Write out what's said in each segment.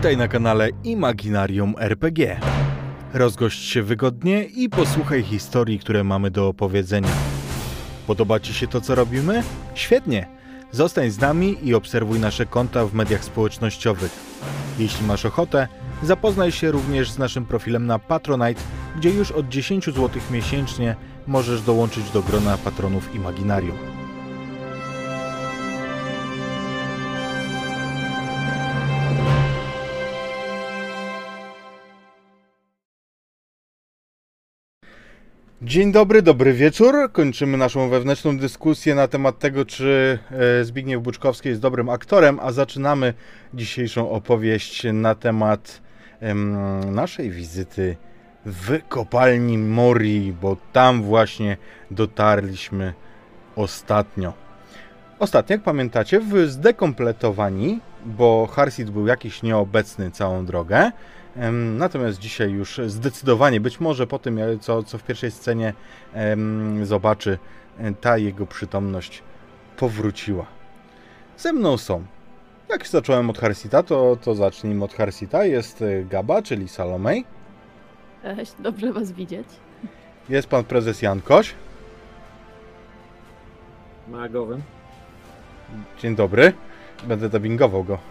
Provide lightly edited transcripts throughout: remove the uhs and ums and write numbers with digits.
Witaj na kanale Imaginarium RPG. Rozgość się wygodnie i posłuchaj historii, które mamy do opowiedzenia. Podoba Ci się to, co robimy? Świetnie! Zostań z nami i obserwuj nasze konta w mediach społecznościowych. Jeśli masz ochotę, zapoznaj się również z naszym profilem na Patronite, gdzie już od 10 zł miesięcznie możesz dołączyć do grona patronów Imaginarium. Dzień dobry, dobry wieczór. Kończymy naszą wewnętrzną dyskusję na temat tego, czy Zbigniew Buczkowski jest dobrym aktorem, a zaczynamy dzisiejszą opowieść na temat naszej wizyty w kopalni Mori, bo tam właśnie dotarliśmy ostatnio. Ostatnio, jak pamiętacie, w Zdekompletowani, bo Harsit był jakiś nieobecny całą drogę. Natomiast dzisiaj już zdecydowanie, być może po tym, co w pierwszej scenie zobaczy, ta jego przytomność powróciła. Ze mną są. Jak zacząłem od Harsita, to zacznijmy od Harsita. Jest Gaba, czyli Salomej. Cześć, dobrze was widzieć. Jest pan prezes Jankoś. Magowym. Dzień dobry. Będę dubbingował go.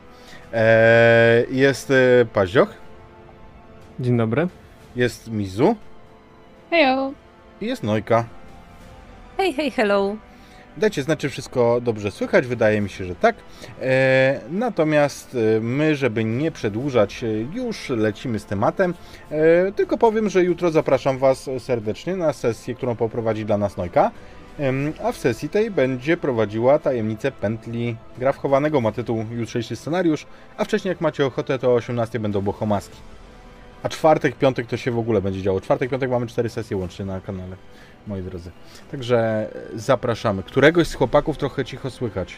Jest Paździoch. Dzień dobry. Jest Mizu. Hejo. I jest Nojka. Hej, hello. Dajcie znać, czy wszystko dobrze słychać. Wydaje mi się, że tak. Natomiast my, żeby nie przedłużać, już lecimy z tematem. Tylko powiem, że jutro zapraszam Was serdecznie na sesję, którą poprowadzi dla nas Nojka. A w sesji tej będzie prowadziła tajemnicę pętli gra wchowanego. Ma tytuł jutrzejszy scenariusz, a wcześniej, jak macie ochotę, to o 18 będą bohomaski. A czwartek, piątek to się w ogóle będzie działo. Czwartek, piątek mamy 4 sesje łącznie na kanale, moi drodzy. Także zapraszamy. Któregoś z chłopaków trochę cicho słychać.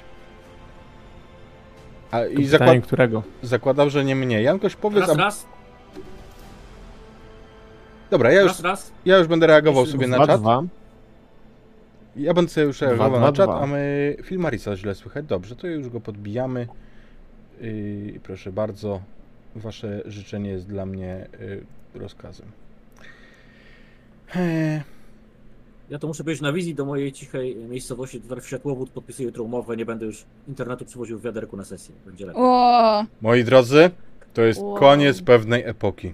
Którego? Zakładam, że nie mnie. Jankoś, powiedz... Raz. Dobra, ja już będę reagował sobie na czat. Ja będę sobie już reagował na czat, a my... Filmarisa źle słychać. Dobrze, to już go podbijamy. Proszę bardzo, wasze życzenie jest dla mnie rozkazem. Ja to muszę powiedzieć, na wizji do mojej cichej miejscowości, tutaj w Światłowód podpisuję jutro umowę, nie będę już internetu przywoził w wiaderku na sesję. Będzie lepiej. O! Moi drodzy, to jest koniec pewnej epoki.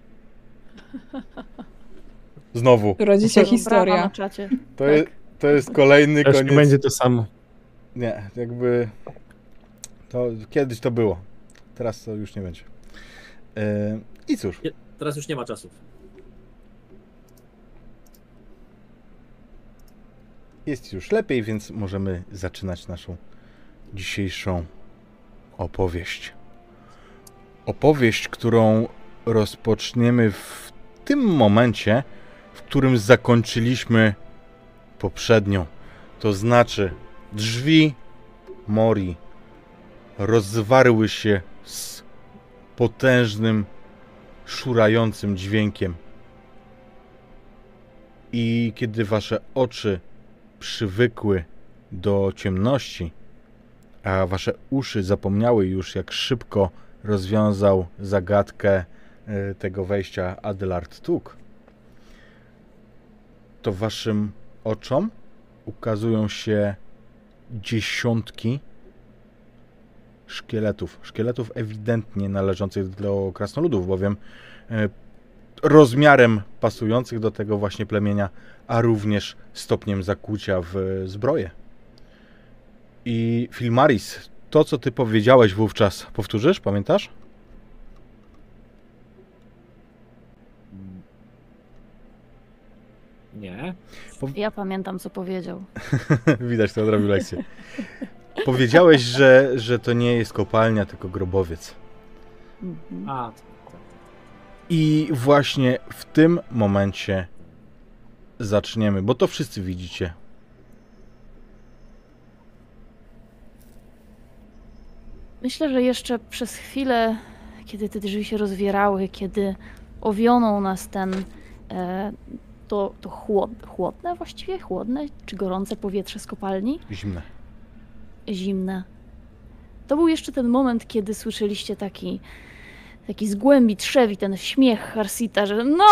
Znowu. Rodzi się historia. Na czacie. To jest kolejny Też koniec. nie będzie to samo. Nie, jakby... To kiedyś to było. Teraz to już nie będzie. I cóż. Teraz już nie ma czasów. Jest już lepiej, więc możemy zaczynać naszą dzisiejszą opowieść. Opowieść, którą rozpoczniemy w tym momencie, w którym zakończyliśmy poprzednią. To znaczy, drzwi Mori rozwarły się z potężnym, szurającym dźwiękiem. I kiedy wasze oczy przywykły do ciemności, a wasze uszy zapomniały już, jak szybko rozwiązał zagadkę tego wejścia Adelard Tuk, to waszym oczom ukazują się dziesiątki szkieletów. Szkieletów ewidentnie należących do krasnoludów, bowiem rozmiarem pasujących do tego właśnie plemienia, a również stopniem zakłucia w zbroję. I Filmaris, to co ty powiedziałeś wówczas, powtórzysz? Pamiętasz? Nie. Ja pamiętam, co powiedział. Widać, kto odrobił lekcję. Powiedziałeś, że to nie jest kopalnia, tylko grobowiec. A, I właśnie w tym momencie zaczniemy, bo to wszyscy widzicie. Myślę, że jeszcze przez chwilę, kiedy te drzwi się rozwierały, kiedy owionął nas ten to chłodne właściwie? Chłodne czy gorące powietrze z kopalni? Zimne. Zimne. to był jeszcze ten moment, kiedy słyszeliście taki z głębi trzewi ten śmiech Harsita, że no,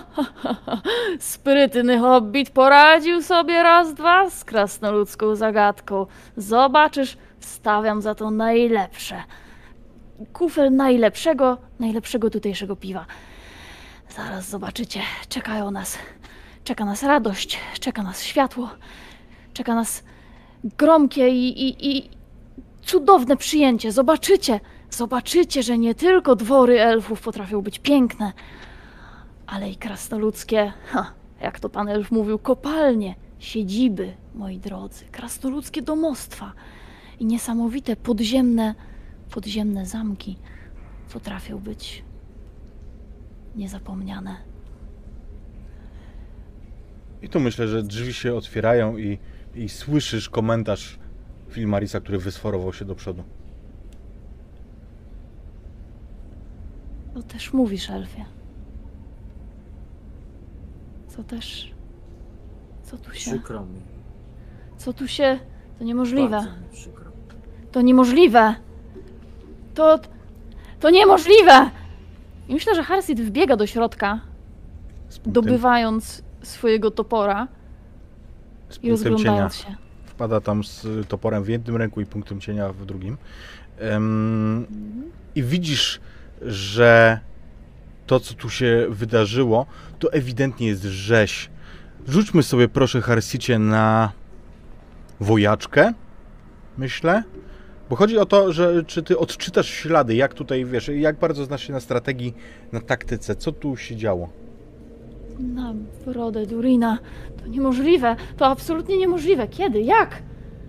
sprytny hobbit poradził sobie raz, dwa z krasnoludzką zagadką. Zobaczysz, wstawiam za to najlepsze. Kufel najlepszego tutejszego piwa. Zaraz zobaczycie, czeka nas radość, czeka nas światło, czeka nas gromkie i cudowne przyjęcie. Zobaczycie, że nie tylko dwory elfów potrafią być piękne, ale i krasnoludzkie, jak to pan elf mówił, kopalnie, siedziby, moi drodzy, krasnoludzkie domostwa i niesamowite podziemne zamki potrafią być niezapomniane. I tu myślę, że drzwi się otwierają i słyszysz komentarz Filmarisa, który wysforował się do przodu. To też mówisz, elfie. Co tu się... Przykro mi. To niemożliwe. Bardzo mi przykro. To niemożliwe. To niemożliwe! I myślę, że Harsit wbiega do środka, Z punktem- dobywając swojego topora z i punktem rozglądając cienia. się. Wpada tam z toporem w jednym ręku i punktem cienia w drugim. I widzisz, że to, co tu się wydarzyło, to ewidentnie jest rzeź. Rzućmy sobie, proszę, Harsicie, na wojaczkę, myślę. Bo chodzi o to, że czy ty odczytasz ślady, jak tutaj, wiesz, jak bardzo znasz się na strategii, na taktyce, co tu się działo. Na brodę Durina. To niemożliwe. To absolutnie niemożliwe. Kiedy? Jak?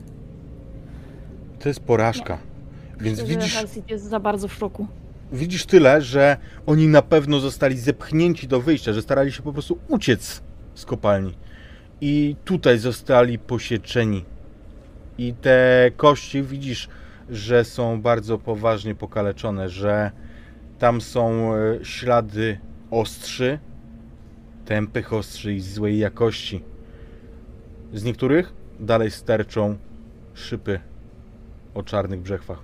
To jest porażka. Więc Myślę, że widzisz... Harsit jest za bardzo w szoku. Widzisz tyle, że oni na pewno zostali zepchnięci do wyjścia, że starali się po prostu uciec z kopalni. I tutaj zostali posieczeni. I te kości widzisz, że są bardzo poważnie pokaleczone, że tam są ślady ostrzy, tępych ostrzy i złej jakości. Z niektórych dalej sterczą szyby o czarnych brzechwach.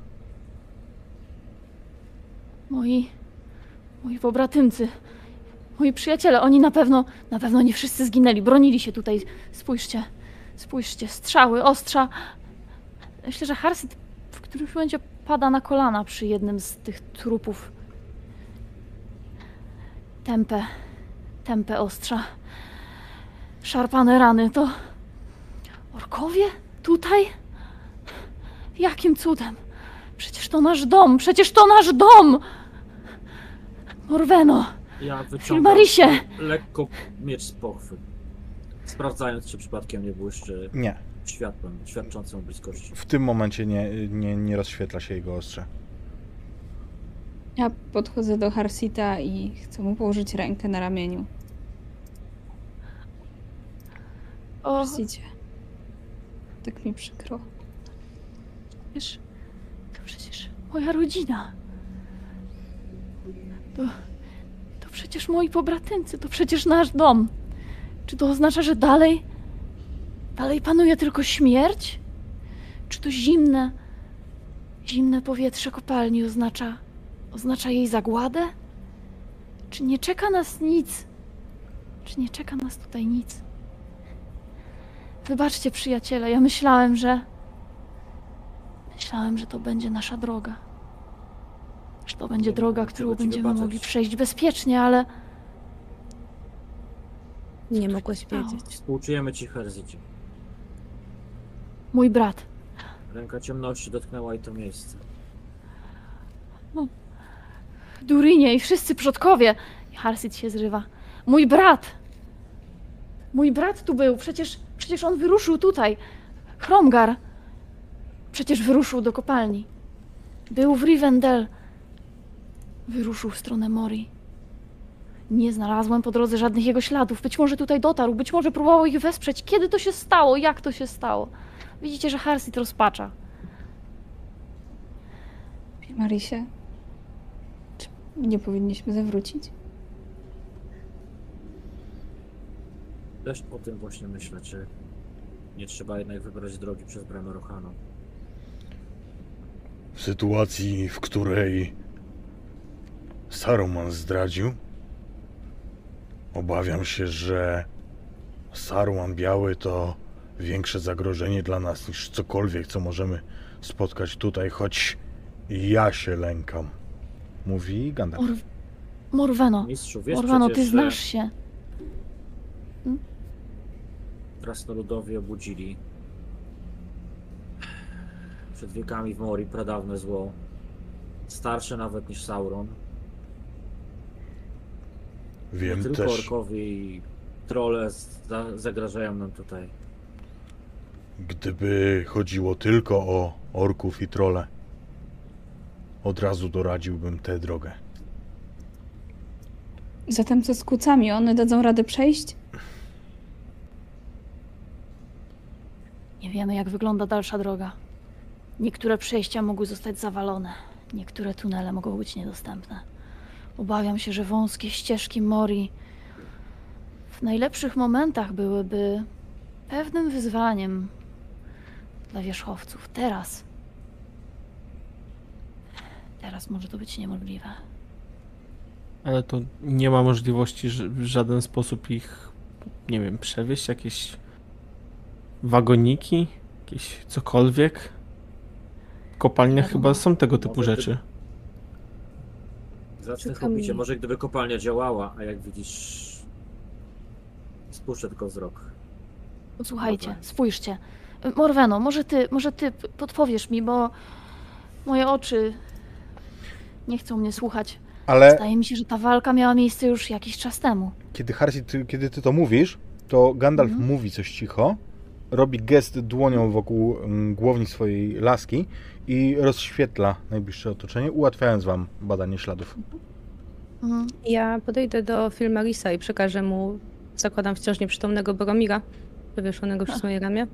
Moi pobratymcy, moi przyjaciele, oni na pewno nie wszyscy zginęli, bronili się tutaj. Spójrzcie, strzały, ostrza. Myślę, że Harsit w którymś momencie pada na kolana przy jednym z tych trupów. Tępe ostrza. Szarpane rany, to... Orkowie? Tutaj? Jakim cudem? Przecież to nasz dom! Morweno! Ja wyciągam Filmarisie! lekko miecz z pochwy, sprawdzając, czy przypadkiem nie błyszczy Nie, światłem świadczącym o bliskości. w tym momencie nie rozświetla się jego ostrze. Ja podchodzę do Harsita i chcę mu położyć rękę na ramieniu. O, Harsicie. Tak mi przykro. wiesz, to przecież moja rodzina. To przecież moi pobratymcy, to przecież nasz dom. Czy to oznacza, że dalej panuje tylko śmierć? Czy to zimne powietrze kopalni oznacza jej zagładę? Czy nie czeka nas nic? Czy nie czeka nas tutaj nic? Wybaczcie, przyjaciele, ja myślałem, że to będzie nasza droga. Że to będzie Nie droga, mogę którą tego ci będziemy wybaczać. mogli przejść bezpiecznie, ale Nie mogłeś stało? wiedzieć. Współczujemy ci, Herzicie. Mój brat. Ręka ciemności dotknęła i to miejsce. Durinie i wszyscy przodkowie. I Harsit się zrywa. Mój brat tu był. Przecież on wyruszył tutaj. Hromgar. Przecież wyruszył do kopalni. Był w Rivendell. Wyruszył w stronę Mori. Nie znalazłem po drodze żadnych jego śladów. Być może tutaj dotarł, być może próbował ich wesprzeć. Kiedy to się stało? Jak to się stało? Widzicie, że Harsit rozpacza. Marisie, czy nie powinniśmy zawrócić? Też o tym właśnie myślę, czy nie trzeba jednak wybrać drogi przez bramę Rohanu. W sytuacji, w której Saruman zdradził, obawiam się, że Saruman Biały to większe zagrożenie dla nas niż cokolwiek, co możemy spotkać tutaj, choć ja się lękam, mówi Gandalf. Morweno, Mistrzu, wiesz Morweno, przecież, ty znasz się. krasnoludowie obudzili przed wiekami w Mori pradawne zło, starsze nawet niż Sauron. Nie Wiem tylko też, orkowie i trolle zagrażają nam tutaj. gdyby chodziło tylko o orków i trole, od razu doradziłbym tę drogę. Zatem co z kucami? One dadzą radę przejść? Nie wiemy, jak wygląda dalsza droga. Niektóre przejścia mogły zostać zawalone. Niektóre tunele mogą być niedostępne. Obawiam się, że wąskie ścieżki Mori w najlepszych momentach byłyby pewnym wyzwaniem dla wierzchowców. Teraz może to być niemożliwe. Ale to nie ma możliwości w żaden sposób ich, nie wiem, przewieźć? Jakieś wagoniki? Jakieś cokolwiek? W kopalniach Wiadomo. chyba są tego typu Może rzeczy. Zacznę Czekam. chłopicie, może gdyby kopalnia działała, a jak widzisz, spuszczę tylko wzrok. Słuchajcie, Dobra. spójrzcie. Morweno, może ty podpowiesz mi, bo moje oczy nie chcą mnie słuchać. Ale Zdaje mi się, że ta walka miała miejsce już jakiś czas temu. kiedy ty to mówisz, to Gandalf Mhm. mówi coś cicho, robi gest dłonią wokół głowni swojej laski i rozświetla najbliższe otoczenie, ułatwiając wam badanie śladów. Mhm. Ja podejdę do Filmarisa i przekażę mu, zakładam wciąż nieprzytomnego Boromira, wywieszonego przez moje ramię.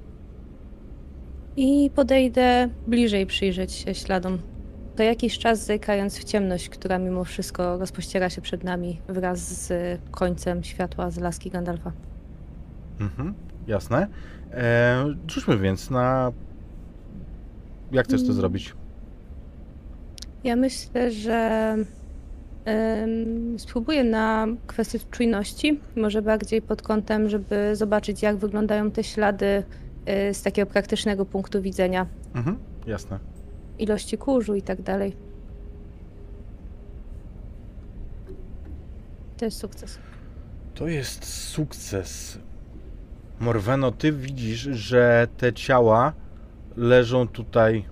I podejdę bliżej przyjrzeć się śladom. To jakiś czas zerkając w ciemność, która mimo wszystko rozpościera się przed nami wraz z końcem światła z laski Gandalfa. Mhm, jasne. Rzućmy więc na... Jak chcesz to zrobić? Ja myślę, że spróbuję na kwestię czujności, może bardziej pod kątem, żeby zobaczyć, jak wyglądają te ślady z takiego praktycznego punktu widzenia. Mhm, jasne. Ilości kurzu i tak dalej. To jest sukces. To jest sukces. Morweno, ty widzisz, że te ciała leżą tutaj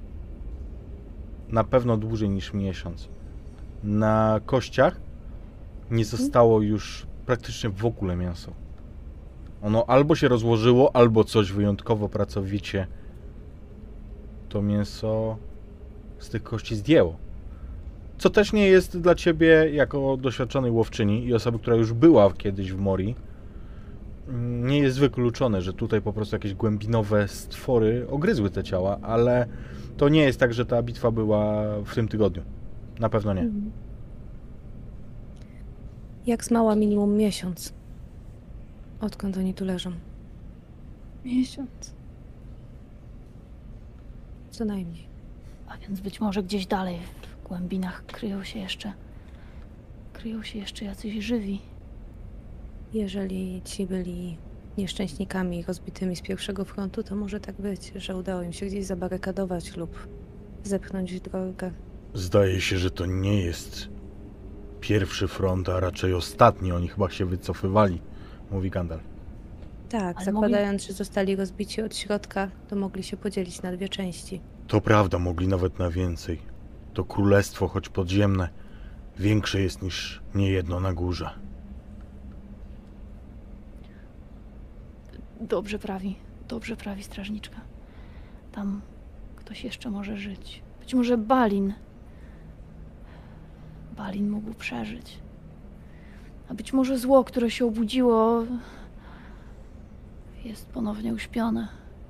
na pewno dłużej niż miesiąc. Na kościach nie zostało już praktycznie w ogóle mięso. Ono albo się rozłożyło, albo coś wyjątkowo pracowicie to mięso z tych kości zdjęło. Co też nie jest dla ciebie, jako doświadczonej łowczyni i osoby, która już była kiedyś w Mori, nie jest wykluczone, że tutaj po prostu jakieś głębinowe stwory ogryzły te ciała, ale to nie jest tak, że ta bitwa była w tym tygodniu. Na pewno nie. Jak zmała minimum miesiąc. Odkąd oni tu leżą? Miesiąc. Co najmniej. A więc być może gdzieś dalej w głębinach kryją się jeszcze jacyś żywi. Jeżeli ci byli nieszczęśnikami rozbitymi z pierwszego frontu, to może tak być, że udało im się gdzieś zabarykadować lub zepchnąć drogę. Zdaje się, że to nie jest pierwszy front, a raczej ostatni. Oni chyba się wycofywali, mówi Gandalf. Tak, Ale zakładając, że zostali rozbici od środka, to mogli się podzielić na dwie części. To prawda, mogli nawet na więcej. To królestwo, choć podziemne, większe jest niż niejedno na górze. Dobrze prawi strażniczka. Tam ktoś jeszcze może żyć. Być może Balin. Balin mógł przeżyć. A być może zło, które się obudziło, jest ponownie uśpione.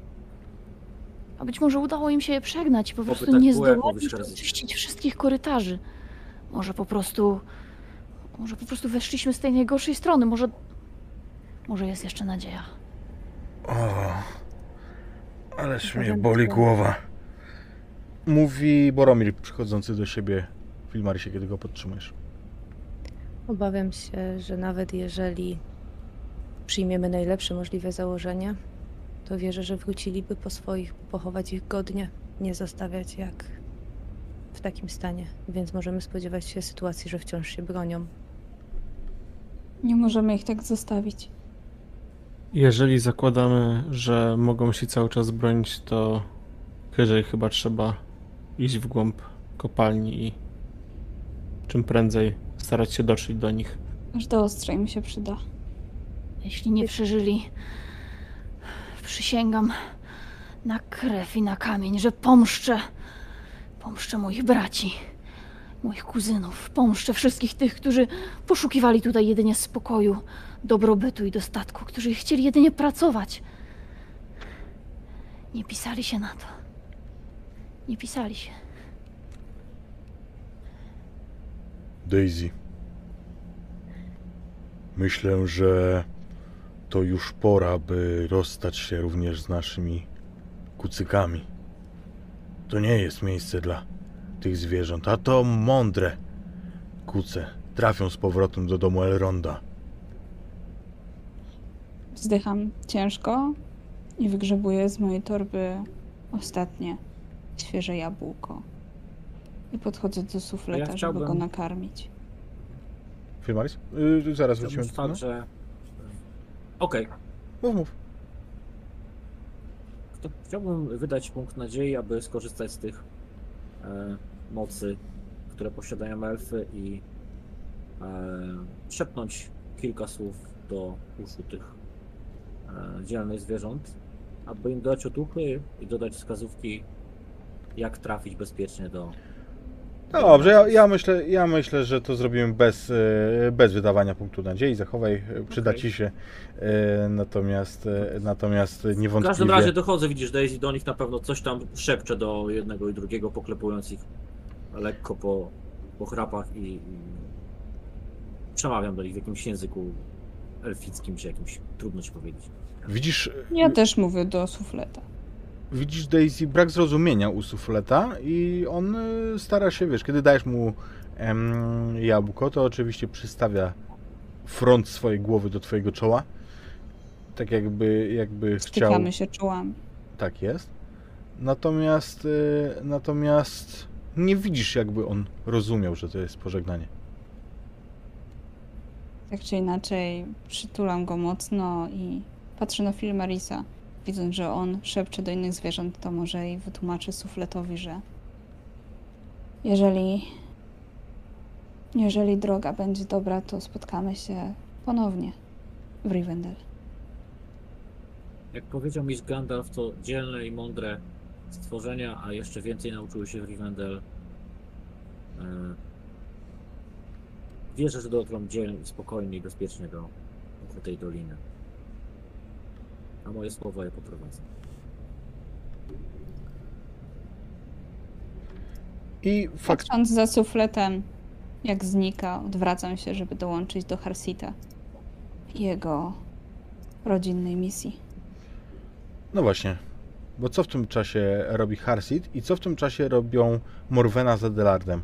A być może udało im się je przegnać i po prostu tak nie było, jak zdołali mówisz teraz. oczyścić wszystkich korytarzy. Może po prostu weszliśmy z tej najgorszej strony. Może jest jeszcze nadzieja. O, ależ mnie Powiem boli tak. głowa. Mówi Boromir, przychodzący do siebie w Ilmarisie, kiedy go podtrzymujesz. Obawiam się, że nawet jeżeli przyjmiemy najlepsze możliwe założenia, to wierzę, że wróciliby po swoich, by pochować ich godnie, nie zostawiać jak w takim stanie. Więc możemy spodziewać się sytuacji, że wciąż się bronią. Nie możemy ich tak zostawić. Jeżeli zakładamy, że mogą się cały czas bronić, to wyżej chyba trzeba iść w głąb kopalni i czym prędzej starać się dotrzeć do nich. Każde ostrze im się przyda. Jeśli nie przeżyli, przysięgam na krew i na kamień, że pomszczę moich braci, moich kuzynów, pomszczę wszystkich tych, którzy poszukiwali tutaj jedynie spokoju, dobrobytu i dostatku, którzy chcieli jedynie pracować. Nie pisali się na to. Nie pisali się. Daisy. Myślę, że to już pora, by rozstać się również z naszymi kucykami. To nie jest miejsce dla tych zwierząt, a to mądre kuce trafią z powrotem do domu Elronda. Wzdycham ciężko i wygrzebuję z mojej torby ostatnie świeże jabłko. I podchodzę do sufleta, żeby chciałbym- go nakarmić. Filmaris? Zaraz wrócimy do tego. Tak, że... Okej. Mów. To chciałbym wydać punkt nadziei, aby skorzystać z tych mocy, które posiadają elfy i szepnąć kilka słów do uszu tych dzielnych zwierząt, aby im dodać otuchy i dodać wskazówki, jak trafić bezpiecznie do... Dobrze, ja myślę, że to zrobimy bez wydawania punktu nadziei. Zachowaj, przyda Okej. ci się. Natomiast W niewątpliwie... każdym razie dochodzę, widzisz, Daisy do nich na pewno coś tam szepcze do jednego i drugiego, poklepując ich lekko po chrapach i przemawiam do nich w jakimś języku elfickim, czy jakimś, trudno ci powiedzieć. Ja też mówię do sufleta. Widzisz, Daisy, brak zrozumienia u sufleta i on stara się, wiesz, kiedy dajesz mu jabłko, to oczywiście przystawia front swojej głowy do twojego czoła. Tak jakby chciał... Stykamy się czołami. Tak jest. Natomiast nie widzisz, jakby on rozumiał, że to jest pożegnanie. Tak czy inaczej przytulam go mocno i patrzę na Filmarisa. Widząc, że on szepcze do innych zwierząt, to może i wytłumaczy sufletowi, że jeżeli droga będzie dobra, to spotkamy się ponownie w Rivendell. Jak powiedział mi Gandalf, to dzielne i mądre stworzenia, a jeszcze więcej nauczyły się w Rivendell. Wierzę, że dotrą dzielnie, spokojnie i bezpiecznie do tej doliny. A moje słowa je poprowadzę. I fakt... Patrząc za sufletem, jak znika, odwracam się, żeby dołączyć do Harsita i jego rodzinnej misji. No właśnie, bo co w tym czasie robi Harsit i co w tym czasie robią Morwena z Adelardem?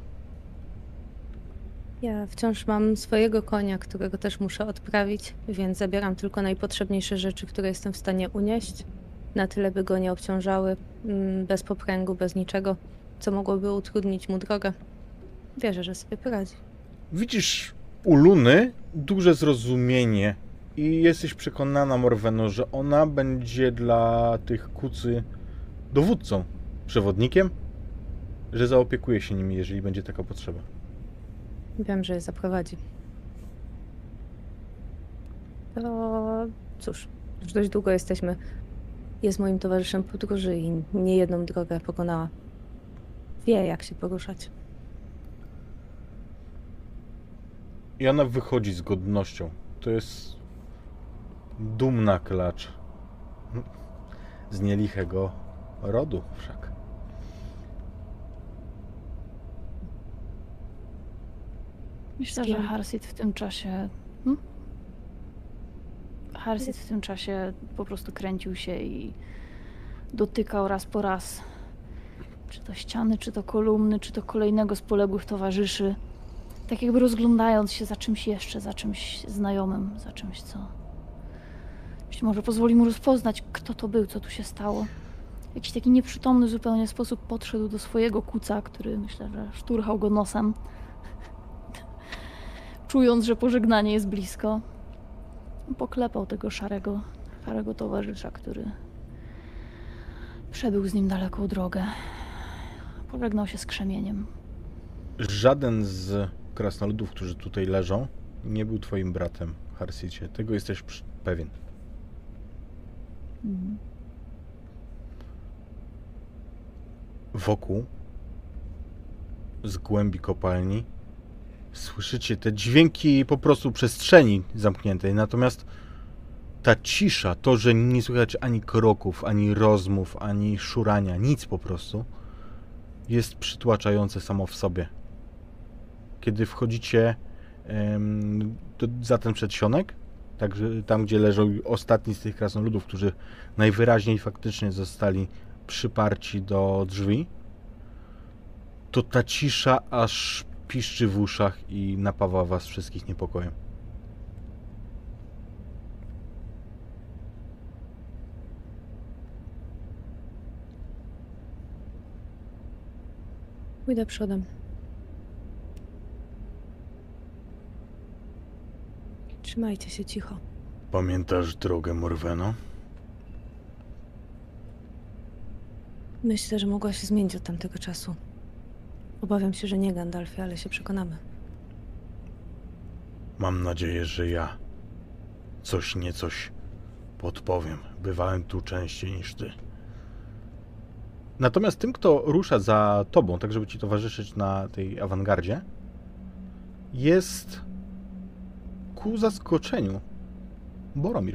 Ja wciąż mam swojego konia, którego też muszę odprawić, więc zabieram tylko najpotrzebniejsze rzeczy, które jestem w stanie unieść, na tyle, by go nie obciążały, bez poprzęgu, bez niczego, co mogłoby utrudnić mu drogę. Wierzę, że sobie poradzi. Widzisz u Luny duże zrozumienie i jesteś przekonana, Morweno, że ona będzie dla tych kucy dowódcą, przewodnikiem, że zaopiekuje się nimi, jeżeli będzie taka potrzeba. Wiem, że je zaprowadzi. To cóż, już dość długo jest moim towarzyszem podróży i niejedną drogę pokonała. Wie, jak się poruszać. I ona wychodzi z godnością. To jest dumna klacz. Z nielichego rodu wszak. Myślę, że Harsit w tym czasie... Harsit w tym czasie po prostu kręcił się i dotykał raz po raz Czy to ściany, czy to kolumny, czy to kolejnego z poległych towarzyszy. Tak jakby rozglądając się za czymś jeszcze, za czymś znajomym, za czymś, co być może pozwoli mu rozpoznać, kto to był, co tu się stało. W jakiś taki nieprzytomny zupełnie sposób podszedł do swojego kuca, który myślę, że szturchał go nosem, czując, że pożegnanie jest blisko. Poklepał tego szarego towarzysza, który przebył z nim daleką drogę. Pożegnał się z krzemieniem. Żaden z krasnoludów, którzy tutaj leżą, nie był twoim bratem, Harsicie. Tego jesteś pewien. Wokół, z głębi kopalni, słyszycie te dźwięki po prostu przestrzeni zamkniętej, natomiast ta cisza, to, że nie słychać ani kroków, ani rozmów, ani szurania, nic po prostu, jest przytłaczające samo w sobie. Kiedy wchodzicie za ten przedsionek, także tam, gdzie leżą ostatni z tych krasnoludów, którzy najwyraźniej faktycznie zostali przyparci do drzwi, to ta cisza aż piszczy w uszach i napawa was wszystkich niepokojem. Pójdę przodem. Trzymajcie się cicho. Pamiętasz drogę, Morweno? Myślę, że mogła się zmienić od tamtego czasu. Obawiam się, że nie, Gandalfie, ale się przekonamy. Mam nadzieję, że ja coś niecoś podpowiem. Bywałem tu częściej niż ty. Natomiast tym, kto rusza za tobą, tak żeby ci towarzyszyć na tej awangardzie, jest ku zaskoczeniu Boromir.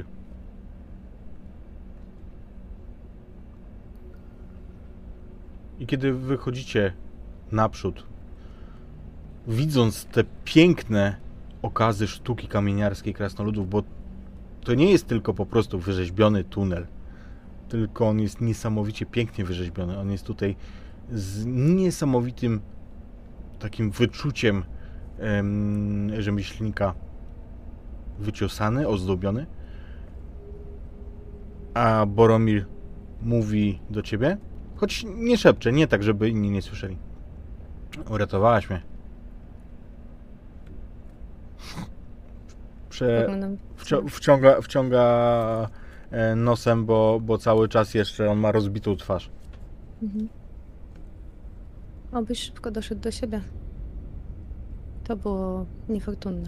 I kiedy wychodzicie naprzód, widząc te piękne okazy sztuki kamieniarskiej krasnoludów, bo to nie jest tylko po prostu wyrzeźbiony tunel, tylko on jest niesamowicie pięknie wyrzeźbiony. On jest tutaj z niesamowitym takim wyczuciem rzemieślnika wyciosany, ozdobiony. A Boromir mówi do ciebie, choć nie szepcze, nie tak, żeby inni nie słyszeli. Uratowałaś mnie. Wciąga nosem, bo cały czas jeszcze on ma rozbitą twarz. Mhm. Obyś szybko doszedł do siebie. To było niefortunne.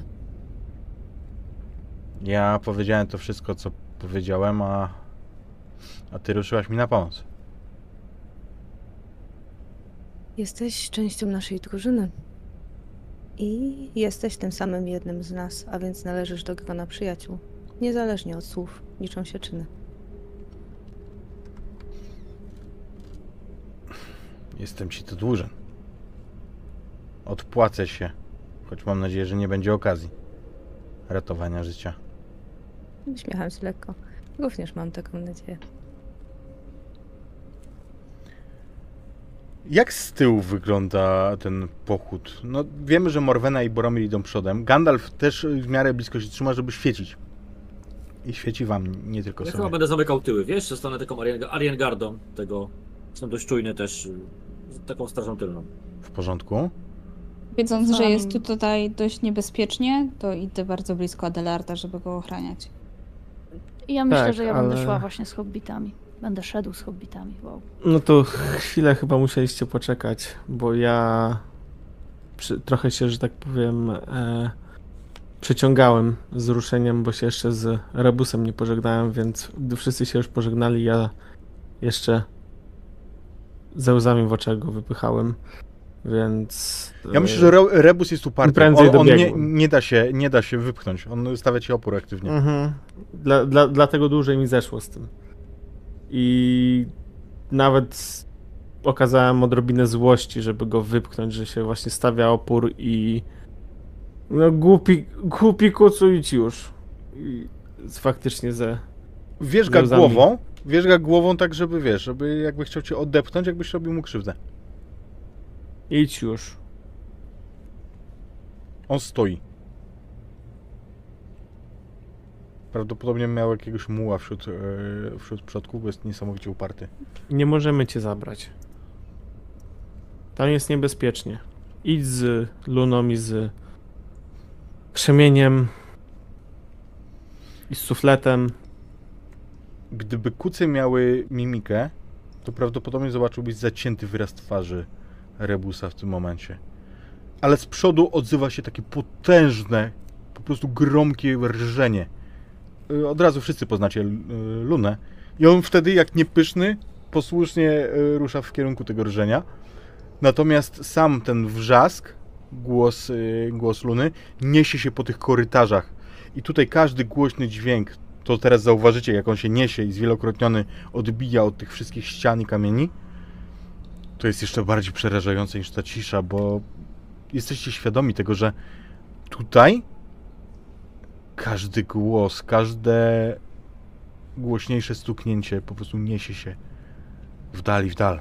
Ja powiedziałem to wszystko, co powiedziałem, a ty ruszyłaś mi na pomoc. Jesteś częścią naszej drużyny. I jesteś tym samym jednym z nas, a więc należysz do grona przyjaciół. Niezależnie od słów, liczą się czyny. Jestem ci to dłużen. Odpłacę się, choć mam nadzieję, że nie będzie okazji ratowania życia. Uśmiecham się lekko. Również mam taką nadzieję. Jak z tyłu wygląda ten pochód? No, wiemy, że Morwena i Boromir idą przodem. Gandalf też w miarę blisko się trzyma, żeby świecić. I świeci wam, nie tylko Ja sobie. chyba będę zamykał tyły, wiesz? Zostanę taką Ariengardą tego. Jestem dość czujny też, z taką strażą tylną. W porządku? Wiedząc, że jest tu tutaj dość niebezpiecznie, to idę bardzo blisko Adelarda, żeby go ochraniać. I ja myślę, Tak, że ja ale- będę szła właśnie z hobbitami. Będę szedł z hobbitami, wow. No to chwilę chyba musieliście poczekać, bo ja trochę się, że tak powiem, przeciągałem z ruszeniem, bo się jeszcze z Rebusem nie pożegnałem, więc gdy wszyscy się już pożegnali, ja jeszcze ze łzami w oczach go wypychałem, więc... Ja myślę, że Rebus jest uparty. Prędzej On dobiegłem. nie da się wypchnąć. On stawia ci opór aktywnie. Mhm. Dlatego dłużej mi zeszło z tym. I nawet okazałem odrobinę złości, żeby go wypchnąć, że się właśnie stawia opór i no głupi kucu idź już. I faktycznie Wierzga Łzami. głową tak, żeby wiesz, żeby jakby chciał cię odepchnąć, jakbyś robił mu krzywdę. Idź już. On stoi. Prawdopodobnie miał jakiegoś muła wśród przodków, bo jest niesamowicie uparty. Nie możemy cię zabrać. Tam jest niebezpiecznie. Idź z Luną i z krzemieniem i z sufletem. Gdyby kuce miały mimikę, to prawdopodobnie zobaczyłbyś zacięty wyraz twarzy Rebusa w tym momencie. Ale z przodu odzywa się takie potężne, po prostu gromkie rżenie. Od razu wszyscy poznacie Lunę. I on wtedy, jak niepyszny, posłusznie rusza w kierunku tego rżenia. Natomiast sam ten wrzask, głos Luny, niesie się po tych korytarzach. I tutaj każdy głośny dźwięk, to teraz zauważycie, jak on się niesie i zwielokrotniony odbija od tych wszystkich ścian i kamieni, to jest jeszcze bardziej przerażające niż ta cisza, bo jesteście świadomi tego, że tutaj każdy głos, każde głośniejsze stuknięcie po prostu niesie się w dal i w dal.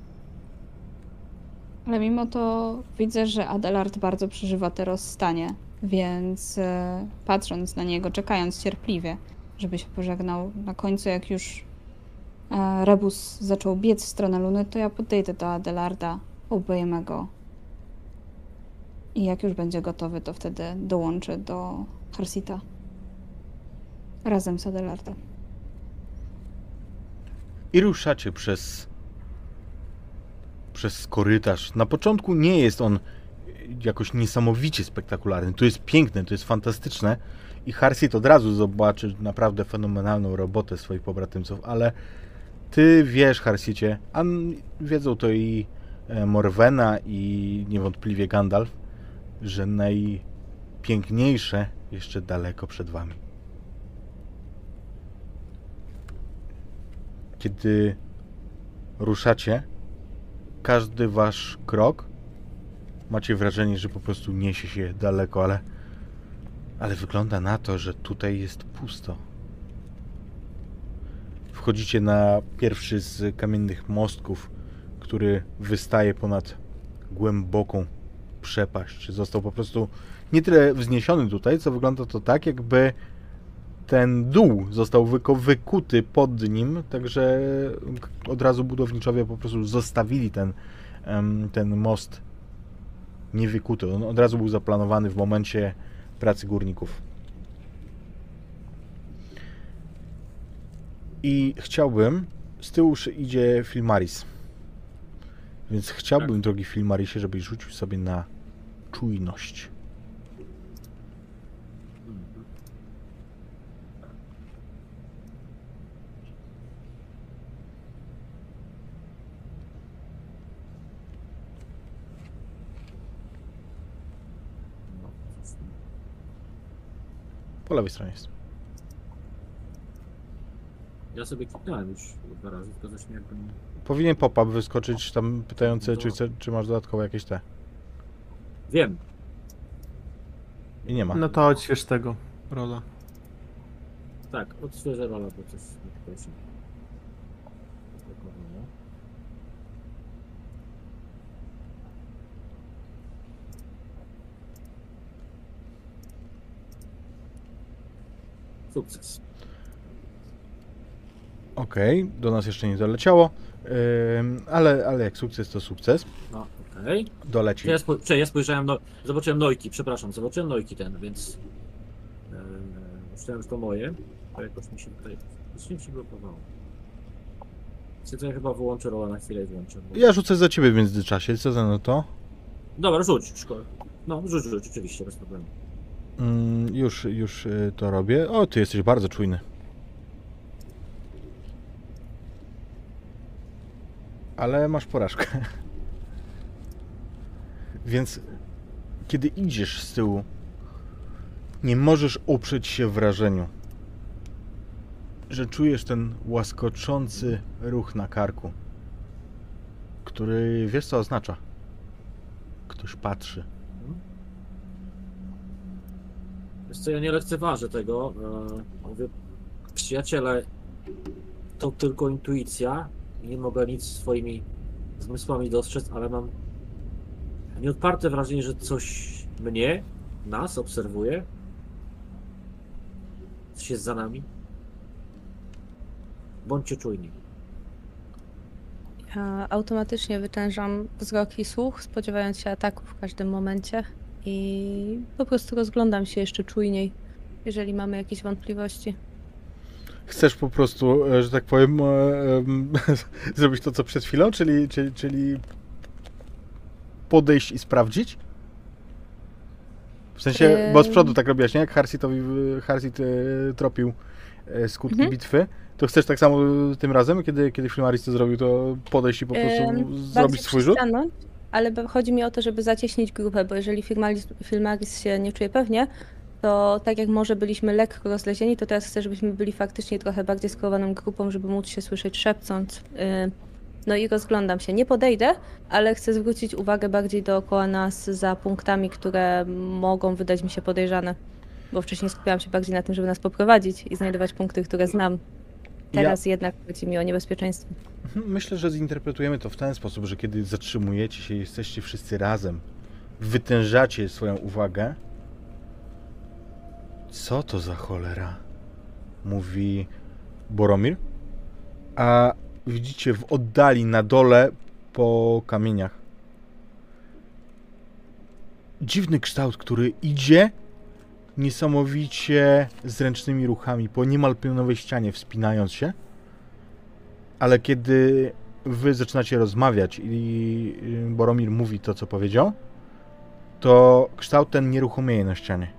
Ale mimo to widzę, że Adelard bardzo przeżywa te rozstanie, więc patrząc na niego, czekając cierpliwie, żeby się pożegnał, na końcu jak już Rebus zaczął biec w stronę Luny, to ja podejdę do Adelarda, obejmę go i jak już będzie gotowy, to wtedy dołączę do Harsita razem z Adelardem. I ruszacie przez korytarz. Na początku nie jest on jakoś niesamowicie spektakularny. To jest piękne, to jest fantastyczne i Harsit od razu zobaczy naprawdę fenomenalną robotę swoich pobratymców, ale ty wiesz, Harsicie, a wiedzą to i Morwena i niewątpliwie Gandalf, że najpiękniejsze jeszcze daleko przed wami. Kiedy ruszacie, każdy wasz krok macie wrażenie, że po prostu niesie się daleko, ale wygląda na to, że tutaj jest pusto. Wchodzicie na pierwszy z kamiennych mostków, który wystaje ponad głęboką przepaść. Został po prostu nie tyle wzniesiony tutaj, co wygląda to tak, jakby ten dół został wykuty pod nim, także od razu budowniczowie po prostu zostawili ten most niewykuty. On od razu był zaplanowany w momencie pracy górników. I chciałbym, z tyłu idzie Filmaris, więc chciałbym, drogi Filmarisie, żebyś rzucił sobie na czujność. Po lewej stronie jest. Ja sobie kliknąłem już 2 razy, tylko zacznie jakbym... Powinien pop-up wyskoczyć tam pytający, czy masz dodatkowe jakieś te. Wiem. I nie ma. No to odśwież tego rola. Tak, odświeżę rolę, bo coś tutaj się... Sukces. Okej, do nas jeszcze nie doleciało, ale jak sukces, to sukces. No, okej. Doleci. Ja spojrzałem, zobaczyłem Nojki, przepraszam, zobaczyłem Nojki więc... myślałem, że to moje, to jakoś mi się tutaj... Coś mi się blokowało. Więc ja chyba wyłączę rolę na chwilę i włączę. Bo... Ja rzucę za ciebie w międzyczasie, co za no to? Dobra, rzuć, no, rzuć, oczywiście, bez problemu. Już to robię. O, ty jesteś bardzo czujny. Ale masz porażkę. Więc kiedy idziesz z tyłu, nie możesz oprzeć się wrażeniu, że czujesz ten łaskoczący ruch na karku, który wiesz co oznacza. Ktoś patrzy. Wiesz co, ja nie lekceważę tego. Mówię, przyjaciele, to tylko intuicja. Nie mogę nic swoimi zmysłami dostrzec, ale mam Nieodparte wrażenie, że coś nas obserwuje? Coś jest za nami? Bądźcie czujni. Ja automatycznie wytężam wzrok i słuch, spodziewając się ataku w każdym momencie i po prostu rozglądam się jeszcze czujniej, jeżeli mamy jakieś wątpliwości. Chcesz po prostu, że tak powiem, zrobić to, co przed chwilą, czyli podejść i sprawdzić? W sensie, bo z przodu tak robiłaś, nie? Jak Harsit tropił skutki bitwy, to chcesz tak samo tym razem, kiedy Filmaris to zrobił, to podejść i po prostu zrobić swój rzut? Przystanąć, ale chodzi mi o to, żeby zacieśnić grupę, bo jeżeli Filmaris się nie czuje pewnie, to tak jak może byliśmy lekko rozlezieni, to teraz chcę, żebyśmy byli faktycznie trochę bardziej skierowaną grupą, żeby móc się słyszeć szepcąc. No i rozglądam się. Nie podejdę, ale chcę zwrócić uwagę bardziej dookoła nas za punktami, które mogą wydać mi się podejrzane. Bo wcześniej skupiałam się bardziej na tym, żeby nas poprowadzić i znajdować punkty, które znam. Teraz jednak chodzi mi o niebezpieczeństwo. Myślę, że zinterpretujemy to w ten sposób, że kiedy zatrzymujecie się, jesteście wszyscy razem, wytężacie swoją uwagę. Co to za cholera? Mówi Boromir. A widzicie w oddali, na dole, po kamieniach, dziwny kształt, który idzie niesamowicie zręcznymi ruchami po niemal pionowej ścianie, wspinając się. Ale kiedy wy zaczynacie rozmawiać i Boromir mówi to, co powiedział, to kształt ten nieruchomieje na ścianie.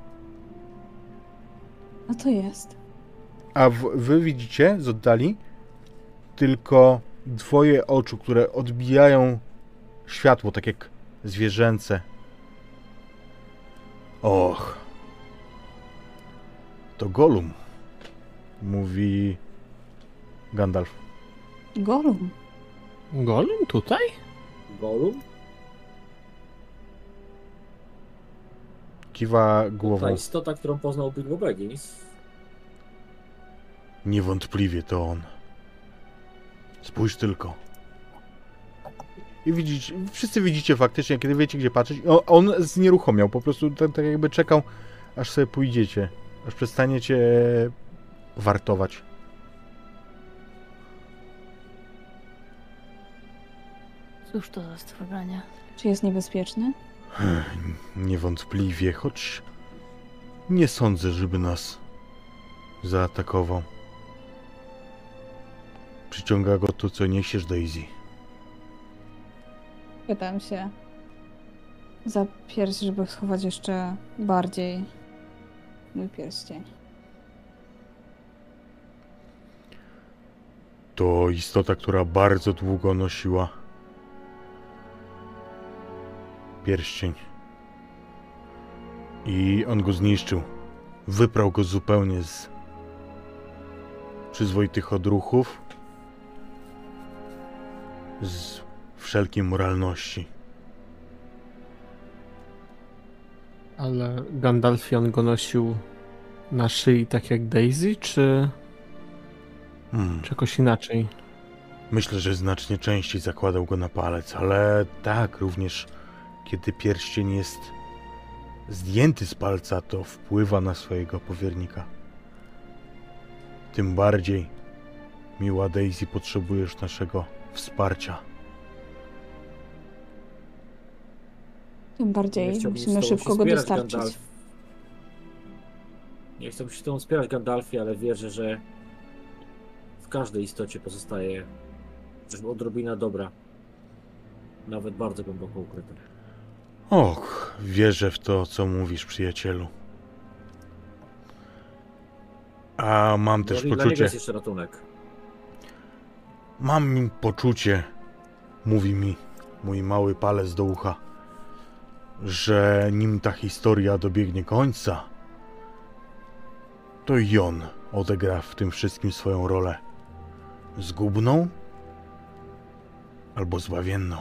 A to jest. A wy widzicie z oddali tylko dwoje oczu, które odbijają światło, tak jak zwierzęce. Och, to Gollum, mówi Gandalf. Gollum. Golem tutaj? Gollum? Kiwa Ta głową. istota, którą poznał Bilbo Baggins. Niewątpliwie to on. Spójrz tylko. I widzicie, wszyscy widzicie faktycznie, kiedy wiecie, gdzie patrzeć. On znieruchomiał, po prostu tak jakby czekał, aż sobie pójdziecie. Aż przestaniecie wartować. Cóż to za stworzenie? Czy jest niebezpieczny? Niewątpliwie, choć nie sądzę, żeby nas zaatakował. Przyciąga go to, co niesiesz, Daisy. Pytam się za pierś, żeby schować jeszcze bardziej mój pierścień. To istota, która bardzo długo nosiła pierścień. I on go zniszczył. Wyprał go zupełnie z przyzwoitych odruchów, z wszelkiej moralności. Ale Gandalf on go nosił na szyi tak jak Daisy, czy jakoś inaczej? Myślę, że znacznie częściej zakładał go na palec, ale tak, również kiedy pierścień jest zdjęty z palca, to wpływa na swojego powiernika. Tym bardziej, miła Daisy, potrzebujesz naszego wsparcia. Tym bardziej Nie chciałbym z musimy tobą szybko się go spierać, dostarczyć. Gandalf. Nie chcę się z tobą spierać, Gandalfie, ale wierzę, że w każdej istocie pozostaje chociażby odrobina dobra. Nawet bardzo głęboko ukryte. Och, wierzę w to, co mówisz, przyjacielu. A mam też Dla niego poczucie... jest jeszcze ratunek. Mam poczucie, mówi mi mój mały palec do ucha, że nim ta historia dobiegnie końca, to i on odegra w tym wszystkim swoją rolę. Zgubną albo zbawienną.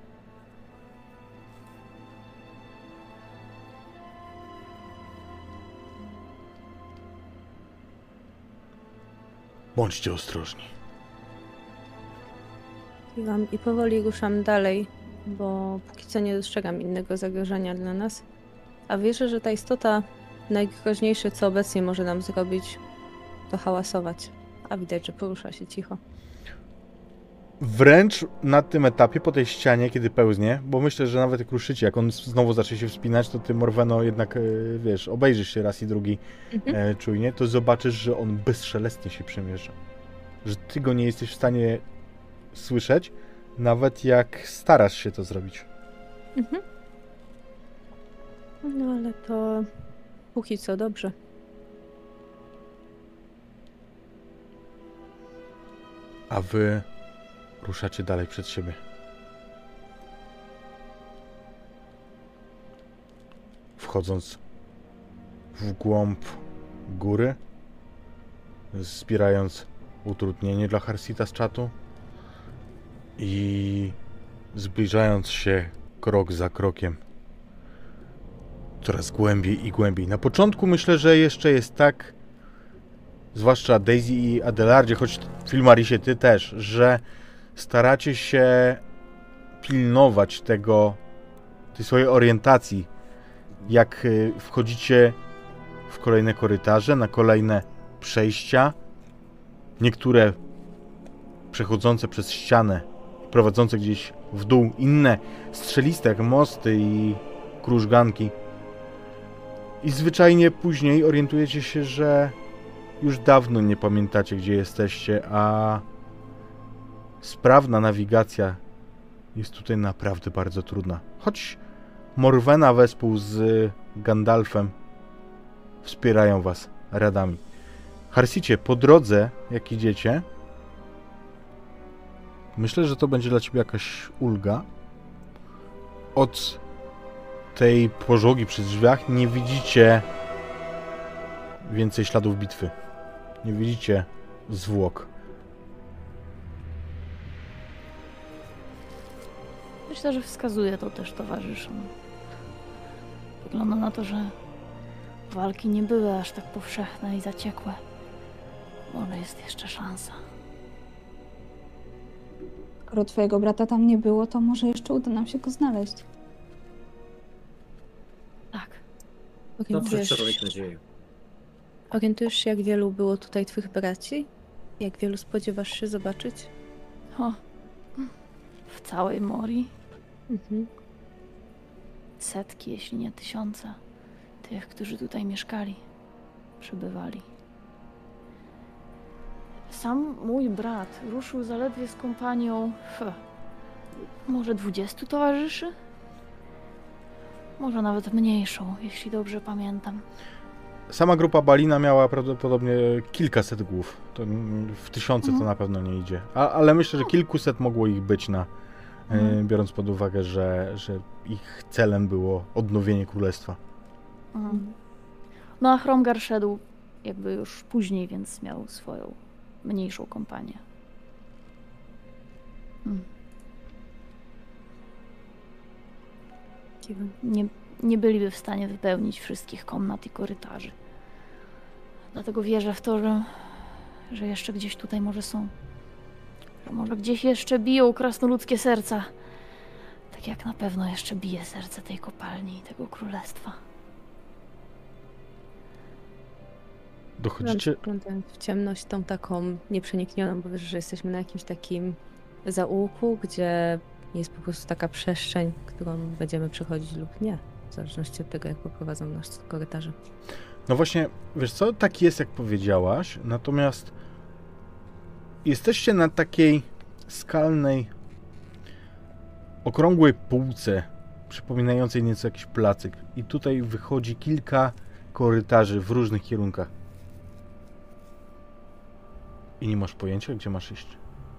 Bądźcie ostrożni. I powoli ruszam dalej, bo póki co nie dostrzegam innego zagrożenia dla nas. A wierzę, że ta istota najgroźniejsze, co obecnie może nam zrobić, to hałasować. A widać, że porusza się cicho. Wręcz na tym etapie, po tej ścianie, kiedy pełznie, bo myślę, że nawet jak ruszycie, jak on znowu zacznie się wspinać, to ty, Morweno, jednak, wiesz, obejrzysz się raz i drugi czujnie, to zobaczysz, że on bezszelestnie się przemierza. Że ty go nie jesteś w stanie słyszeć, nawet jak starasz się to zrobić. No ale to póki co dobrze. A wy ruszacie dalej przed siebie. Wchodząc w głąb góry, zbierając utrudnienie dla Harsita z czatu i zbliżając się krok za krokiem coraz głębiej i głębiej. Na początku myślę, że jeszcze jest tak, zwłaszcza Daisy i Adelardzie, choć Filmarisie ty też, że staracie się pilnować tej swojej orientacji, jak wchodzicie w kolejne korytarze, na kolejne przejścia, niektóre przechodzące przez ścianę, prowadzące gdzieś w dół, inne strzeliste jak mosty i krużganki. I zwyczajnie później orientujecie się, że już dawno nie pamiętacie, gdzie jesteście, a sprawna nawigacja jest tutaj naprawdę bardzo trudna. Choć Morwena wespół z Gandalfem wspierają was radami. Harsicie, po drodze, jak idziecie, myślę, że to będzie dla ciebie jakaś ulga. Od tej pożogi przy drzwiach nie widzicie więcej śladów bitwy. Nie widzicie zwłok. Myślę, że wskazuje to też towarzyszom. Wygląda na to, że walki nie były aż tak powszechne i zaciekłe. Może jest jeszcze szansa. Skoro twojego brata tam nie było, to może jeszcze uda nam się go znaleźć. Tak. Zawsze trzeba mieć nadzieję. Orientujesz się, jak wielu było tutaj twych braci? Jak wielu spodziewasz się zobaczyć? O, w całej Mori Mhm. setki, jeśli nie tysiące tych, którzy tutaj mieszkali, przybywali. Sam mój brat ruszył zaledwie z kompanią może 20 towarzyszy? Może nawet mniejszą, jeśli dobrze pamiętam. Sama grupa Balina miała prawdopodobnie kilkaset głów. To w tysiące to na pewno nie idzie. Ale myślę, że kilkuset mogło ich być, biorąc pod uwagę, że ich celem było odnowienie królestwa. No a Hromgar szedł jakby już później, więc miał swoją mniejszą kompanię. Nie byliby w stanie wypełnić wszystkich komnat i korytarzy. Dlatego wierzę w to, że jeszcze gdzieś tutaj może są. Że może gdzieś jeszcze biją krasnoludzkie serca. Tak jak na pewno jeszcze bije serce tej kopalni i tego królestwa. Dochodzicie... Spoglądając w ciemność tą taką nieprzeniknioną, bo wiesz, że jesteśmy na jakimś takim zaułku, gdzie jest po prostu taka przestrzeń, którą będziemy przechodzić lub nie. W zależności od tego, jak poprowadzą nas korytarze. No właśnie, wiesz co, tak jest, jak powiedziałaś, natomiast jesteście na takiej skalnej, okrągłej półce, przypominającej nieco jakiś placyk. I tutaj wychodzi kilka korytarzy w różnych kierunkach. I nie masz pojęcia, gdzie masz iść.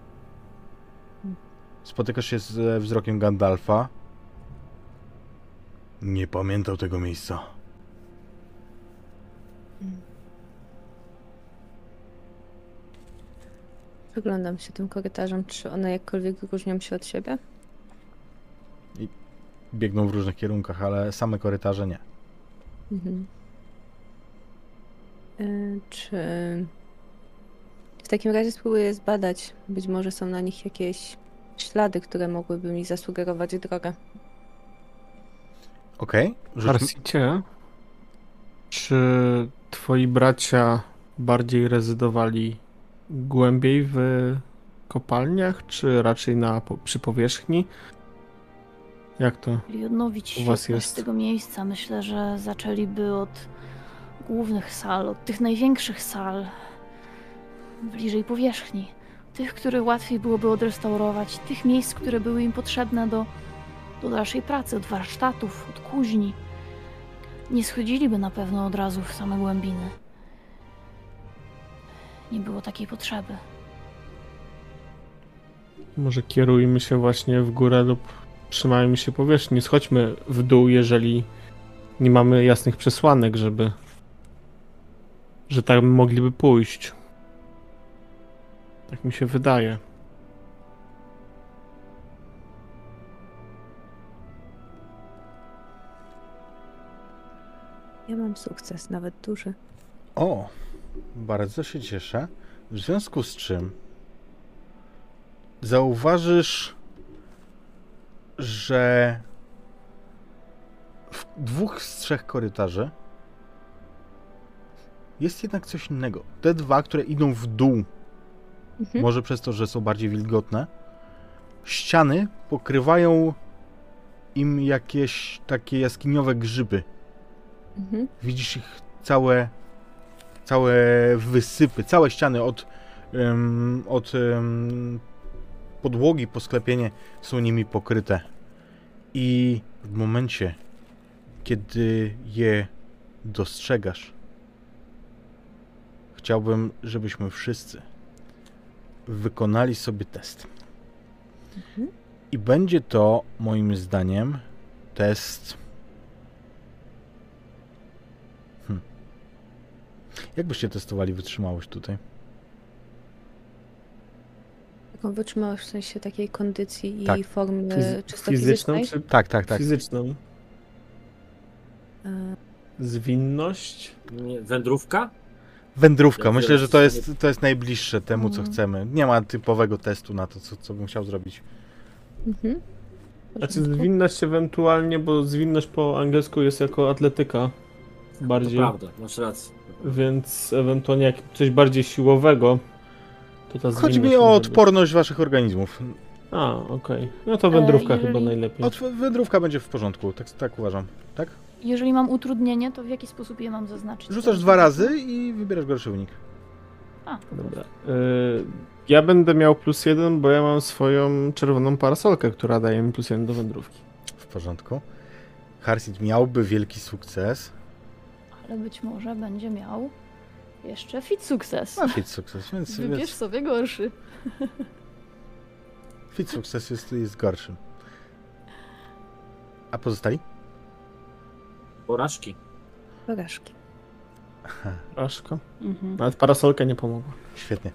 Spotykasz się ze wzrokiem Gandalfa. Nie pamiętał tego miejsca. Przyglądam się tym korytarzom, czy one jakkolwiek różnią się od siebie? Biegną w różnych kierunkach, ale same korytarze nie. Mhm. Czy w takim razie spróbuję zbadać, być może są na nich jakieś ślady, które mogłyby mi zasugerować drogę. Okej. Harsicie, czy twoi bracia bardziej rezydowali głębiej w kopalniach, czy raczej przy powierzchni? Jak to? Chcieli odnowić U was świetność jest? tego miejsca. Myślę, że zaczęliby od głównych sal, od tych największych sal, bliżej powierzchni. Tych, które łatwiej byłoby odrestaurować, tych miejsc, które były im potrzebne do dalszej pracy, od warsztatów, od kuźni. Nie schodziliby na pewno od razu w same głębiny. Nie było takiej potrzeby. Może kierujmy się właśnie w górę lub trzymajmy się powierzchni. Schodźmy w dół, jeżeli nie mamy jasnych przesłanek, że tam mogliby pójść. Tak mi się wydaje. Ja mam sukces, nawet duży. O, bardzo się cieszę. W związku z czym zauważysz, że w 2 z 3 korytarzy jest jednak coś innego. Te 2, które idą w dół, może przez to, że są bardziej wilgotne, ściany pokrywają im jakieś takie jaskiniowe grzyby. Widzisz ich całe wysypy, całe ściany od podłogi po sklepienie są nimi pokryte. I w momencie, kiedy je dostrzegasz, chciałbym, żebyśmy wszyscy wykonali sobie test. I będzie to, moim zdaniem, test... Jak byście testowali wytrzymałość tutaj? Taką wytrzymałość w sensie takiej kondycji Tak. i formy czysto Fizyczną fizycznej? czy Tak. fizyczną? E, Zwinność? Nie, wędrówka? Wędrówka. Ja Myślę, że teraz to jest najbliższe temu, co chcemy. Nie ma typowego testu na to, co bym chciał zrobić. Mhm. W Znaczy porządku. zwinność ewentualnie, bo zwinność po angielsku jest jako atletyka To bardziej, prawda, masz rację. więc ewentualnie jak coś bardziej siłowego, to ta zwinność Chodzi mi może o być. odporność waszych organizmów. A, okej. No to wędrówka jeżeli- chyba najlepiej. Wędrówka będzie w porządku, tak uważam. Tak? Jeżeli mam utrudnienie, to w jaki sposób je mam zaznaczyć? Rzucasz 2 razy i wybierasz gorszy wynik. A, Dobra. Ja będę miał +1, bo ja mam swoją czerwoną parasolkę, która daje mi +1 do wędrówki. W porządku. Harsid miałby wielki sukces. ale być może będzie miał jeszcze fit sukces. Ma fit sukces, więc Wybierz sobie gorszy. fit sukces jest gorszym. A pozostali? Porażki. Porażki. Aszko. Mhm. Nawet parasolka nie pomogła. Świetnie.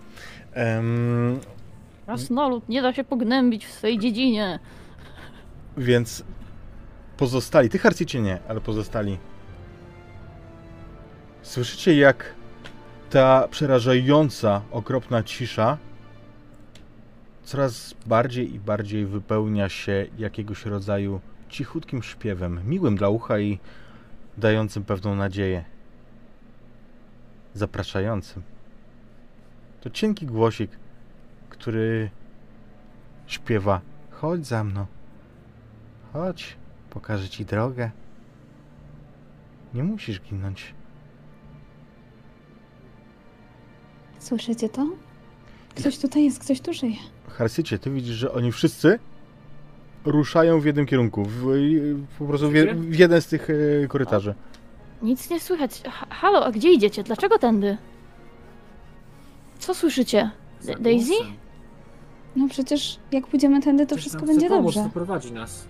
Krasnolud nie da się pognębić w swej dziedzinie. Więc pozostali, ty Harsicie nie, ale pozostali. Słyszycie, jak ta przerażająca, okropna cisza coraz bardziej i bardziej wypełnia się jakiegoś rodzaju cichutkim śpiewem, miłym dla ucha i dającym pewną nadzieję. Zapraszającym. To cienki głosik, który śpiewa: chodź za mną. Chodź, pokażę ci drogę. Nie musisz ginąć. Słyszycie to? Ktoś tutaj jest, ktoś tu żyje. Harsicie, ty widzisz, że oni wszyscy ruszają w jednym kierunku. Po prostu w jeden z tych korytarzy. Nic nie słychać. Halo, a gdzie idziecie? Dlaczego tędy? Co słyszycie? Za Daisy? głosem. No przecież jak pójdziemy tędy, to Ktoś wszystko nam będzie chce pomóc, dobrze. Wyprowadzi nas.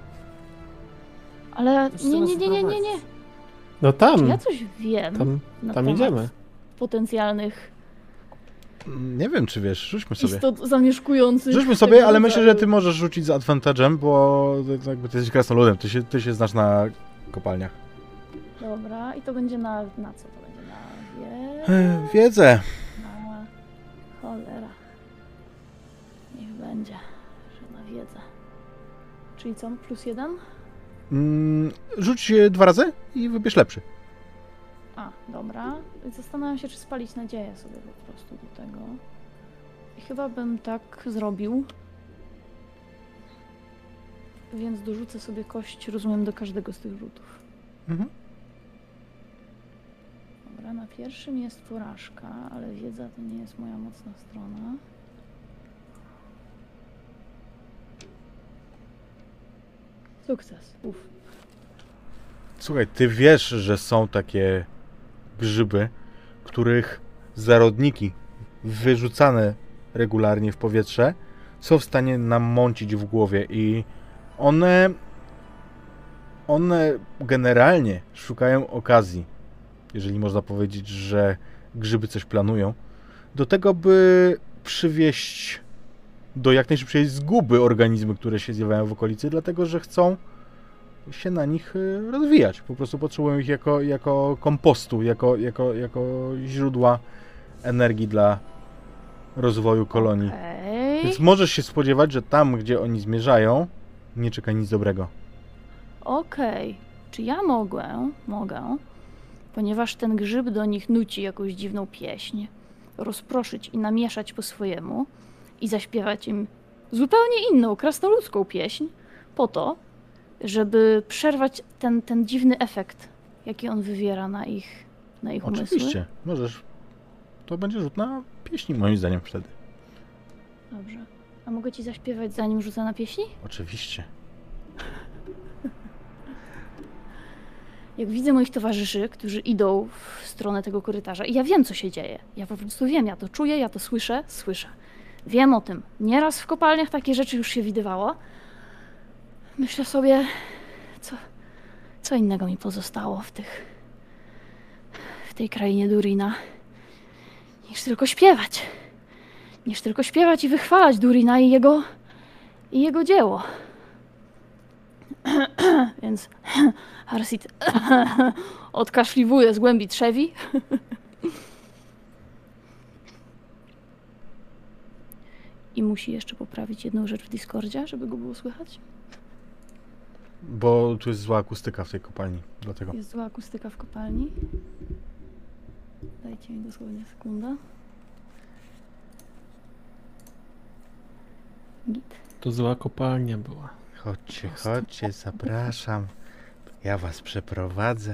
Ale Ktoś nie. chce nas wyprowadzić. No Czy tam, ja coś wiem na tam temat idziemy. potencjalnych Nie wiem, czy wiesz, rzućmy sobie. istot zamieszkujących. Rzućmy w sobie, tego ale myślę, że rodzaju. ty możesz rzucić z advantage'em, bo jakby ty jesteś krasnoludem, ty się znasz na kopalniach. Dobra, i to będzie na co to będzie? Na Wiedzę. na cholera. Niech będzie, że Czyli co? +1? Rzuć 2 razy i wybierz lepszy. A, dobra. Zastanawiam się, czy spalić nadzieję sobie po prostu do tego. I chyba bym tak zrobił. Więc dorzucę sobie kość, rozumiem, do każdego z tych rzutów. Mhm. Dobra, na pierwszym jest porażka, ale wiedza to nie jest moja mocna strona. Sukces. Uff. Słuchaj, ty wiesz, że są takie grzyby, których zarodniki wyrzucane regularnie w powietrze są w stanie namącić w głowie i one generalnie szukają okazji, jeżeli można powiedzieć, że grzyby coś planują, do tego, by przywieźć do jak najszybszej zguby organizmy, które się zjawiają w okolicy, dlatego że chcą się na nich rozwijać. Po prostu potrzebują ich jako kompostu, jako źródła energii dla rozwoju kolonii. Okej. Więc możesz się spodziewać, że tam, gdzie oni zmierzają, nie czeka nic dobrego. Okej. Czy ja mogę, ponieważ ten grzyb do nich nuci jakąś dziwną pieśń, rozproszyć i namieszać po swojemu i zaśpiewać im zupełnie inną, krasnoludzką pieśń, po to, żeby przerwać ten dziwny efekt, jaki on wywiera na ich umysły? Oczywiście, możesz. To będzie rzut na pieśni, moim zdaniem, wtedy. Dobrze. A mogę ci zaśpiewać, zanim rzucę na pieśni? Oczywiście. Jak widzę moich towarzyszy, którzy idą w stronę tego korytarza i ja wiem, co się dzieje. Ja po prostu wiem, ja to czuję, ja to słyszę. Wiem o tym. Nieraz w kopalniach takie rzeczy już się widywało. Myślę sobie, co innego mi pozostało w tej krainie Durina, niż tylko śpiewać. I wychwalać Durina i jego dzieło. Więc Harsit odkaszliwuje z głębi trzewi. I musi jeszcze poprawić jedną rzecz w Discordzie, żeby go było słychać. Bo tu jest zła akustyka w tej kopalni, dlatego. Jest zła akustyka w kopalni. Dajcie mi dosłownie sekundę. Git. To zła kopalnia była. Chodźcie, zapraszam. Ja was przeprowadzę.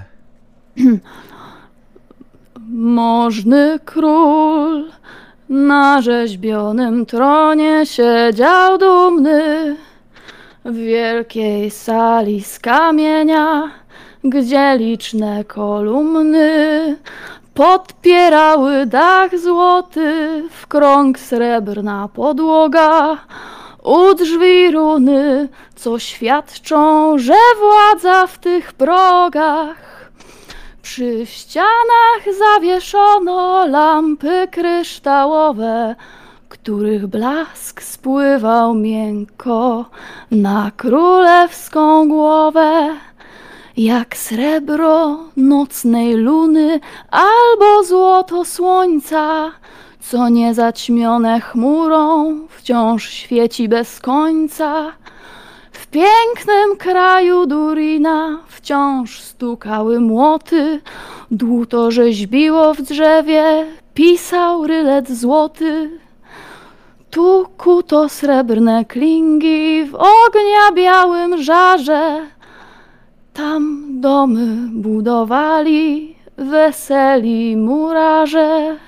Możny król na rzeźbionym tronie siedział dumny w wielkiej sali z kamienia, gdzie liczne kolumny podpierały dach złoty, w krąg srebrna podłoga, u drzwi runy, co świadczą, że władza w tych progach. Przy ścianach zawieszono lampy kryształowe, których blask spływał miękko na królewską głowę, jak srebro nocnej luny albo złoto słońca, co niezaćmione chmurą wciąż świeci bez końca. W pięknym kraju Durina wciąż stukały młoty, dłuto rzeźbiło w drzewie, pisał rylet złoty. Tu kuto srebrne klingi w ognia białym żarze, tam domy budowali weseli murarze.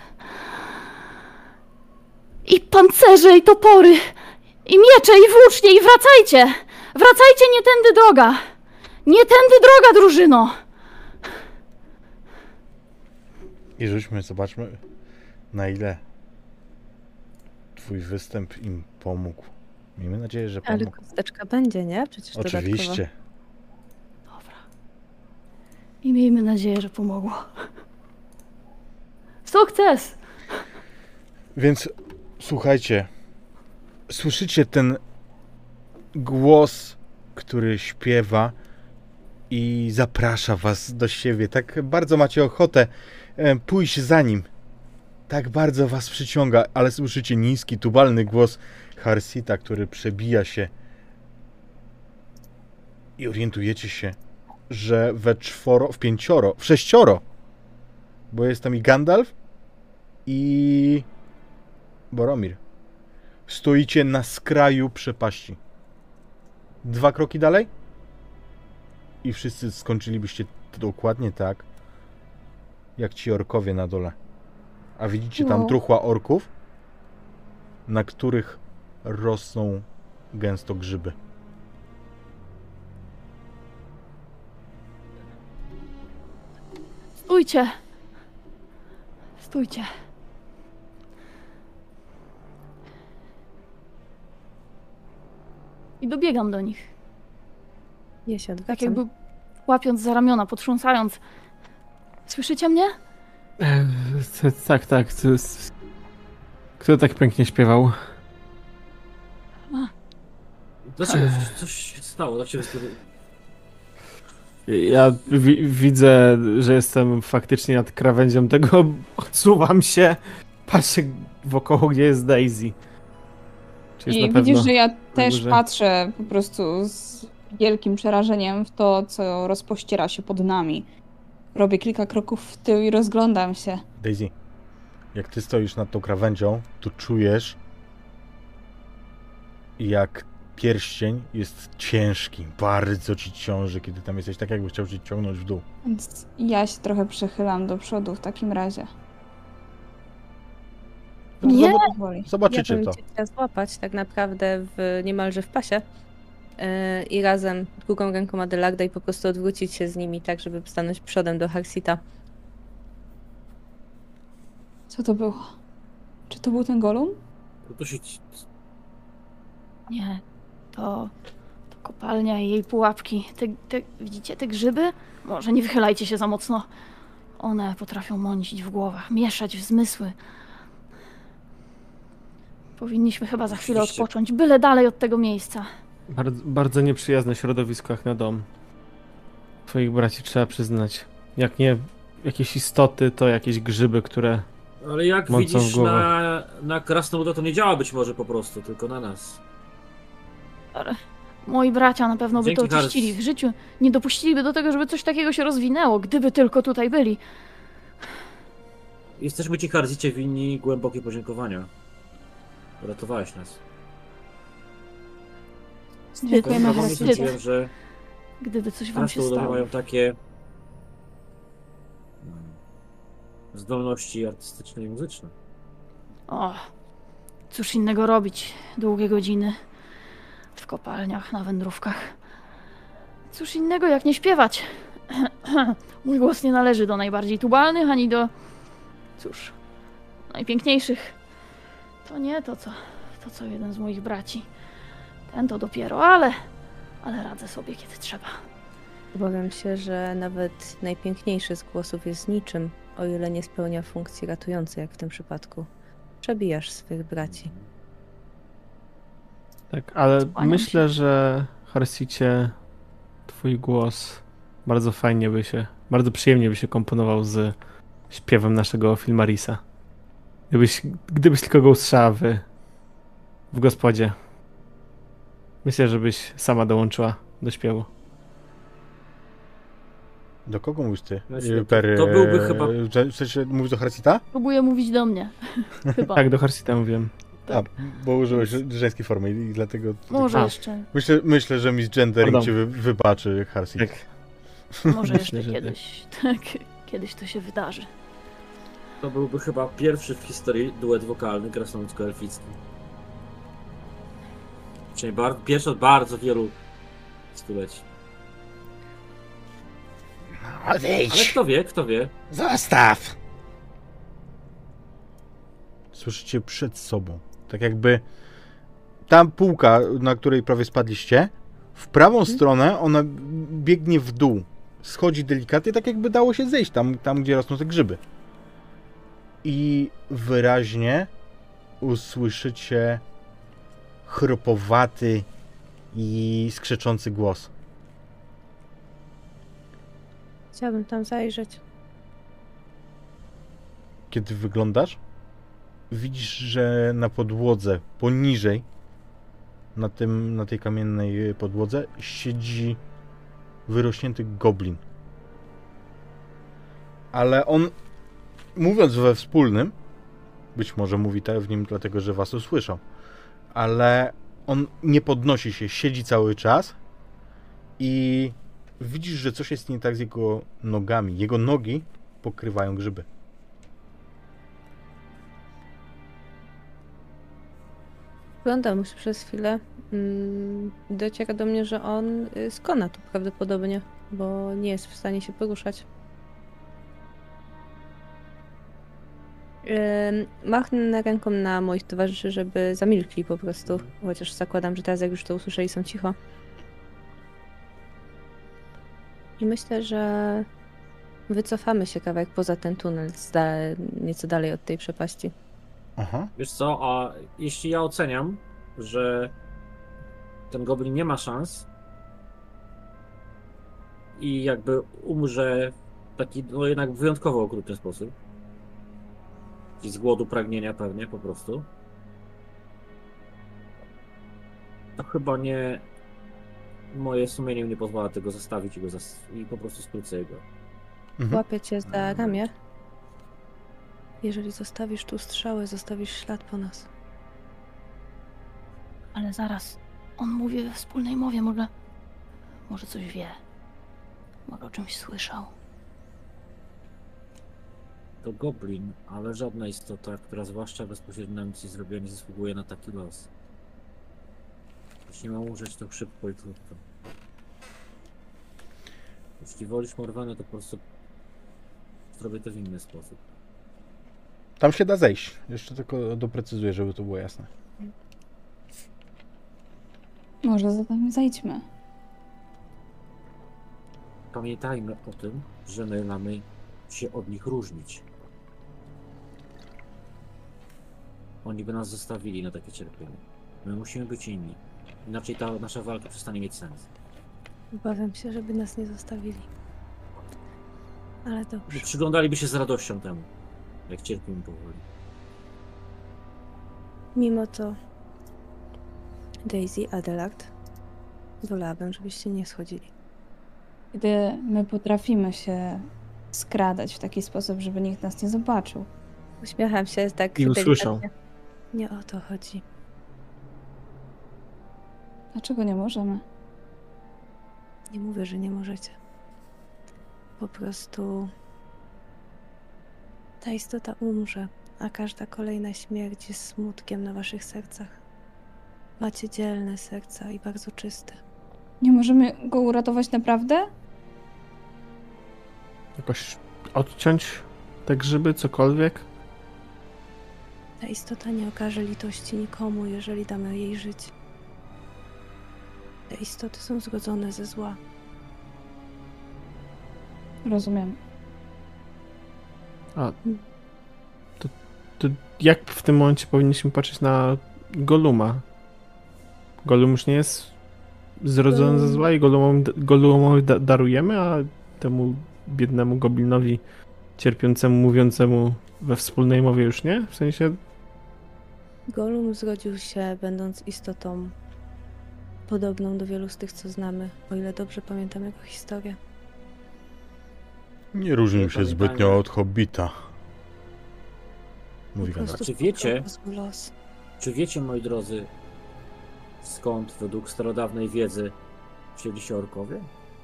I pancerze, i topory, i miecze, i włócznie, i wracajcie! Wracajcie, nie tędy droga! Nie tędy droga, drużyno! I zobaczmy, na ile twój występ im pomógł. Miejmy nadzieję, że Ale pomógł. kosteczka będzie, nie? Przecież dodatkowo. Oczywiście. Dobra. I miejmy nadzieję, że pomogło. Sukces! Więc słuchajcie, słyszycie ten głos, który śpiewa i zaprasza was do siebie. Tak bardzo macie ochotę pójść za nim. Tak bardzo was przyciąga, ale słyszycie niski, tubalny głos Harsita, który przebija się i orientujecie się, że we czworo, w pięcioro, w sześcioro, bo jest tam i Gandalf i Boromir. Stoicie na skraju przepaści. 2 kroki dalej i wszyscy skończylibyście dokładnie tak, jak ci orkowie na dole. A widzicie tam No. truchła orków, na których rosną gęsto grzyby. Stójcie! Stójcie. I dobiegam do nich. Ja się Tak odwracam. jakby łapiąc za ramiona, potrząsając. Słyszycie mnie? Tak, tak. Kto tak pięknie śpiewał? Dlaczego? Coś się stało? Dlaczego Ja widzę, że jestem faktycznie nad krawędzią tego. Odsuwam się. Patrzę wokoło, gdzie jest Daisy. Czy jest I na pewno widzisz, że ja też górze? patrzę po prostu z wielkim przerażeniem w to, co rozpościera się pod nami. Robię kilka kroków w tył i rozglądam się. Daisy, jak ty stoisz nad tą krawędzią, to czujesz, jak pierścień jest ciężki, bardzo ci ciąży, kiedy tam jesteś, tak jakby chciał cię ciągnąć w dół. Więc ja się trochę przechylam do przodu w takim razie. Nie! Bardzo powoli. Zobaczycie Ja bym to. cię chciała złapać tak naprawdę niemalże w pasie i razem drugą ręką Adelarda i po prostu odwrócić się z nimi tak, żeby stanąć przodem do Harsita. Co to było? Czy to był ten golum? To się... Nie. To kopalnia i jej pułapki. Widzicie te grzyby? Może nie wychylajcie się za mocno. One potrafią mącić w głowach, mieszać w zmysły. Powinniśmy chyba za chwilę Oczywiście. odpocząć, byle dalej od tego miejsca. Bardzo, bardzo nieprzyjazne środowisko jak na dom. Twoich braci trzeba przyznać. Jak nie jakieś istoty, to jakieś grzyby, które... Ale jak Mocno w widzisz, głowę. na krasnoluda to nie działa być może po prostu, tylko na nas. Moi bracia na pewno by to Dzięki, Harris. oczyścili w życiu. Nie dopuściliby do tego, żeby coś takiego się rozwinęło, gdyby tylko tutaj byli. Jesteśmy ci, Harzicie, winni głębokie podziękowania. Uratowałeś nas. Dziękujemy, Prawdą nie Harrisie. sądziłem, że Gdyby coś wam się krasnoludowie stało. mają takie zdolności artystyczne i muzyczne. O, cóż innego robić. Długie godziny w kopalniach, na wędrówkach. Cóż innego jak nie śpiewać. Mój głos nie należy do najbardziej tubalnych, ani do... Cóż, najpiękniejszych. To nie to, co jeden z moich braci. Ten to dopiero, ale radzę sobie, kiedy trzeba. Obawiam się, że nawet najpiękniejszy z głosów jest niczym, o ile nie spełnia funkcji ratującej, jak w tym przypadku. Przebijasz swych braci. Tak, ale Kłaniam myślę, się. że Harsicie, twój głos bardzo fajnie bardzo przyjemnie by się komponował z śpiewem naszego Filmarisa. Gdybyś tylko go usłyszała w gospodzie. Myślę, żebyś sama dołączyła do śpiewu. Do kogo mówisz ty? Znaczy, to byłby chyba- W sensie mówisz do Harsita? Próbuję mówić do mnie. Chyba. Tak, do Harsita mówiłem. A, bo użyłeś żeńskiej formy i dlatego... Może A. jeszcze. Myślę, że misgendering Pardon. ci wybaczy, Harsit. Tak. Może Myślę, jeszcze że kiedyś. Tak, kiedyś to się wydarzy. To byłby chyba pierwszy w historii duet wokalny krasnoludzko-elficki. Przynajmniej pierwszy od bardzo wielu stuleci. Ale Odejdź! kto wie? Zostaw! Słyszycie przed sobą. Tak jakby tam półka, na której prawie spadliście, w prawą stronę ona biegnie w dół. Schodzi delikatnie, tak jakby dało się zejść tam gdzie rosną te grzyby. I wyraźnie usłyszycie chropowaty i skrzeczący głos. Chciałabym tam zajrzeć. Kiedy wyglądasz, widzisz, że na podłodze, poniżej, na tej kamiennej podłodze, siedzi wyrośnięty goblin. Ale on, mówiąc we wspólnym, być może mówi tak w nim dlatego, że was usłyszał, ale on nie podnosi się, siedzi cały czas i widzisz, że coś jest nie tak z jego nogami. Jego nogi pokrywają grzyby. Oglądam się przez chwilę. Dociera do mnie, że on skona tu prawdopodobnie, bo nie jest w stanie się poruszać. Machnę ręką na moich towarzyszy, żeby zamilkli po prostu. Chociaż zakładam, że teraz jak już to usłyszeli, są cicho. I myślę, że wycofamy się kawałek poza ten tunel, nieco dalej od tej przepaści. Aha. Wiesz co, a jeśli ja oceniam, że ten goblin nie ma szans i jakby umrze w taki, no jednak wyjątkowo okrutny sposób, i z głodu, pragnienia pewnie po prostu, to chyba nie, moje sumienie mi nie pozwala tego zostawić i po prostu skrócę jego. Łapię cię za ramię. Jeżeli zostawisz tu strzałę, zostawisz ślad po nas. Ale zaraz, on mówi we wspólnej mowie, może coś wie. Może o czymś słyszał. To goblin, ale żadna istota, która zwłaszcza bezpośrednio nam nic nie zrobiła, nie zasługuje na taki los. Jeśli mam umrzeć, to szybko i krótko. Jeśli wolisz Morwenę, to po prostu zrobię to w inny sposób. Tam się da zejść. Jeszcze tylko doprecyzuję, żeby to było jasne. Może zatem zejdźmy. Pamiętajmy o tym, że my mamy się od nich różnić. Oni by nas zostawili na takie cierpienie. My musimy być inni. Inaczej ta nasza walka przestanie mieć sens. Obawiam się, żeby nas nie zostawili. Ale Bo dobrze. przyglądaliby się z radością temu, jak cierpimy powoli. Mimo to, Daisy, Adelard, wolałabym, żebyście nie schodzili. Gdy my potrafimy się skradać w taki sposób, żeby nikt nas nie zobaczył. Uśmiecham się tak I usłyszał. delikatnie. Nie o to chodzi. Dlaczego nie możemy? Nie mówię, że nie możecie. Po prostu ta istota umrze, a każda kolejna śmierć jest smutkiem na waszych sercach. Macie dzielne serca i bardzo czyste. Nie możemy go uratować naprawdę? Jakoś odciąć te grzyby, cokolwiek? Ta istota nie okaże litości nikomu, jeżeli damy jej żyć. Te istoty są zrodzone ze zła. Rozumiem. A to jak w tym momencie powinniśmy patrzeć na Goluma? Golum już nie jest zrodzony ze zła i Golumowi darujemy, a temu biednemu goblinowi cierpiącemu, mówiącemu we wspólnej mowie już nie? W sensie... Golum zrodził się, będąc istotą podobną do wielu z tych, co znamy, o ile dobrze pamiętam jego historię. Nie różnił się Pamiętajmy. zbytnio od Hobbita. Mówi Po Gandalf. prostu Czy wiecie- spotkał zły los. Czy wiecie, moi drodzy, skąd według starodawnej wiedzy wzięli się orkowie?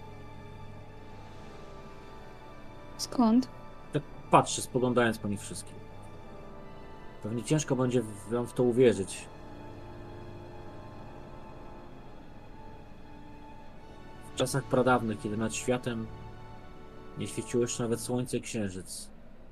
Skąd? Tak patrzę, spoglądając po nich wszystkich. Pewnie ciężko będzie wam w to uwierzyć. W czasach pradawnych, kiedy nad światem nie świeciło jeszcze nawet słońce i księżyc,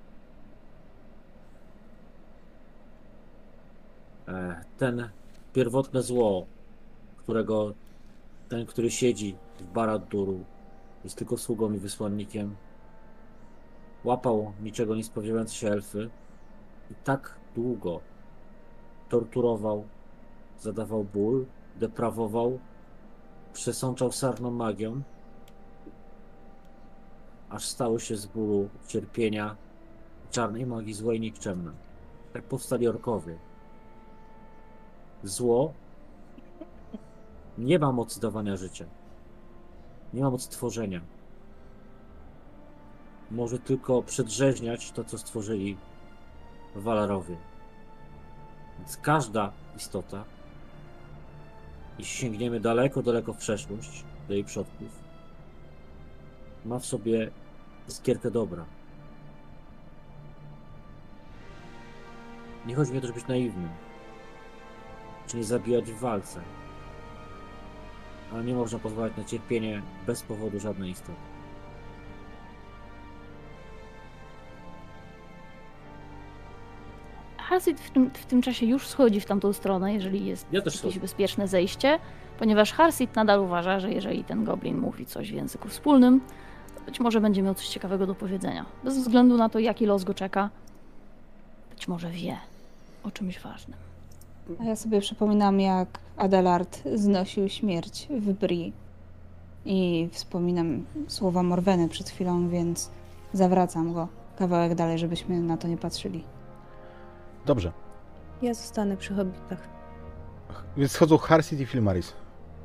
ten pierwotne zło, którego ten, który siedzi w Barad-dûr, jest tylko sługą i wysłannikiem, łapał niczego nie spodziewające się elfy i tak długo torturował, zadawał ból, deprawował, przesączał sarną magią, aż stały się z bólu, cierpienia, czarnej magii złej nikczemne. Tak powstali orkowie. Zło nie ma mocy dawania życia. Nie ma mocy tworzenia. Może tylko przedrzeźniać to, co stworzyli Valarowie. Więc każda istota, jeśli sięgniemy daleko, daleko w przeszłość, do jej przodków, ma w sobie iskierkę dobra. Nie chodzi mi o to, żeby być naiwnym, czy nie zabijać w walce, ale nie można pozwalać na cierpienie bez powodu żadnej istoty. Halsid w tym czasie już schodzi w tamtą stronę, jeżeli jest Ja też jakieś schodzę. bezpieczne zejście, ponieważ Halsid nadal uważa, że jeżeli ten goblin mówi coś w języku wspólnym, to być może będzie miał coś ciekawego do powiedzenia. Bez względu na to, jaki los go czeka, być może wie o czymś ważnym. A ja sobie przypominam, jak Adelard znosił śmierć w Bree. I wspominam słowa Morweny przed chwilą, więc zawracam go kawałek dalej, żebyśmy na to nie patrzyli. Dobrze. Ja zostanę przy hobbitach. Więc schodzą Harsit i Filmaris.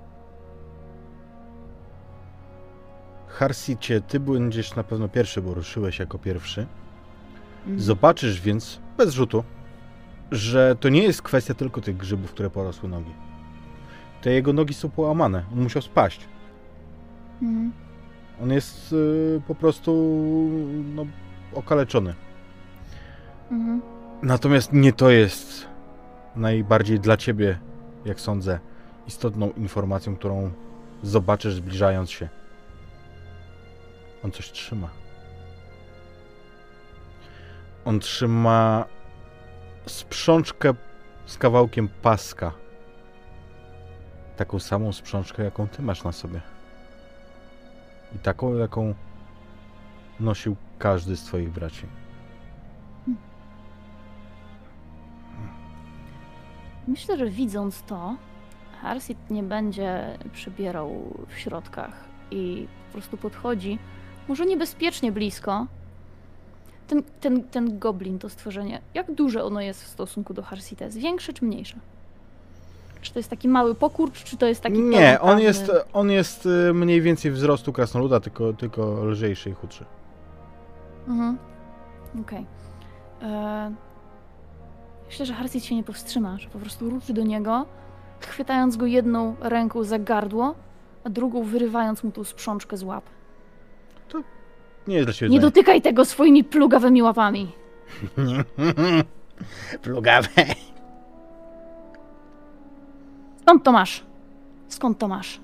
Harsicie, ty będziesz na pewno pierwszy, bo ruszyłeś jako pierwszy. Zobaczysz więc, bez rzutu, że to nie jest kwestia tylko tych grzybów, które porosły nogi. Te jego nogi są połamane. On musiał spaść. Mhm. On jest po prostu okaleczony. Mhm. Natomiast nie to jest najbardziej dla ciebie, jak sądzę, istotną informacją, którą zobaczysz zbliżając się. On coś trzyma. On trzyma sprzączkę z kawałkiem paska. Taką samą sprzączkę, jaką ty masz na sobie. I taką, jaką nosił każdy z twoich braci. Myślę, że widząc to, Harsit nie będzie przebierał w środkach i po prostu podchodzi, może niebezpiecznie blisko. Ten goblin, to stworzenie, jak duże ono jest w stosunku do Harsita? Jest większe czy mniejsze? Czy to jest taki mały pokurcz, czy to jest taki Nie, pełnoprawny- on jest mniej więcej wzrostu krasnoluda, tylko lżejszy i chudszy. Mhm. Okej. Myślę, że Harsit się nie powstrzyma, że po prostu ruszy do niego, chwytając go jedną ręką za gardło, a drugą wyrywając mu tą sprzączkę z łap. Nie jest dla ciebie Nie zdanie. dotykaj tego swoimi plugawymi łapami. Plugawe. Skąd to masz? Skąd to masz?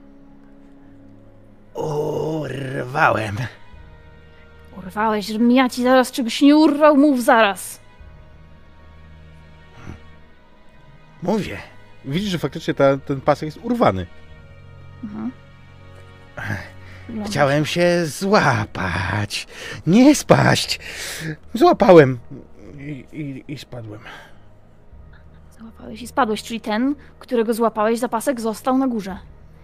Urwałem. Urwałeś, żebym ja ci zaraz czegoś nie urwał, mów zaraz. Mówię. Widzisz, że faktycznie ten pasek jest urwany. Mhm. Wygląda- Chciałem się złapać. Nie spaść. Złapałem. I spadłem. Złapałeś i spadłeś, czyli ten, którego złapałeś za pasek, został na górze.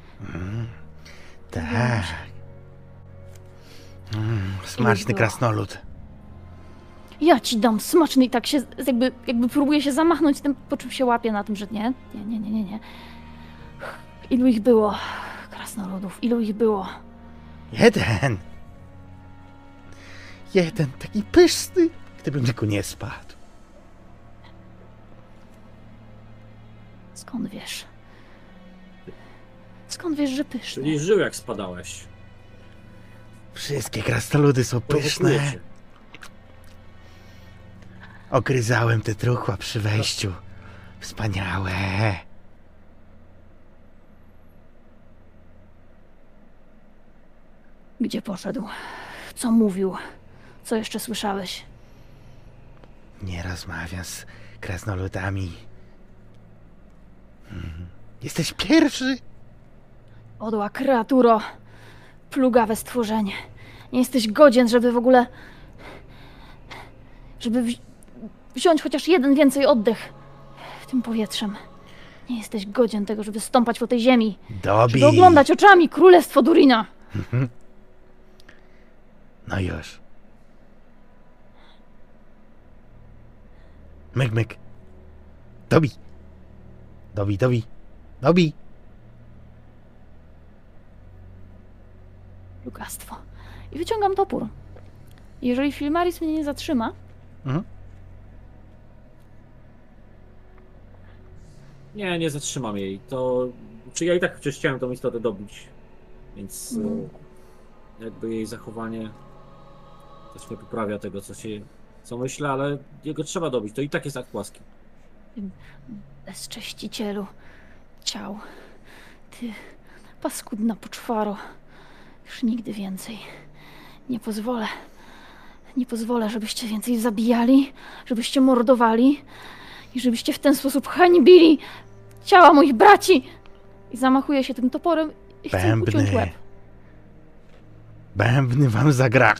Tak. Smaczny było? krasnolud. Ja ci dam smaczny i tak się, jakby próbuje się zamachnąć tym, po czym się łapie na tym, że nie. Ilu ich było? Krasnoludów, ilu ich było? Jeden. Jeden taki pyszny, gdybym tylko nie spadł. Skąd wiesz? Skąd wiesz, że pyszny? Czyli żył jak spadałeś. Wszystkie krasnoludy są pyszne. Prowokujecie. Ogryzałem te truchła przy wejściu. Wspaniałe. Gdzie poszedł? Co mówił? Co jeszcze słyszałeś? Nie rozmawiam z krasnoludami. Jesteś pierwszy? Odła kreaturo, plugawe stworzenie. Nie jesteś godzien, żeby w ogóle... żeby wziąć chociaż jeden więcej oddech tym powietrzem. Nie jesteś godzien tego, żeby stąpać po tej ziemi. Dobij. Żeby oglądać oczami królestwo Durina. No już. Myk, myk. Dobij. Dobij. Plugastwo. I wyciągam topór. Jeżeli Filmaris mnie nie zatrzyma, Mhm. Nie zatrzymam jej. To... Czy ja i tak przecież chciałem tą istotę dobić. Więc jakby jej zachowanie też nie poprawia tego, co myślę, ale jego trzeba dobić. To i tak jest akt łaski. bezcześcicielu ciał, ty paskudna poczwaro, już nigdy więcej nie pozwolę. Nie pozwolę, żebyście więcej zabijali, żebyście mordowali i żebyście w ten sposób hańbili ciała moich braci. I zamachuję się tym toporem i chcę im uciąć łeb. Bębny wam zagra.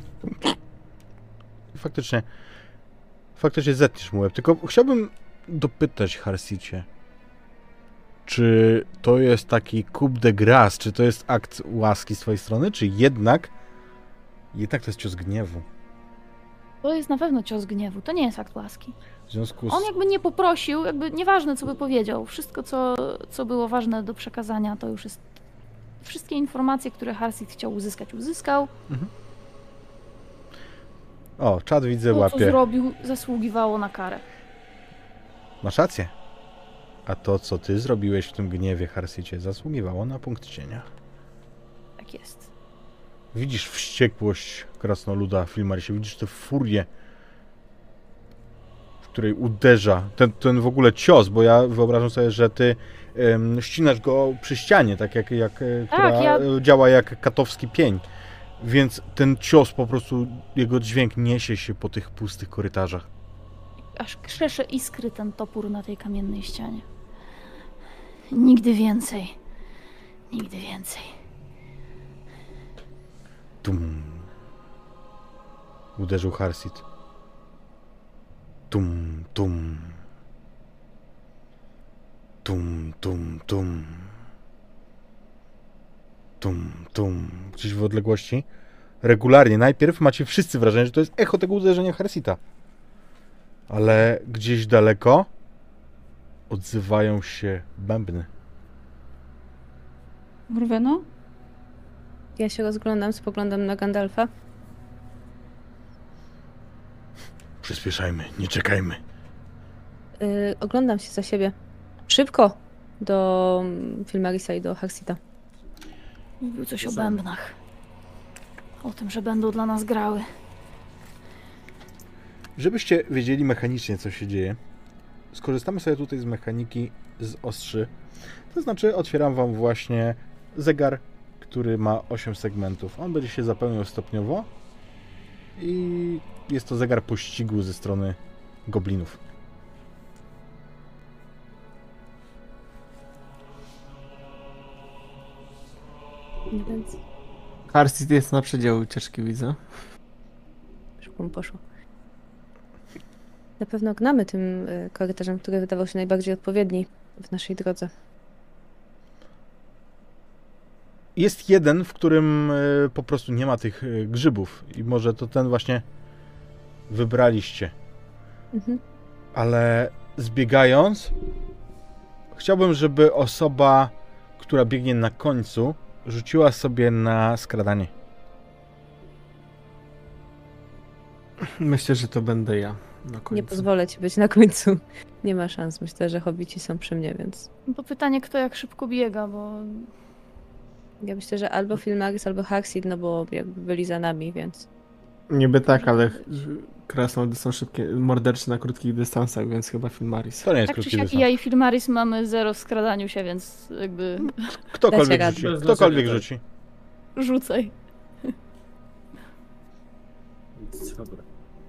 Faktycznie zetniesz mu łeb. Tylko chciałbym dopytać Harsicie, czy to jest taki coup de grâce, czy to jest akt łaski z twojej strony, czy jednak to jest cios gniewu. To jest na pewno cios gniewu, to nie jest akt łaski. W związku z... On jakby nie poprosił, jakby nieważne co by powiedział, wszystko co było ważne do przekazania, to już jest... Wszystkie informacje, które Harsit chciał uzyskać, uzyskał. O, czat widzę, To, co łapie. zrobił, zasługiwało na karę. Masz rację. A to, co ty zrobiłeś w tym gniewie, Harsicie, zasługiwało na punkt cienia. Tak jest. Widzisz wściekłość krasnoluda Filmarisie, widzisz tę furię, w której uderza. Ten w ogóle cios, bo ja wyobrażam sobie, że ty ścinasz go przy ścianie, tak jak która działa jak katowski pień. Więc ten cios po prostu, jego dźwięk niesie się po tych pustych korytarzach. Aż krzesze iskry ten topór na tej kamiennej ścianie. Nigdy więcej. Nigdy więcej. Tum. Uderzył Harsit. Tum, tum. Tum, tum, tum. Tum, tum. Gdzieś w odległości. Regularnie. Najpierw macie wszyscy wrażenie, że to jest echo tego uderzenia Harsita. Ale gdzieś daleko odzywają się bębny. Urweno? Ja się rozglądam, spoglądam na Gandalfa. Przyspieszajmy, nie czekajmy. Oglądam się za siebie. Szybko! Do Filmarisa i do Harsita. Mówił coś o bębnach. O tym, że będą dla nas grały. Żebyście wiedzieli mechanicznie, co się dzieje, skorzystamy sobie tutaj z mechaniki z ostrzy. To znaczy, otwieram wam właśnie zegar, który ma 8 segmentów. On będzie się zapełniał stopniowo i jest to zegar pościgu ze strony goblinów. Więc Harsit jest na przedziale ucieczki, widzę. szybko mu poszło. Na pewno gnamy tym korytarzem, który wydawał się najbardziej odpowiedni w naszej drodze. Jest jeden, w którym po prostu nie ma tych grzybów i może to ten właśnie wybraliście. Mhm. Ale zbiegając, chciałbym, żeby osoba, która biegnie na końcu, rzuciła sobie na skradanie. Myślę, że to będę ja na końcu. Nie pozwolę ci być na końcu. Nie ma szans. Myślę, że hobbici są przy mnie, więc To pytanie, kto jak szybko biega, bo ja myślę, że albo Filmaris, albo Harsit, no bo jakby byli za nami, więc Niby tak, ale krasnoludy są szybkie, mordercze na krótkich dystansach, więc chyba Filmaris. To nie jest tak czy krótki siak dystans. ja i Filmaris mamy 0 w skradaniu się, więc jakby Ktokolwiek Dacie rzuci. radę. Ktokolwiek rzuci. rzucaj. Dobra.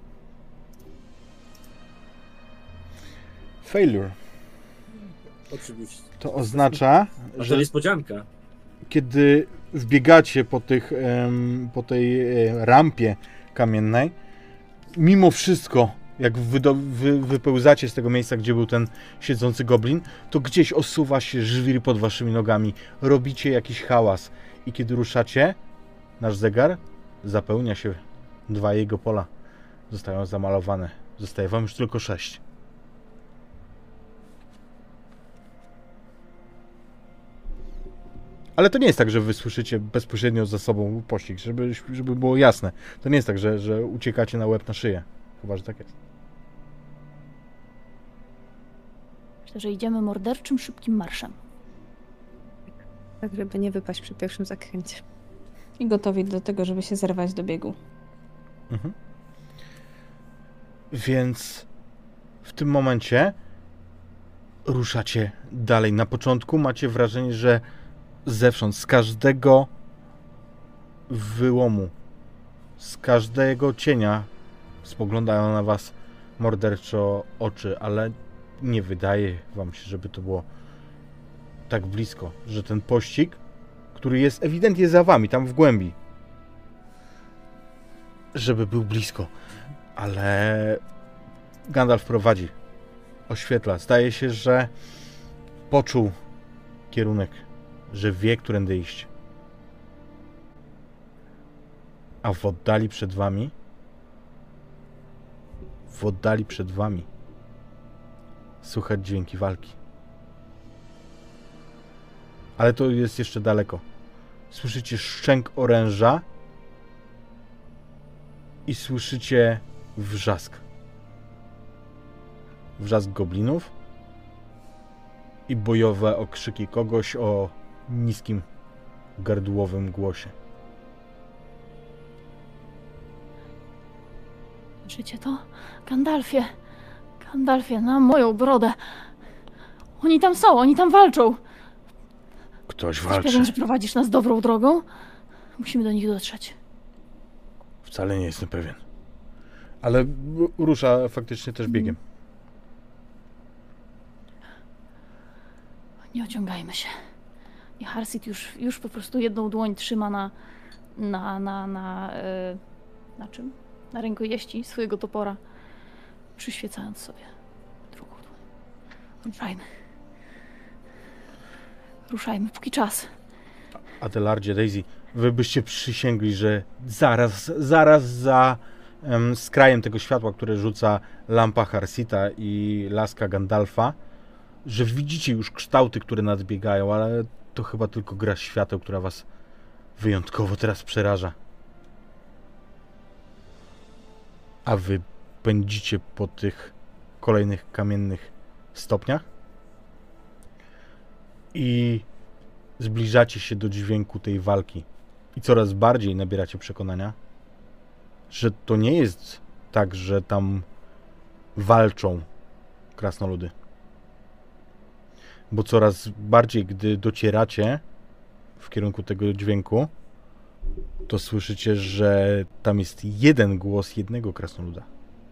Failure. Oczywiście. To oznacza, A to że niespodzianka. kiedy wbiegacie po tej rampie kamiennej, mimo wszystko, jak wypełzacie z tego miejsca, gdzie był ten siedzący goblin, to gdzieś osuwa się żwir pod waszymi nogami. Robicie jakiś hałas. I kiedy ruszacie, nasz zegar zapełnia się. 2 jego pola zostają zamalowane. Zostaje wam już tylko 6. Ale to nie jest tak, że wy słyszycie bezpośrednio za sobą pościg, żeby było jasne. To nie jest tak, że uciekacie na łeb na szyję. Chyba, że tak jest. Myślę, że idziemy morderczym, szybkim marszem. Tak, żeby nie wypaść przy pierwszym zakręcie. I gotowi do tego, żeby się zerwać do biegu. Mhm. Więc w tym momencie ruszacie dalej. Na początku macie wrażenie, że zewsząd, z każdego wyłomu, z każdego cienia spoglądają na was morderczo oczy, ale nie wydaje wam się, żeby to było tak blisko, że ten pościg, który jest ewidentnie za wami, tam w głębi, żeby był blisko. Ale Gandalf prowadzi, oświetla. Zdaje się, że poczuł kierunek, że wie, którędy iść. A w oddali przed wami słychać dźwięki walki. Ale to jest jeszcze daleko. Słyszycie szczęk oręża i słyszycie wrzask. Wrzask goblinów i bojowe okrzyki kogoś o niskim, gardłowym głosie. Słyszycie to? Gandalfie! Gandalfie, na moją brodę! Oni tam są, oni tam walczą! Ktoś Jesteś walczy. pewien, że prowadzisz nas dobrą drogą? Musimy do nich dotrzeć. Wcale nie jestem pewien. Ale rusza faktycznie też biegiem. Nie ociągajmy się. I Harsit już po prostu jedną dłoń trzyma na czym? Na rękojeści swojego topora, przyświecając sobie drugą dłoń. Ruszajmy. Ruszajmy, póki czas. Adelardzie, Daisy, wy byście przysięgli, że zaraz za skrajem tego światła, które rzuca lampa Harsita i laska Gandalfa, że widzicie już kształty, które nadbiegają, ale to chyba tylko gra świateł, która was wyjątkowo teraz przeraża. A wy pędzicie po tych kolejnych kamiennych stopniach i zbliżacie się do dźwięku tej walki i coraz bardziej nabieracie przekonania, że to nie jest tak, że tam walczą krasnoludy. Bo coraz bardziej, gdy docieracie w kierunku tego dźwięku, to słyszycie, że tam jest jeden głos jednego krasnoluda.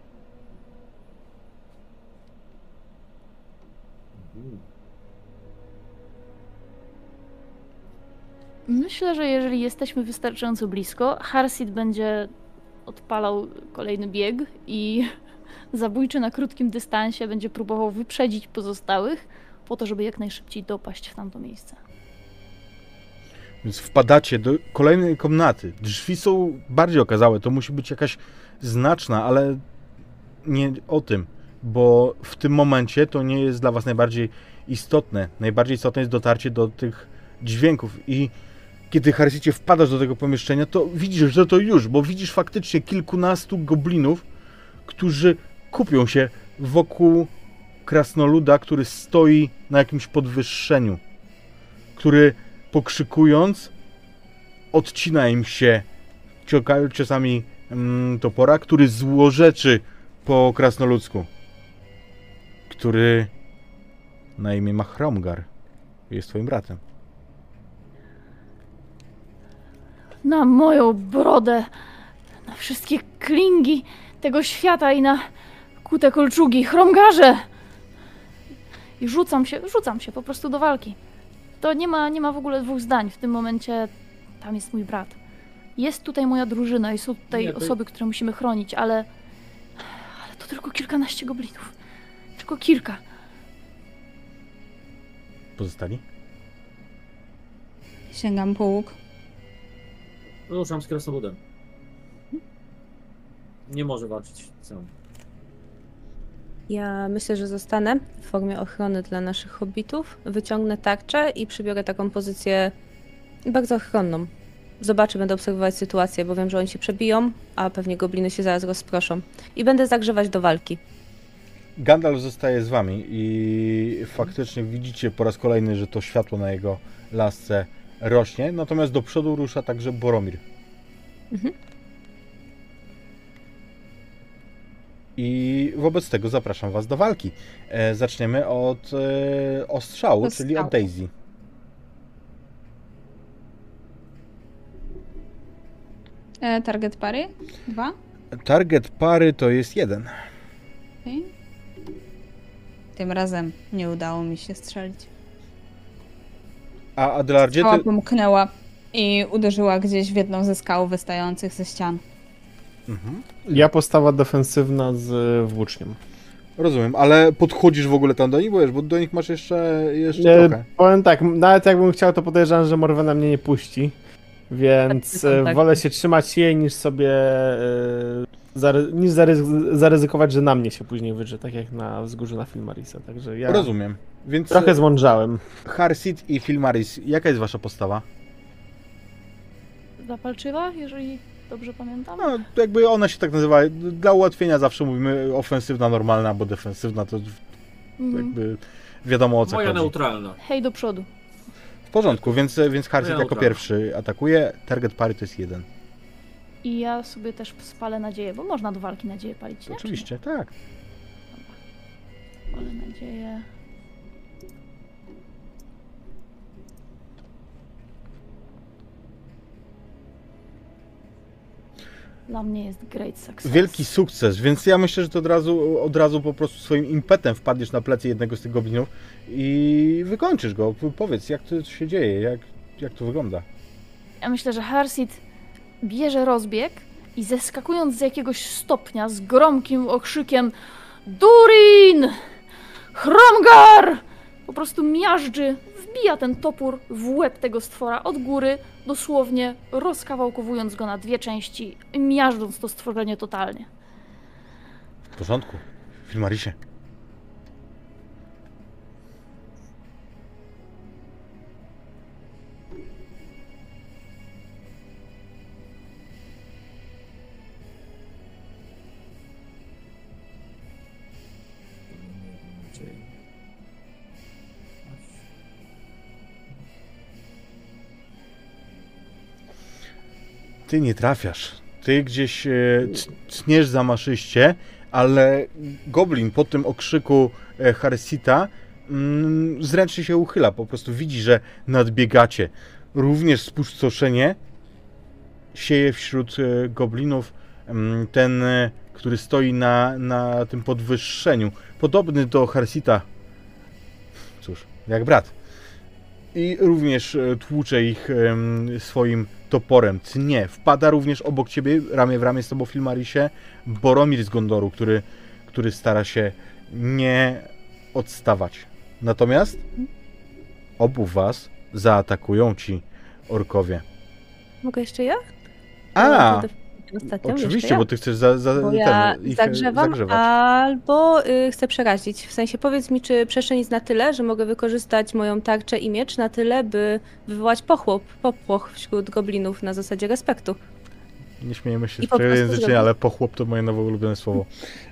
Myślę, że jeżeli jesteśmy wystarczająco blisko, Harsit będzie odpalał kolejny bieg i zabójczy na krótkim dystansie będzie próbował wyprzedzić pozostałych po to, żeby jak najszybciej dopaść w tamto miejsce. Więc wpadacie do kolejnej komnaty. Drzwi są bardziej okazałe. To musi być jakaś znaczna, ale nie o tym, bo w tym momencie to nie jest dla was najbardziej istotne. Najbardziej istotne jest dotarcie do tych dźwięków i kiedy, Harsicie, wpadasz do tego pomieszczenia, to widzisz, że to już, bo widzisz faktycznie kilkunastu goblinów, którzy kupią się wokół krasnoluda, który stoi na jakimś podwyższeniu, który pokrzykując odcina im się ciosami topora, który złorzeczy po krasnoludzku, który na imię ma Hromgar, jest twoim bratem. Na moją brodę, na wszystkie klingi tego świata i na kute kolczugi, Chromgarze! I rzucam się po prostu do walki. To nie ma w ogóle dwóch zdań. W tym momencie tam jest mój brat. Jest tutaj moja drużyna i są tutaj osoby, które musimy chronić, ale to tylko kilkanaście goblinów. Tylko kilka. Pozostali? Sięgam po łuk. Ruszam z krasnoludem. Nie może walczyć sam. Ja myślę, że zostanę w formie ochrony dla naszych hobbitów. Wyciągnę tarczę i przybiorę taką pozycję Bardzo ochronną. Zobaczę, będę obserwować sytuację, bo wiem, że oni się przebiją, a pewnie gobliny się zaraz rozproszą. I będę zagrzewać do walki. Gandalf zostaje z wami i faktycznie widzicie po raz kolejny, że to światło na jego lasce rośnie, natomiast do przodu rusza także Boromir. Mhm. I wobec tego zapraszam was do walki. Zaczniemy od ostrzału, czyli od Daisy. Target pary? 2? Target pary to jest 1. Okay. Tym razem nie udało mi się strzelić. A Adelardzie, Skała ty... pomknęła i uderzyła gdzieś w jedną ze skał wystających ze ścian. Mhm. Ja postawa defensywna z włócznią. Rozumiem, ale podchodzisz w ogóle tam do nich, bo do nich masz jeszcze trochę. Powiem tak, nawet jakbym chciał, to podejrzewam, że Morwena mnie nie puści. Więc Tak. wolę się trzymać jej, niż sobie zaryzykować, że na mnie się później wydrze, tak jak na wzgórzu na Filmarisa. Także ja Rozumiem. Więc trochę zmądrzałem. Harsit i Filmaris, jaka jest wasza postawa? Zapalczywa, jeżeli dobrze pamiętam? No, jakby ona się tak nazywa. Dla ułatwienia zawsze mówimy ofensywna, normalna, bo defensywna to jakby wiadomo o co Moja chodzi. neutralna. Hej, do przodu. W porządku, więc Harsit jako Neutralna. pierwszy atakuje. Target pary to jest 1. I ja sobie też spalę nadzieję, bo można do walki nadzieję palić, nie? Oczywiście, tak. Spalę nadzieję. Dla mnie jest great success. Wielki sukces, więc ja myślę, że to od razu po prostu swoim impetem wpadniesz na plecy jednego z tych goblinów i wykończysz go. Powiedz, jak to się dzieje, jak to wygląda. Ja myślę, że Harsit bierze rozbieg i zeskakując z jakiegoś stopnia z gromkim okrzykiem Durin! Hromgar! Po prostu miażdży, wbija ten topór w łeb tego stwora od góry, dosłownie rozkawałkowując go na dwie części, miażdżąc to stworzenie totalnie. W porządku. Filmarisie. Ty nie trafiasz. Ty gdzieś tniesz zamaszyście, ale goblin po tym okrzyku Harsita zręcznie się uchyla. Po prostu widzi, że nadbiegacie. Również spustoszenie sieje wśród goblinów ten, który stoi na tym podwyższeniu. Podobny do Harsita. Cóż, jak brat. I również tłucze ich swoim toporem. Tnie. Wpada również obok ciebie, ramię w ramię z tobą, Filmarisie, Boromir z Gondoru, który stara się nie odstawać. Natomiast obu was zaatakują ci orkowie. Mogę jeszcze ja? A! Ostatnią Oczywiście, jeszcze ja. bo ty chcesz Bo ja ich zagrzewam, zagrzewać. albo chcę przerazić. W sensie powiedz mi, czy przestrzeń jest na tyle, że mogę wykorzystać moją tarczę i miecz na tyle, by wywołać popłoch wśród goblinów na zasadzie respektu. Nie śmiejemy się I z po prostu przejęzyczenia, zrobię. ale pochłop to moje nowe ulubione słowo.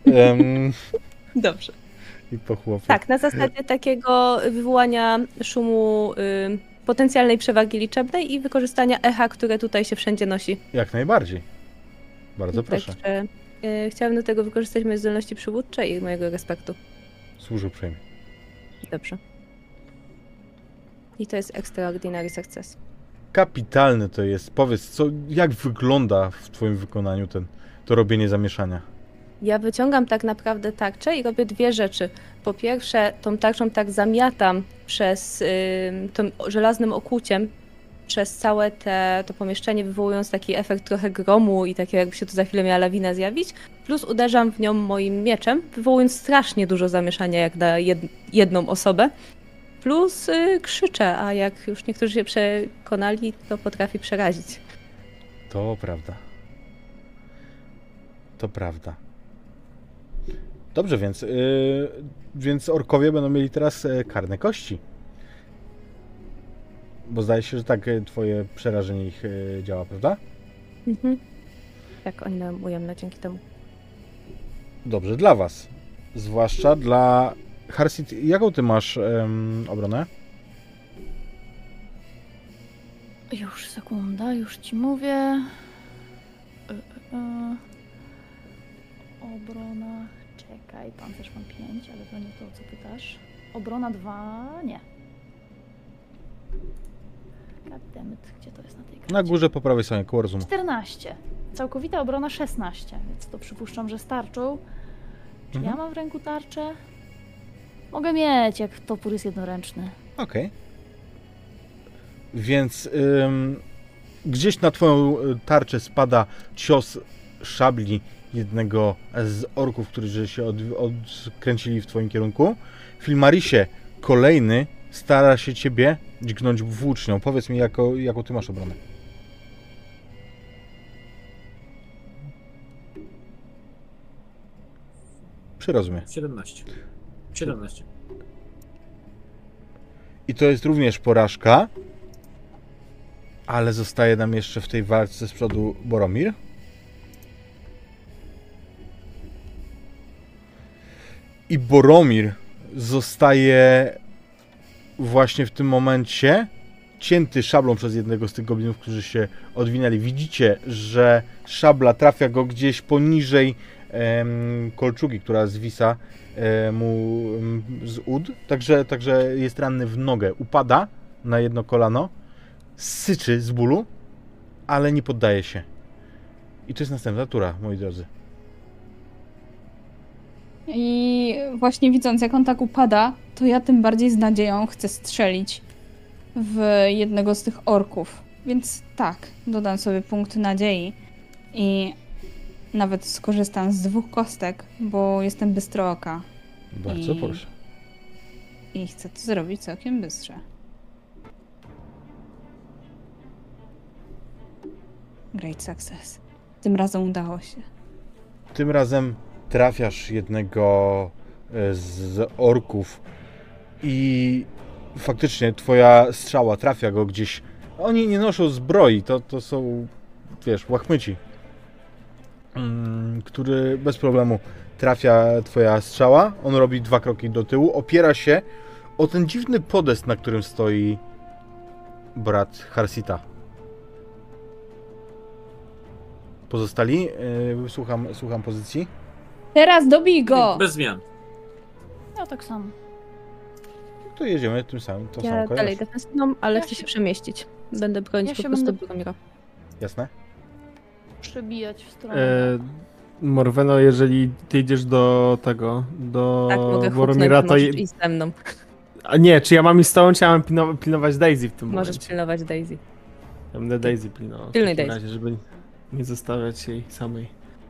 Dobrze. I pochłop. Tak, na zasadzie takiego wywołania szumu potencjalnej przewagi liczebnej i wykorzystania echa, które tutaj się wszędzie nosi. Jak najbardziej. Bardzo proszę. Także chciałabym do tego wykorzystać moje zdolności przywódcze i mojego respektu. Służę uprzejmie. Dobrze. I to jest extraordinary success. Kapitalne to jest. Powiedz, jak wygląda w twoim wykonaniu to robienie zamieszania? Ja wyciągam tak naprawdę tarczę i robię dwie rzeczy. Po pierwsze, tą tarczą tak zamiatam przez tym żelaznym okłuciem przez całe to pomieszczenie, wywołując taki efekt trochę gromu i takie jakby się tu za chwilę miała lawina zjawić. Plus uderzam w nią moim mieczem, wywołując strasznie dużo zamieszania jak na jedną osobę. Plus krzyczę, a jak już niektórzy się przekonali, to potrafi przerazić. To prawda. To prawda. Dobrze, więc orkowie będą mieli teraz karne kości. Bo zdaje się, że tak twoje przerażenie ich działa, prawda? Mhm. Tak, oni nam ujemne dzięki temu. Dobrze, dla was. Zwłaszcza dla Harsit. Jaką ty masz obronę? Już sekunda, już ci mówię. Obrona. Czekaj, pancerz mam 5, ale to nie to, o co pytasz. Obrona 2, nie. Goddammit, gdzie to jest na tej karcie? Na górze po prawej stronie, koło rozumu. 14. Całkowita obrona 16, więc to przypuszczam, że starczą. Czy ja mam w ręku tarczę? Mogę mieć, jak topór jest jednoręczny. Okej. Więc gdzieś na twoją tarczę spada cios szabli jednego z orków, którzy się odkręcili w twoim kierunku. Filmarisie, kolejny, stara się ciebie dźgnąć włócznią. Powiedz mi, jaką ty masz obronę. Przyrozumie. 17. 17. I to jest również porażka, ale zostaje nam jeszcze w tej walce z przodu Boromir. I Boromir zostaje właśnie w tym momencie cięty szablą przez jednego z tych goblinów, którzy się odwinęli. Widzicie, że szabla trafia go gdzieś poniżej kolczugi, która zwisa mu z ud. Także jest ranny w nogę. Upada na jedno kolano, syczy z bólu, ale nie poddaje się. I to jest następna tura, moi drodzy. I właśnie widząc, jak on tak upada, to ja tym bardziej z nadzieją chcę strzelić w jednego z tych orków. Więc tak, dodam sobie punkt nadziei i nawet skorzystam z 2 kostek, bo jestem bystrooka. Bardzo proszę. I chcę to zrobić całkiem bystrze. Great success. Tym razem udało się. Tym razem trafiasz jednego z orków i faktycznie twoja strzała trafia go gdzieś. Oni nie noszą zbroi, to są, wiesz, łachmyci, który bez problemu trafia twoja strzała. On robi 2 kroki do tyłu, opiera się o ten dziwny podest, na którym stoi brat Harsita. Pozostali? Słucham pozycji. Teraz dobij go! Bez zmian. Ja tak samo. To jedziemy tym samym. Tą samą Ja kolejnością. dalej defensywną, ale Ja chcę się- się przemieścić. Będę bronić Ja po się prostu będę- Boromira. Jasne? Przebijać w stronę. Morweno, jeżeli ty idziesz do tego, do Tak, mogę Boromira, huknąć, to... możesz iść ze mną. A nie, czy ja mam iść z tobą, czy ja mam pilnować Daisy w tym Możesz momencie? pilnować Daisy. Ja będę Daisy pilnował w Pilnuj takim Daisy. razie, żeby nie zostawiać jej samej.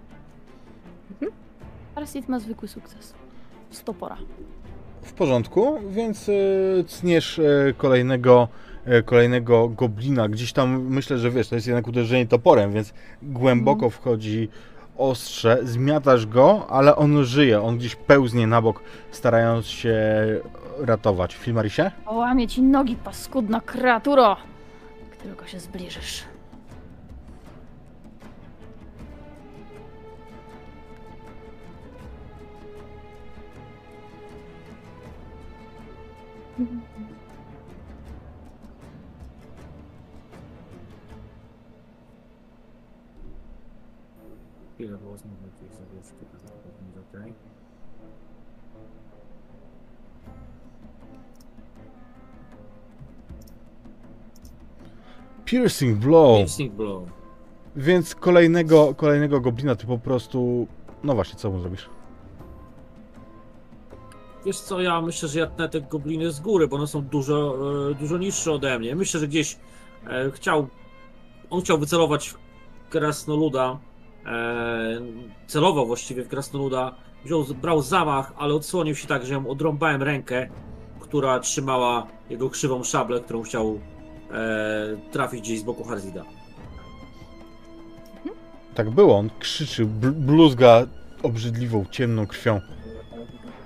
Arsit ma zwykły sukces. Z topora. W porządku, więc cniesz kolejnego goblina. Gdzieś tam myślę, że wiesz, to jest jednak uderzenie toporem, więc głęboko wchodzi ostrze, zmiatasz go, ale on żyje. On gdzieś pełznie na bok, starając się ratować. Filmarisie? Połamie ci nogi, paskudna kreaturo! Jak tylko się zbliżysz. Chwilę było znowu jakieś zawieszki, to jest okej. Piercing blow. Piercing blow. Więc kolejnego goblina ty po prostu... No właśnie, co mu zrobisz? Wiesz co, ja myślę, że ja tnę te gobliny z góry, bo one są dużo niższe ode mnie. Myślę, że gdzieś on chciał wycelować w krasnoluda, celował właściwie w krasnoluda, brał zamach, ale odsłonił się tak, że ją odrąbałem rękę, która trzymała jego krzywą szablę, którą chciał trafić gdzieś z boku Harzida. Tak było, on krzyczy, bluzga obrzydliwą, ciemną krwią.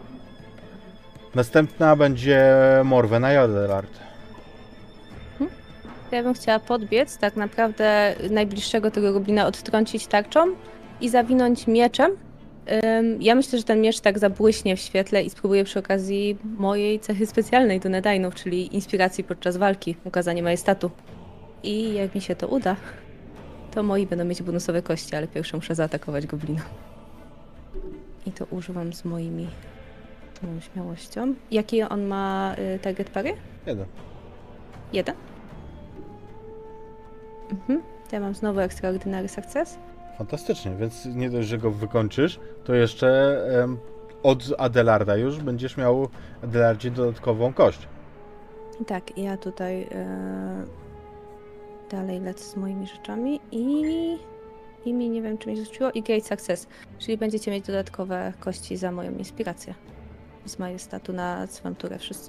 Następna będzie Morwena i Adelard. to ja bym chciała podbiec, tak naprawdę najbliższego tego goblina odtrącić tarczą i zawinąć mieczem. Ja myślę, że ten miecz tak zabłyśnie w świetle i spróbuję przy okazji mojej cechy specjalnej do Nedainów, czyli inspiracji podczas walki, ukazanie majestatu. I jak mi się to uda, to moi będą mieć bonusowe kości, ale pierwsze muszę zaatakować goblina. I to używam z moją śmiałością. Jaki on ma target pary? 1. 1. To ja mam znowu Extraordinary Success. Fantastycznie, więc nie dość, że go wykończysz, to jeszcze od Adelarda już będziesz miał Adelardzie dodatkową kość. Tak, ja tutaj dalej lecę z moimi rzeczami i mi nie wiem, czy mi rzuciło i Great Success, czyli będziecie mieć dodatkowe kości za moją inspirację z majestatu na swoją turę wszyscy.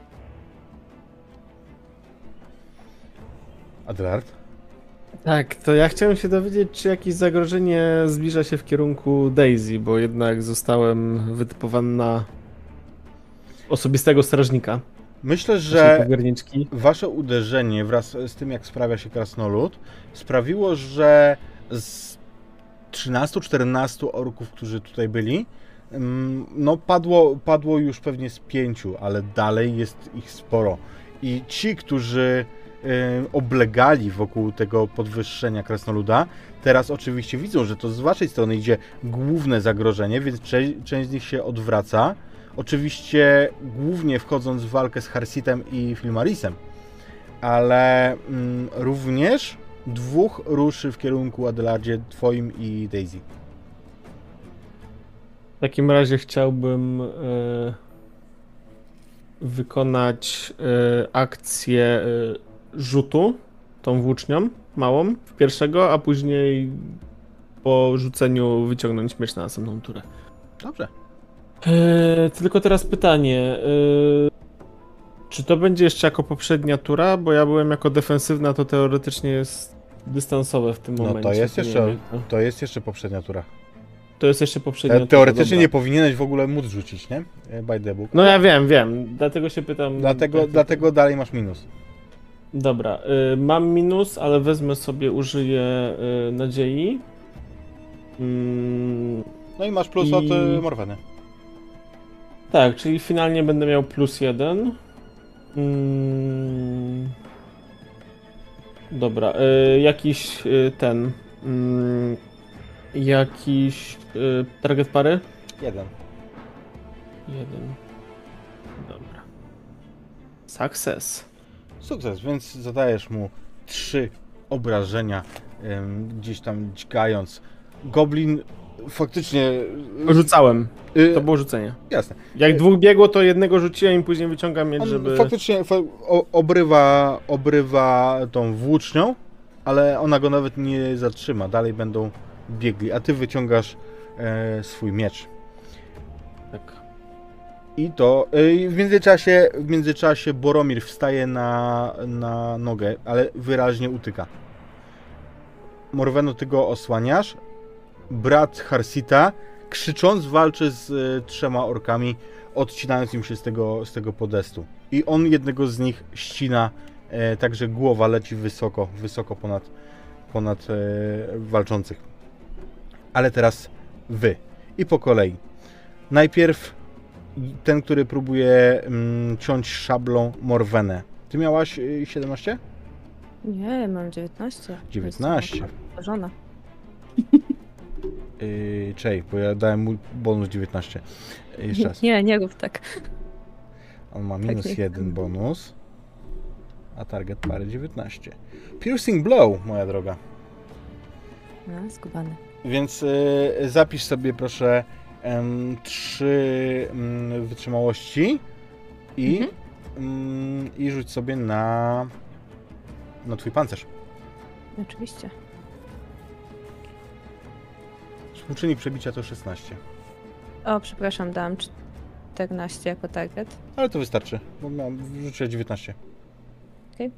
Adelard? Tak, to ja chciałem się dowiedzieć, czy jakieś zagrożenie zbliża się w kierunku Daisy, bo jednak zostałem wytypowany na osobistego strażnika. Myślę, naszej że powierniczki. wasze uderzenie wraz z tym, jak sprawia się krasnolud, sprawiło, że z 13-14 orków, którzy tutaj byli, no padło już pewnie z 5, ale dalej jest ich sporo. I ci, którzy oblegali wokół tego podwyższenia krasnoluda, teraz oczywiście widzą, że to z waszej strony idzie główne zagrożenie, więc część z nich się odwraca. Oczywiście głównie wchodząc w walkę z Harsitem i Filmarisem, ale również 2 ruszy w kierunku Adelardzie, twoim i Daisy. W takim razie chciałbym wykonać akcję rzutu tą włócznią małą w pierwszego, a później po rzuceniu wyciągnąć miecz na następną turę. Dobrze. Tylko teraz pytanie. Czy to będzie jeszcze jako poprzednia tura? Bo ja byłem jako defensywna, to teoretycznie jest dystansowe w tym No momencie. to jest nie jeszcze, wiem, jak to jest jeszcze poprzednia tura. to jest jeszcze poprzednia tura. Teoretycznie dobra. nie powinieneś w ogóle móc rzucić, nie? By the book. No ja wiem. Dlatego się pytam. Dlatego dalej masz minus. Dobra, mam minus, ale wezmę sobie, użyję nadziei. No i masz plus I- od Morweny. Tak, czyli finalnie będę miał +1. Dobra, jakiś jakiś target pary? 1. 1. Dobra. Success. Sukces, więc zadajesz mu 3 obrażenia, gdzieś tam dźgając. Goblin faktycznie... Rzucałem. To było rzucenie. Jasne. Jak 2 biegło, to jednego rzuciłem i później wyciągam miecz, On żeby... faktycznie obrywa tą włócznią, ale ona go nawet nie zatrzyma. Dalej będą biegli, a ty wyciągasz swój miecz. Tak. I to w międzyczasie Boromir wstaje na nogę, ale wyraźnie utyka. Morweno, ty go osłaniasz. Brat Harsita, krzycząc, walczy z 3 orkami, odcinając im się z tego podestu. I on jednego z nich ścina, tak że głowa leci wysoko ponad walczących. Ale teraz wy. I po kolei. Najpierw ten, który próbuje ciąć szablą Morwenę. Ty miałaś 17? Nie, mam 19. 19. Żona. Czej, bo ja dałem mu bonus 19. Jeszcze raz. Nie rób tak. On ma minus nie. 1 bonus, a target pary 19. Piercing Blow, moja droga. No, skubany. Więc zapisz sobie proszę 3 wytrzymałości i rzuć sobie na twój pancerz. Oczywiście. Współczynnik przebicia to 16. O, przepraszam, dałam 14 jako target. Ale to wystarczy, bo rzuciłem 19. Okej.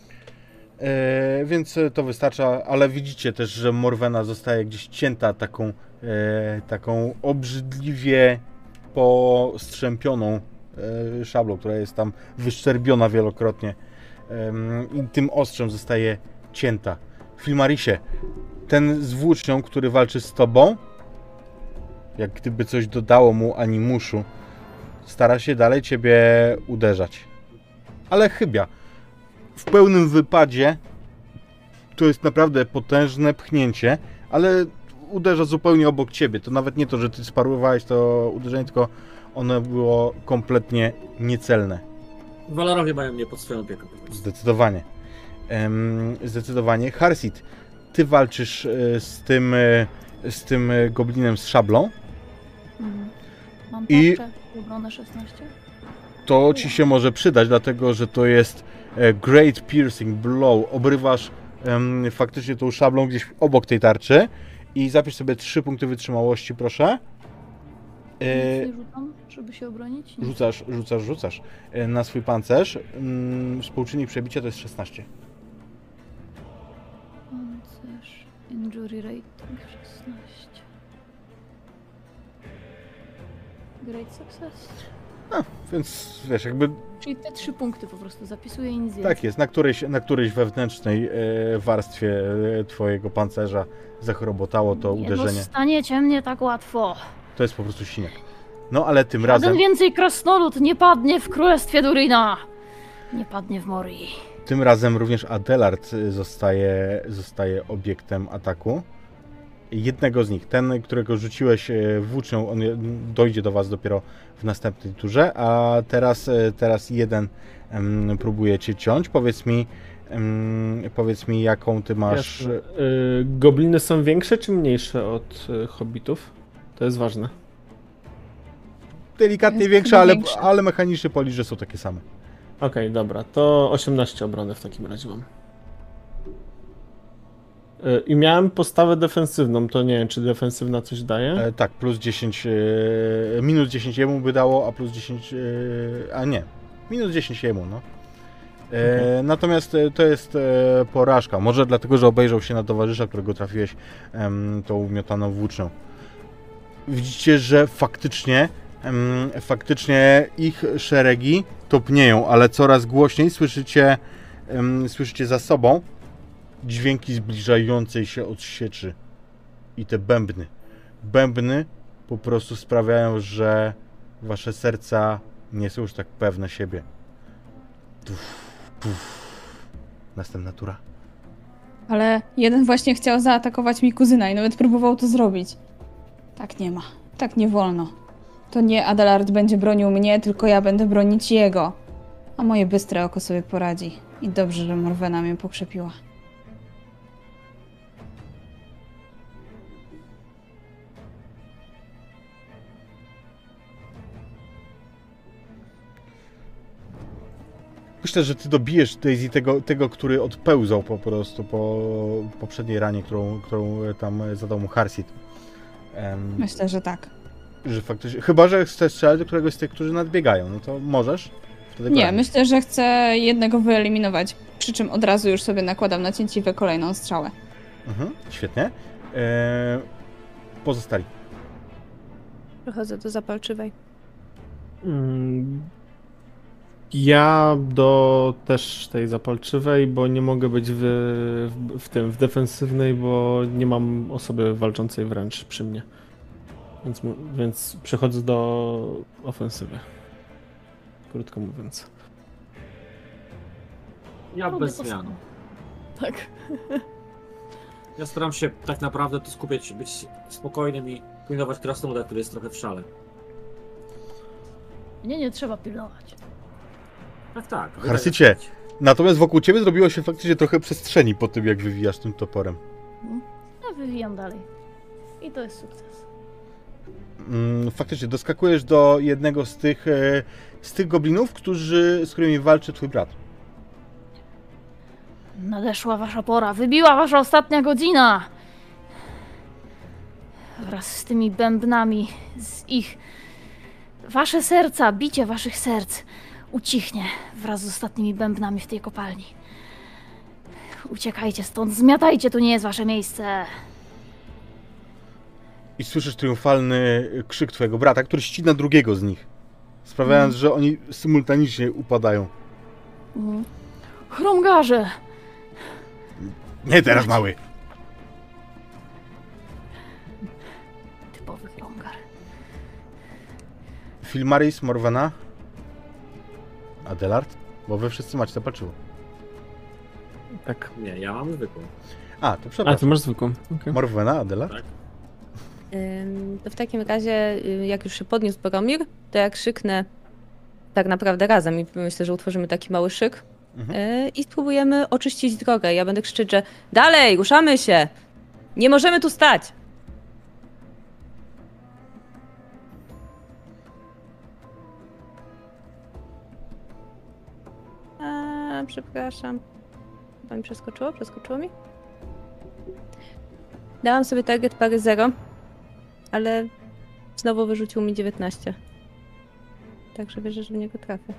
Więc to wystarcza, ale widzicie też, że Morwena zostaje gdzieś cięta taką obrzydliwie postrzępioną szablą, która jest tam wyszczerbiona wielokrotnie. i tym ostrzem zostaje cięta. Filmarisie, ten z włócznią, który walczy z tobą, jak gdyby coś dodało mu animuszu, stara się dalej ciebie uderzać. Ale chybia. W pełnym wypadzie to jest naprawdę potężne pchnięcie, ale uderza zupełnie obok ciebie. To nawet nie to, że ty sparowałeś to uderzenie, tylko ono było kompletnie niecelne. Walorowie mają mnie pod swoją opieką. Zdecydowanie. Zdecydowanie. Harsit, ty walczysz z tym goblinem z szablą. Mam I- tarczę, obronę 16. To ci się może przydać, dlatego że to jest Great Piercing Blow. Obrywasz faktycznie tą szablą gdzieś obok tej tarczy i zapisz sobie 3 punkty wytrzymałości, proszę. Nic nie rzucam, żeby się obronić? Nie. Rzucasz na swój pancerz. Współczynnik przebicia to jest 16. Pancerz, injury rating 16. Great success. Więc wiesz, jakby Czyli te 3 punkty po prostu zapisuję i nic więcej. tak jest, na którejś wewnętrznej warstwie twojego pancerza zachrobotało to Nie uderzenie. dostaniecie mnie tak łatwo. To jest po prostu siniak. No ale tym Żaden razem, więcej krasnolud nie padnie w królestwie Durina. Nie padnie w Morii. tym razem również Adelard zostaje obiektem ataku. Jednego z nich, ten, którego rzuciłeś włócznią, on dojdzie do was dopiero w następnej turze, a teraz jeden próbuje cię ciąć. Powiedz mi, jaką ty masz... Jasne. Gobliny są większe czy mniejsze od hobbitów? To jest ważne. Delikatnie Jest większe, chyba ale, większe. ale mechanicznie policzę, że są takie same. Okej, dobra, to 18 obrony w takim razie mam. I miałem postawę defensywną, to nie wiem, czy defensywna coś daje? Tak, plus 10, minus 10 jemu by dało, a plus 10, a nie, minus 10 jemu, no. Natomiast to jest porażka, może dlatego, że obejrzał się na towarzysza, którego trafiłeś tą miotaną włócznią. Widzicie, że faktycznie ich szeregi topnieją, ale coraz głośniej słyszycie za sobą dźwięki zbliżającej się odsieczy i te bębny po prostu sprawiają, że wasze serca nie są już tak pewne siebie. Następna tura. Ale jeden właśnie chciał zaatakować mi kuzyna i nawet próbował to zrobić. Tak nie ma. Tak nie wolno. To nie Adelard będzie bronił mnie, tylko ja będę bronić jego. A moje bystre oko sobie poradzi. I dobrze, że Morwena mnie pokrzepiła. Myślę, że ty dobijesz Daisy tego, który odpełzał po prostu po poprzedniej ranie, którą tam zadał mu Harsit. Myślę, że tak. Że faktycznie, chyba że chcesz strzelać do któregoś z tych, którzy nadbiegają, no to możesz. Wtedy go Nie, ranisz. myślę, że chcę jednego wyeliminować. Przy czym od razu już sobie nakładam na cięciwe kolejną strzałę. Świetnie. Pozostali. Przechodzę do zapalczywej. Ja do też tej zapalczywej, bo nie mogę być w defensywnej, bo nie mam osoby walczącej wręcz przy mnie. Więc przechodzę do ofensywy. Krótko mówiąc. Ja Lubię bez to zmian. samo. Tak. Ja staram się tak naprawdę to skupiać, być spokojnym i pilnować krasnoluda, który jest trochę w szale. Nie trzeba pilnować. Tak. Harsicie. Natomiast wokół ciebie zrobiło się faktycznie trochę przestrzeni po tym, jak wywijasz tym toporem. Ja wywijam dalej. I to jest sukces. Faktycznie, doskakujesz do jednego z tych goblinów, z którymi walczy twój brat. Nadeszła wasza pora. Wybiła wasza ostatnia godzina. Wraz z tymi bębnami, z ich... Wasze serca, bicie waszych serc ucichnie wraz z ostatnimi bębnami w tej kopalni. Uciekajcie stąd, zmiatajcie, tu nie jest wasze miejsce. I słyszysz triumfalny krzyk twojego brata, który ścina drugiego z nich, sprawiając, że oni symultanicznie upadają. Chromgarze! Nie teraz, mały. Typowy chromgar. Filmaris, Morwena, Adelard? Bo wy wszyscy macie zapalczywo. Tak. Nie, ja mam zwykłą. A, to A, ty przepraszam. masz zwykłą. Okay. Morwena, Adelard? Tak. To w takim razie, jak już się podniósł Boromir, to ja krzyknę tak naprawdę razem i myślę, że utworzymy taki mały szyk i spróbujemy oczyścić drogę. Ja będę krzyczeć, że dalej, ruszamy się! Nie możemy tu stać! Przepraszam. Chyba mi przeskoczyło? Przeskoczyło mi? Dałam sobie target pary 0, ale znowu wyrzucił mi 19. Także wierzę, że w niego trafię.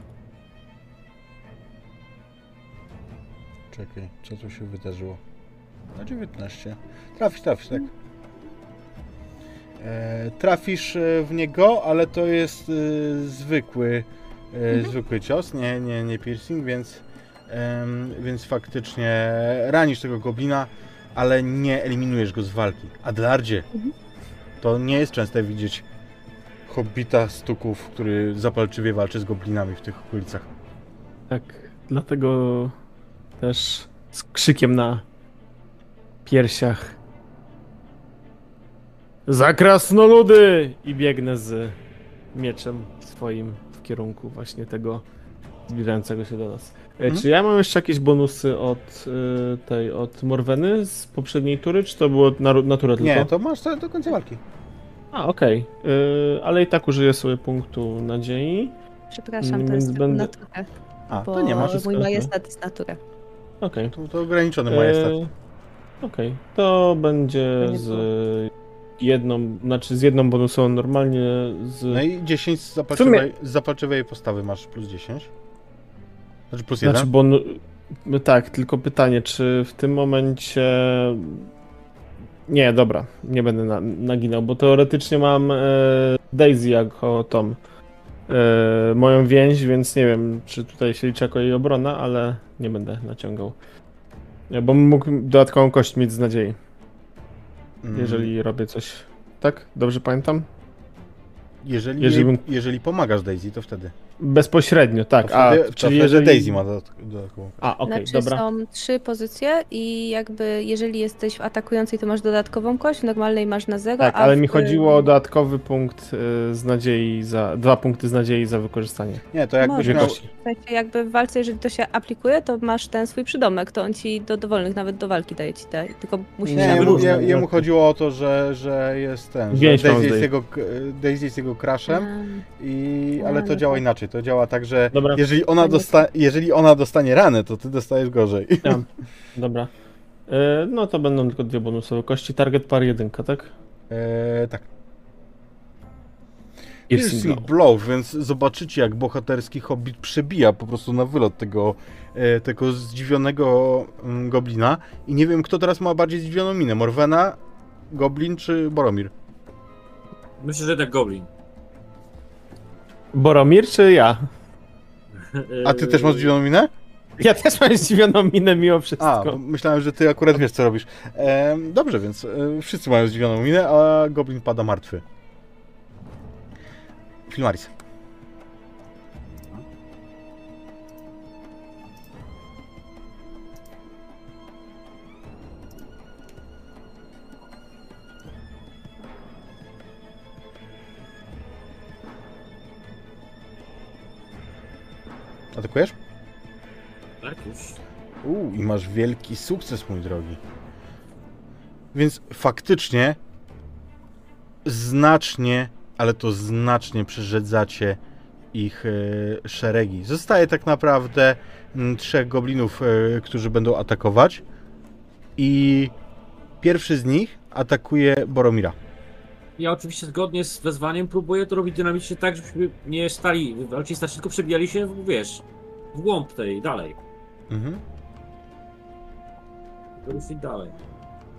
Czekaj, co tu się wydarzyło? Na 19. Trafisz, tak. Trafisz w niego, ale to jest zwykły cios, nie piercing, więc faktycznie ranisz tego goblina, ale nie eliminujesz go z walki. Adelardzie, to nie jest częste widzieć hobbita stuków, który zapalczywie walczy z goblinami w tych okolicach. Tak, dlatego też z krzykiem na piersiach za krasnoludy! I biegnę z mieczem swoim w kierunku właśnie tego zbliżającego się do nas. Czy ja mam jeszcze jakieś bonusy od Morweny z poprzedniej tury, czy to było na turę tylko? Nie, to masz do końca walki. A, okej. Ale i tak użyję sobie punktu nadziei. Przepraszam, to Więc jest będę- natura. A, Bo to nie masz. mój majestat jest natura. Okej. To ograniczony majestat. Okej, to będzie To nie z jedną bonusową normalnie No i 10 z zapalczywej postawy masz plus 10. Znaczy plus 1. tak, tylko pytanie, czy w tym momencie... Nie, dobra, nie będę naginał, bo teoretycznie mam Daisy jako tą moją więź, więc nie wiem, czy tutaj się liczy jako jej obrona, ale nie będę naciągał. Bo mógł dodatkową kość mieć z nadziei, jeżeli robię coś. Tak? Dobrze pamiętam? Jeżeli pomagasz Daisy, to wtedy. Bezpośrednio, tak. Czyli jeżeli Daisy ma dodatkową. Okej, Znaczy dobra. są 3 pozycje i jakby jeżeli jesteś w atakującej, to masz dodatkową kość, w normalnej masz na 0, Tak, ale mi chodziło o dodatkowy punkt z nadziei 2 punkty z nadziei za wykorzystanie. Nie, to jakbyś Może. miał... Słuchajcie, jakby w walce, jeżeli to się aplikuje, to masz ten swój przydomek, to on ci do dowolnych, nawet do walki daje ci te, tylko musisz... Nie, różne. jemu chodziło o to, że jest ten, że Więź mam Daisy jest jego crushem, ale to no działa tak. inaczej. To działa tak, że Dobra. jeżeli ona dostanie ranę, to ty dostajesz gorzej. Dobra. No to będą tylko 2 bonusowe kości. Target par 1, tak? Tak. Piercing Piercing blow, więc zobaczycie, jak bohaterski hobbit przebija po prostu na wylot tego zdziwionego goblina. I nie wiem, kto teraz ma bardziej zdziwioną minę. Morwena, goblin czy Boromir? Myślę, że tak goblin. Boromir czy ja? A ty też masz zdziwioną minę? Ja też mam zdziwioną minę mimo wszystko. Bo myślałem, że ty akurat wiesz, co robisz. Dobrze, więc wszyscy mają zdziwioną minę, a goblin pada martwy. Filmaris. Atakujesz? Tak, już. I masz wielki sukces, mój drogi. Więc faktycznie znacznie, ale to znacznie przerzedzacie ich szeregi. Zostaje tak naprawdę 3 goblinów, którzy będą atakować. I pierwszy z nich atakuje Boromira. Ja oczywiście zgodnie z wezwaniem próbuję to robić dynamicznie tak, żebyśmy nie stali walczyli, tylko przebijali się, wiesz, w głąb tej, dalej. Mhm. Ruszyć dalej.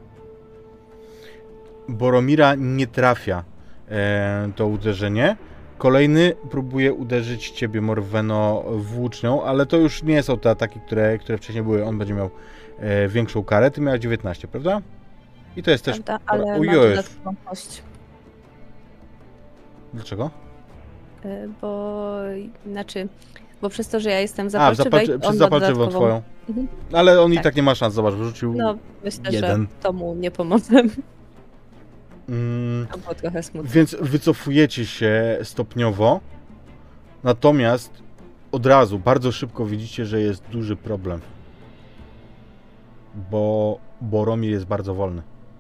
Boromira nie trafia to uderzenie, Kolejny próbuje uderzyć ciebie, Morweno, włócznią, ale to już nie są te ataki, które wcześniej były. On będzie miał większą karę. Ty miałeś 19, prawda? I to jest też... Prawda, ale ma Ojej. dodatkową kość. Dlaczego? Bo przez to, że ja jestem A, zapalczywej, przez on ma zapalczywą dodatkową. twoją. Mhm. Ale on i Tak. tak nie ma szans, zobacz, wyrzucił No, myślę, jeden. że to mu nie pomoże. Mm, To było trochę smutne. Więc wycofujecie się stopniowo, natomiast od razu, bardzo szybko widzicie, że jest duży problem. Bo Boromir jest bardzo wolny.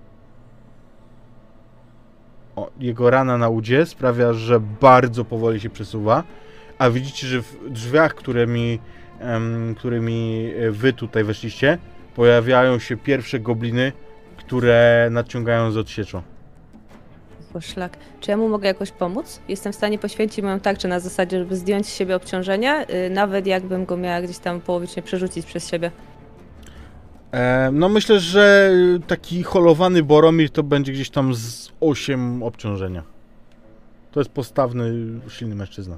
Jego rana na udzie sprawia, że bardzo powoli się przesuwa, a widzicie, że w drzwiach, którymi wy tutaj weszliście, pojawiają się pierwsze gobliny, które nadciągają z odsieczą. Poszlak. Czy ja mu mogę jakoś pomóc? Jestem w stanie poświęcić moją tarczę na zasadzie, żeby zdjąć z siebie obciążenie, nawet jakbym go miała gdzieś tam połowicznie przerzucić przez siebie. No myślę, że taki holowany Boromir to będzie gdzieś tam z 8 obciążenia. To jest postawny, silny mężczyzna.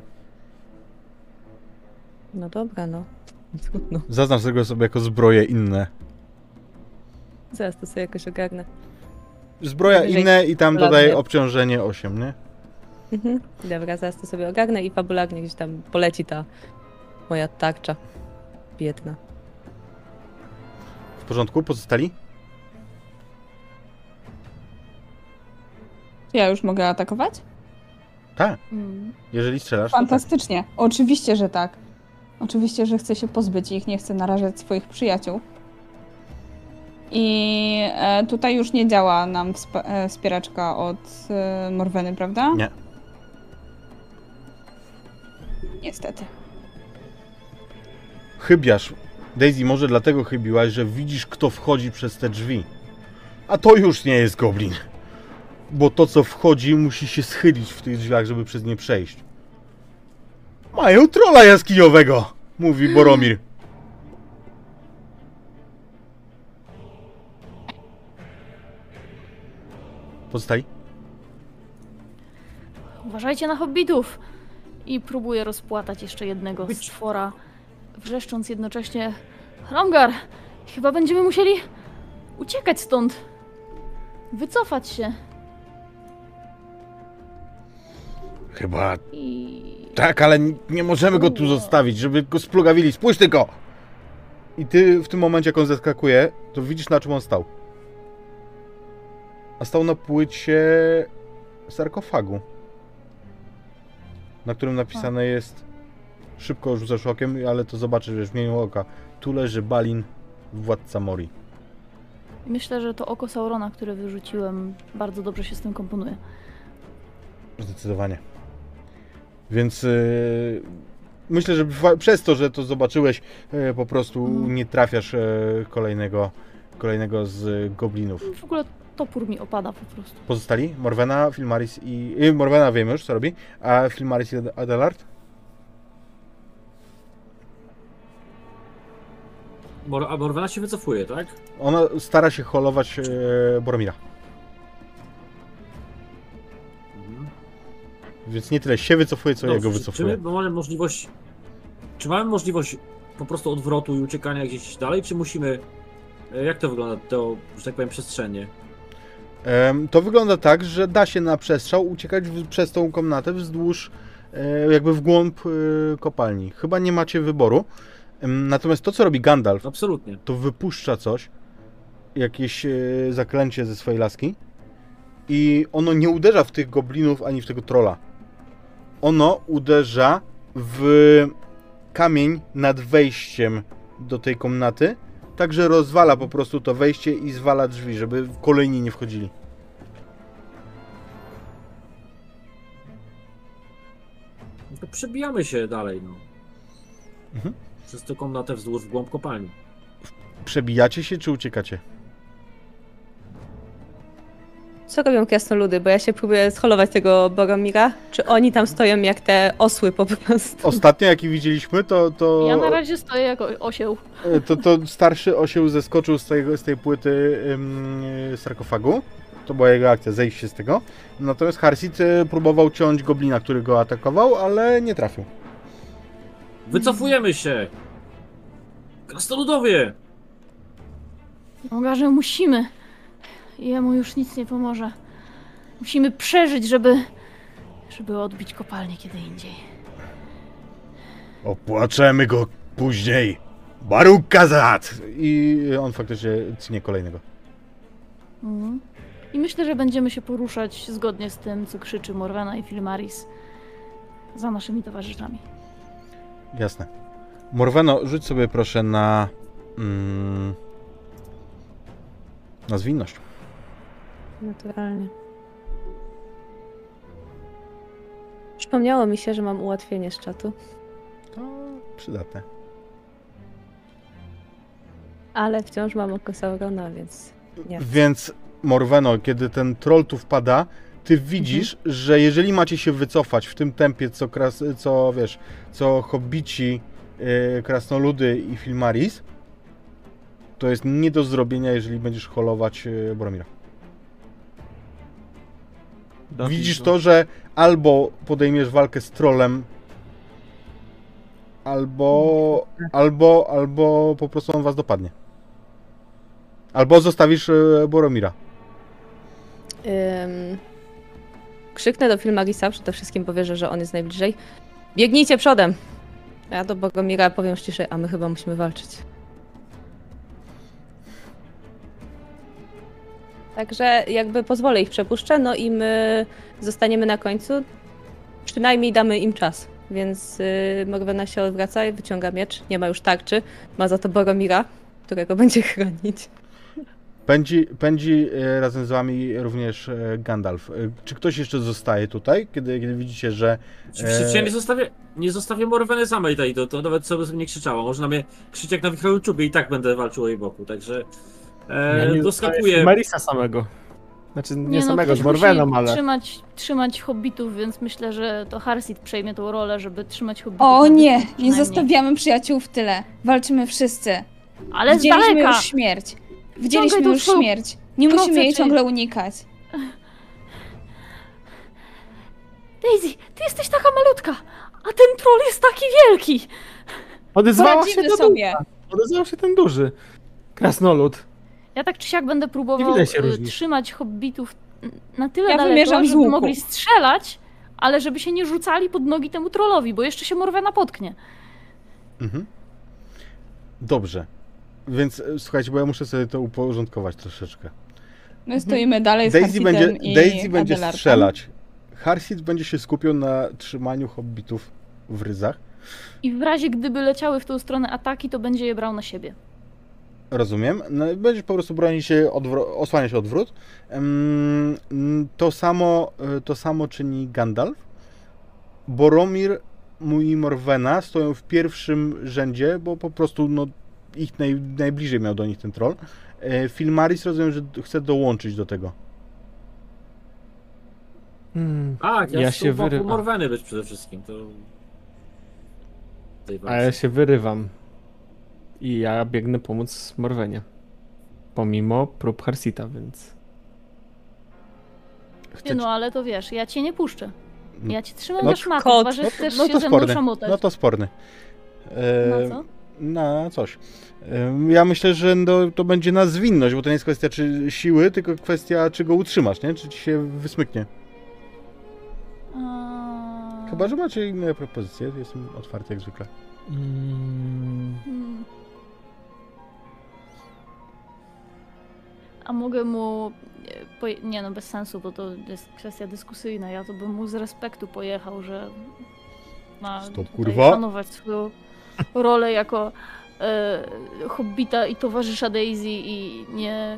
No dobra, no. Trudno. Zaznacz tego sobie jako zbroje inne. Zaraz to sobie jakoś ogarnę. Zbroja Wyżej inne i tam dodaj fabularnie. obciążenie 8, nie? Mhm. Dobra, zaraz to sobie ogarnę i fabularnie gdzieś tam poleci ta moja tarcza. Biedna. W porządku? Pozostali? Czy ja już mogę atakować? Tak. Mm. Jeżeli strzelasz, to tak. Fantastycznie. Oczywiście, że tak. Oczywiście, że chcę się pozbyć ich, nie chcę narażać swoich przyjaciół. I tutaj już nie działa nam wspieraczka od Morweny, prawda? Nie. Niestety. Chybiasz. Daisy, może dlatego chybiłaś, że widzisz, kto wchodzi przez te drzwi. A to już nie jest goblin. Bo to, co wchodzi, musi się schylić w tych drzwiach, żeby przez nie przejść. Mają trolla jaskiniowego, mówi Boromir. Pozostali? Uważajcie na hobbitów! I próbuję rozpłatać jeszcze jednego stwora, wrzeszcząc jednocześnie: Hrongar, chyba będziemy musieli uciekać stąd. Wycofać się. Chyba I... tak, ale nie możemy go tu zostawić, żeby go splugawili. Spójrz tylko! I ty w tym momencie, jak on zeskakuje, to widzisz, na czym on stał. A stał na płycie sarkofagu, na którym napisane jest, szybko rzucasz okiem, ale to zobaczysz, wiesz, w mgnieniu oka. Tu leży Balin, władca Mori. Myślę, że to oko Saurona, które wyrzuciłem, bardzo dobrze się z tym komponuje. Zdecydowanie. Więc myślę, że przez to, że to zobaczyłeś, po prostu nie trafiasz kolejnego z goblinów. W ogóle topór mi opada po prostu. Pozostali? Morwena, Filmaris i... Morwena wiemy już, co robi. A Filmaris i Adelard? A Morwena się wycofuje, tak? Ona stara się holować Boromira. Mhm. Więc nie tyle się wycofuje, co jego wycofuje. Czy mamy możliwość po prostu odwrotu i uciekania gdzieś dalej, czy musimy... Jak to wygląda, to, że tak powiem, przestrzennie? To wygląda tak, że da się na przestrzał uciekać przez tą komnatę wzdłuż, jakby w głąb kopalni. Chyba nie macie wyboru. Natomiast to, co robi Gandalf, Absolutnie. to wypuszcza coś, jakieś zaklęcie ze swojej laski i ono nie uderza w tych goblinów ani w tego trolla. Ono uderza w kamień nad wejściem do tej komnaty, także rozwala po prostu to wejście i zwala drzwi, żeby kolejni nie wchodzili. No to przebijamy się dalej, no. Mhm. Przez tę komnatę wzdłuż w głąb kopalni. Przebijacie się czy uciekacie? Co robią krasnoludy? Bo ja się próbuję scholować tego Boromira. Czy oni tam stoją jak te osły po prostu? Ostatnio, jaki widzieliśmy, to... Ja na razie stoję jako osieł. To starszy osioł zeskoczył z tej płyty sarkofagu to była jego akcja, zejść się z tego. Natomiast Harsit próbował ciąć goblina, który go atakował, ale nie trafił. Wycofujemy się! Krasnoludowie! Ogarze, musimy. Jemu już nic nie pomoże. Musimy przeżyć, żeby odbić kopalnię kiedy indziej. Opłaczemy go później. Baruk Kazat! I on faktycznie ciśnie kolejnego. Mhm. I myślę, że będziemy się poruszać zgodnie z tym, co krzyczy Morwena i Filmaris za naszymi towarzyszami. Jasne. Morweno, rzuć sobie proszę na zwinność. Naturalnie. Przypomniało mi się, że mam ułatwienie z czatu, To przydatne. ale wciąż mam oko Saurona, więc nie. Więc Morweno, kiedy ten troll tu wpada, ty widzisz, że jeżeli macie się wycofać w tym tempie, co hobbici, krasnoludy i Filmaris, to jest nie do zrobienia, jeżeli będziesz holować Boromira. Widzisz to, że albo podejmiesz walkę z trollem, albo po prostu on was dopadnie. Albo zostawisz Boromira. Krzyknę do Filmarisa, przede wszystkim powierzę, że on jest najbliżej. Biegnijcie przodem! A ja do Boromira powiem już ciszej, a my chyba musimy walczyć. Także jakby pozwolę ich przepuszczę, no i my zostaniemy na końcu. Przynajmniej damy im czas. Więc Morwena się odwraca i wyciąga miecz. Nie ma już tarczy. Ma za to Boromira, którego będzie chronić. Pędzi razem z wami również Gandalf. Czy ktoś jeszcze zostaje tutaj, kiedy widzicie, że... Oczywiście ja nie zostawię Morweny samej tej, to nawet sobie nie krzyczała. Można mnie krzyczeć jak na wichroju czubie i tak będę walczył o jej boku, także doskakuję. Marisa samego. Znaczy nie samego, ktoś z Morweną, musi ale... trzymać hobbitów, więc myślę, że to Harsit przejmie tą rolę, żeby trzymać hobbitów. O na nie, dystansie nie przynajmniej. zostawiamy przyjaciół w tyle. Walczymy wszyscy. Ale z Widzieliśmy daleka! już śmierć. Widzieliśmy Ciągaj tą już swoją śmierć. Nie musimy jej procę, ciągle unikać. Daisy, ty jesteś taka malutka, a ten troll jest taki wielki! Odezwała się Poradzimy do sobie. Odezwał się ten duży. Krasnolud. Ja tak czy siak będę próbował Niewiele się różni. trzymać hobbitów na tyle Ja daleko, wymierzam z żeby łuku. mogli strzelać, ale żeby się nie rzucali pod nogi temu trollowi, bo jeszcze się Morwena potknie. Mhm. Dobrze. Więc słuchajcie, bo ja muszę sobie to uporządkować troszeczkę. My stoimy dalej z Daisy Harsitem i będzie Adelartem. strzelać. Harsit będzie się skupiał na trzymaniu hobbitów w ryzach. I w razie gdyby leciały w tą stronę ataki, to będzie je brał na siebie. Rozumiem. No, będziesz po prostu bronić się, osłaniać odwrót. To samo czyni Gandalf. Boromir i Morwena stoją w pierwszym rzędzie, bo po prostu ich najbliżej miał do nich ten troll. Filmaris rozumiem, że chce dołączyć do tego. Tak, ja Ja chcę się wokół wyrywam. Morweny być przede wszystkim, to... tej A ja walce. się wyrywam. I ja biegnę pomóc Morwenie. Pomimo prób Harsita, więc... Nie no, ale to wiesz, ja cię nie puszczę. Ja cię trzymam No, za szmatę, kot. chyba, że chcesz No się to ze mną sporny. szamotać. No to sporny. Na co? Na coś. Ja myślę, że to będzie na zwinność, bo to nie jest kwestia czy siły, tylko kwestia czy go utrzymasz, nie? Czy ci się wysmyknie. Chyba, że macie inne propozycje, jestem otwarty jak zwykle. Hmm. A mogę mu... Nie no, bez sensu, bo to jest kwestia dyskusyjna. Ja to bym mu z respektu pojechał, że ma Stop, tutaj kurwa. szanować swoją rolę jako hobbita i towarzysza Daisy i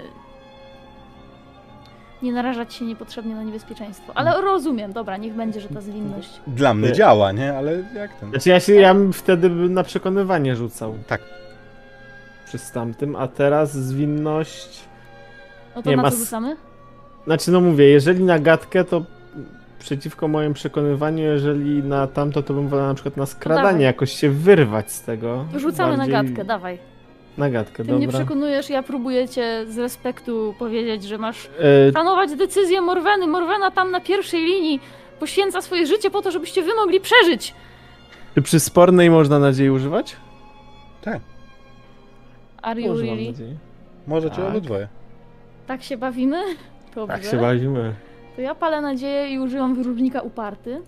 nie narażać się niepotrzebnie na niebezpieczeństwo. Ale rozumiem, dobra, niech będzie, że ta zwinność... Dla mnie działa, nie? Ale jak ten? Znaczy ja bym wtedy na przekonywanie rzucał. Tak. Przez tamtym, a teraz zwinność... No to Nie na ma co s- rzucamy? Znaczy no mówię, jeżeli na gadkę to przeciwko moim przekonywaniu, jeżeli na tamto to bym wolał na przykład na skradanie dawaj. jakoś się wyrwać z tego. Rzucamy Bardziej- na gadkę, dawaj. Na gadkę, Ty mnie dobra. przekonujesz, ja próbuję cię z respektu powiedzieć, że masz E, szanować decyzję Morweny. Morwena tam na pierwszej linii poświęca swoje życie po to, żebyście wy mogli przeżyć. czy przy spornej można nadziei używać? Tak, Are you Może, mam really? nadzieję. możecie Tak. obydwoje. Tak się bawimy? Dobrze. Tak się bawimy. To ja palę nadzieję i używam wyróżnika uparty.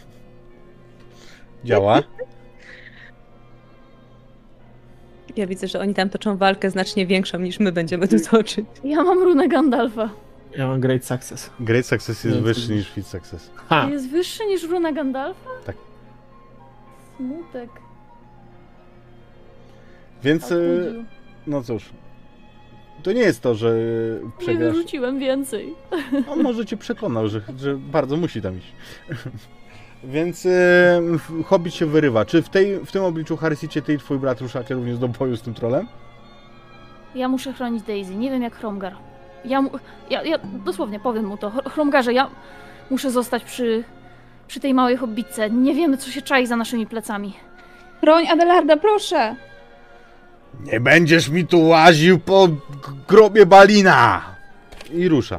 Działa. Ja widzę, że oni tam toczą walkę znacznie większą niż my będziemy tu toczyć. Ja mam runę Gandalfa. Ja mam great success. Great Success jest Nie, wyższy to- niż Fit Success. Ha! Jest wyższy niż runa Gandalfa? Tak. Smutek. Więc, Obudził. no cóż. To nie jest to, że Nie przegrasz. wyrzuciłem więcej. On może cię przekonał, że bardzo musi tam iść. Więc Hobbit się wyrywa. Czy w tym obliczu, Harisicie, ty i twój brat ruszacie również do boju z tym trolem? Ja muszę chronić Daisy, nie wiem jak Hromgar. Ja dosłownie powiem mu to. Hromgarze, ja muszę zostać przy tej małej hobbitce. Nie wiemy, co się czai za naszymi plecami. Broń Adelarda, proszę! Nie będziesz mi tu łaził po grobie Balina! I rusza.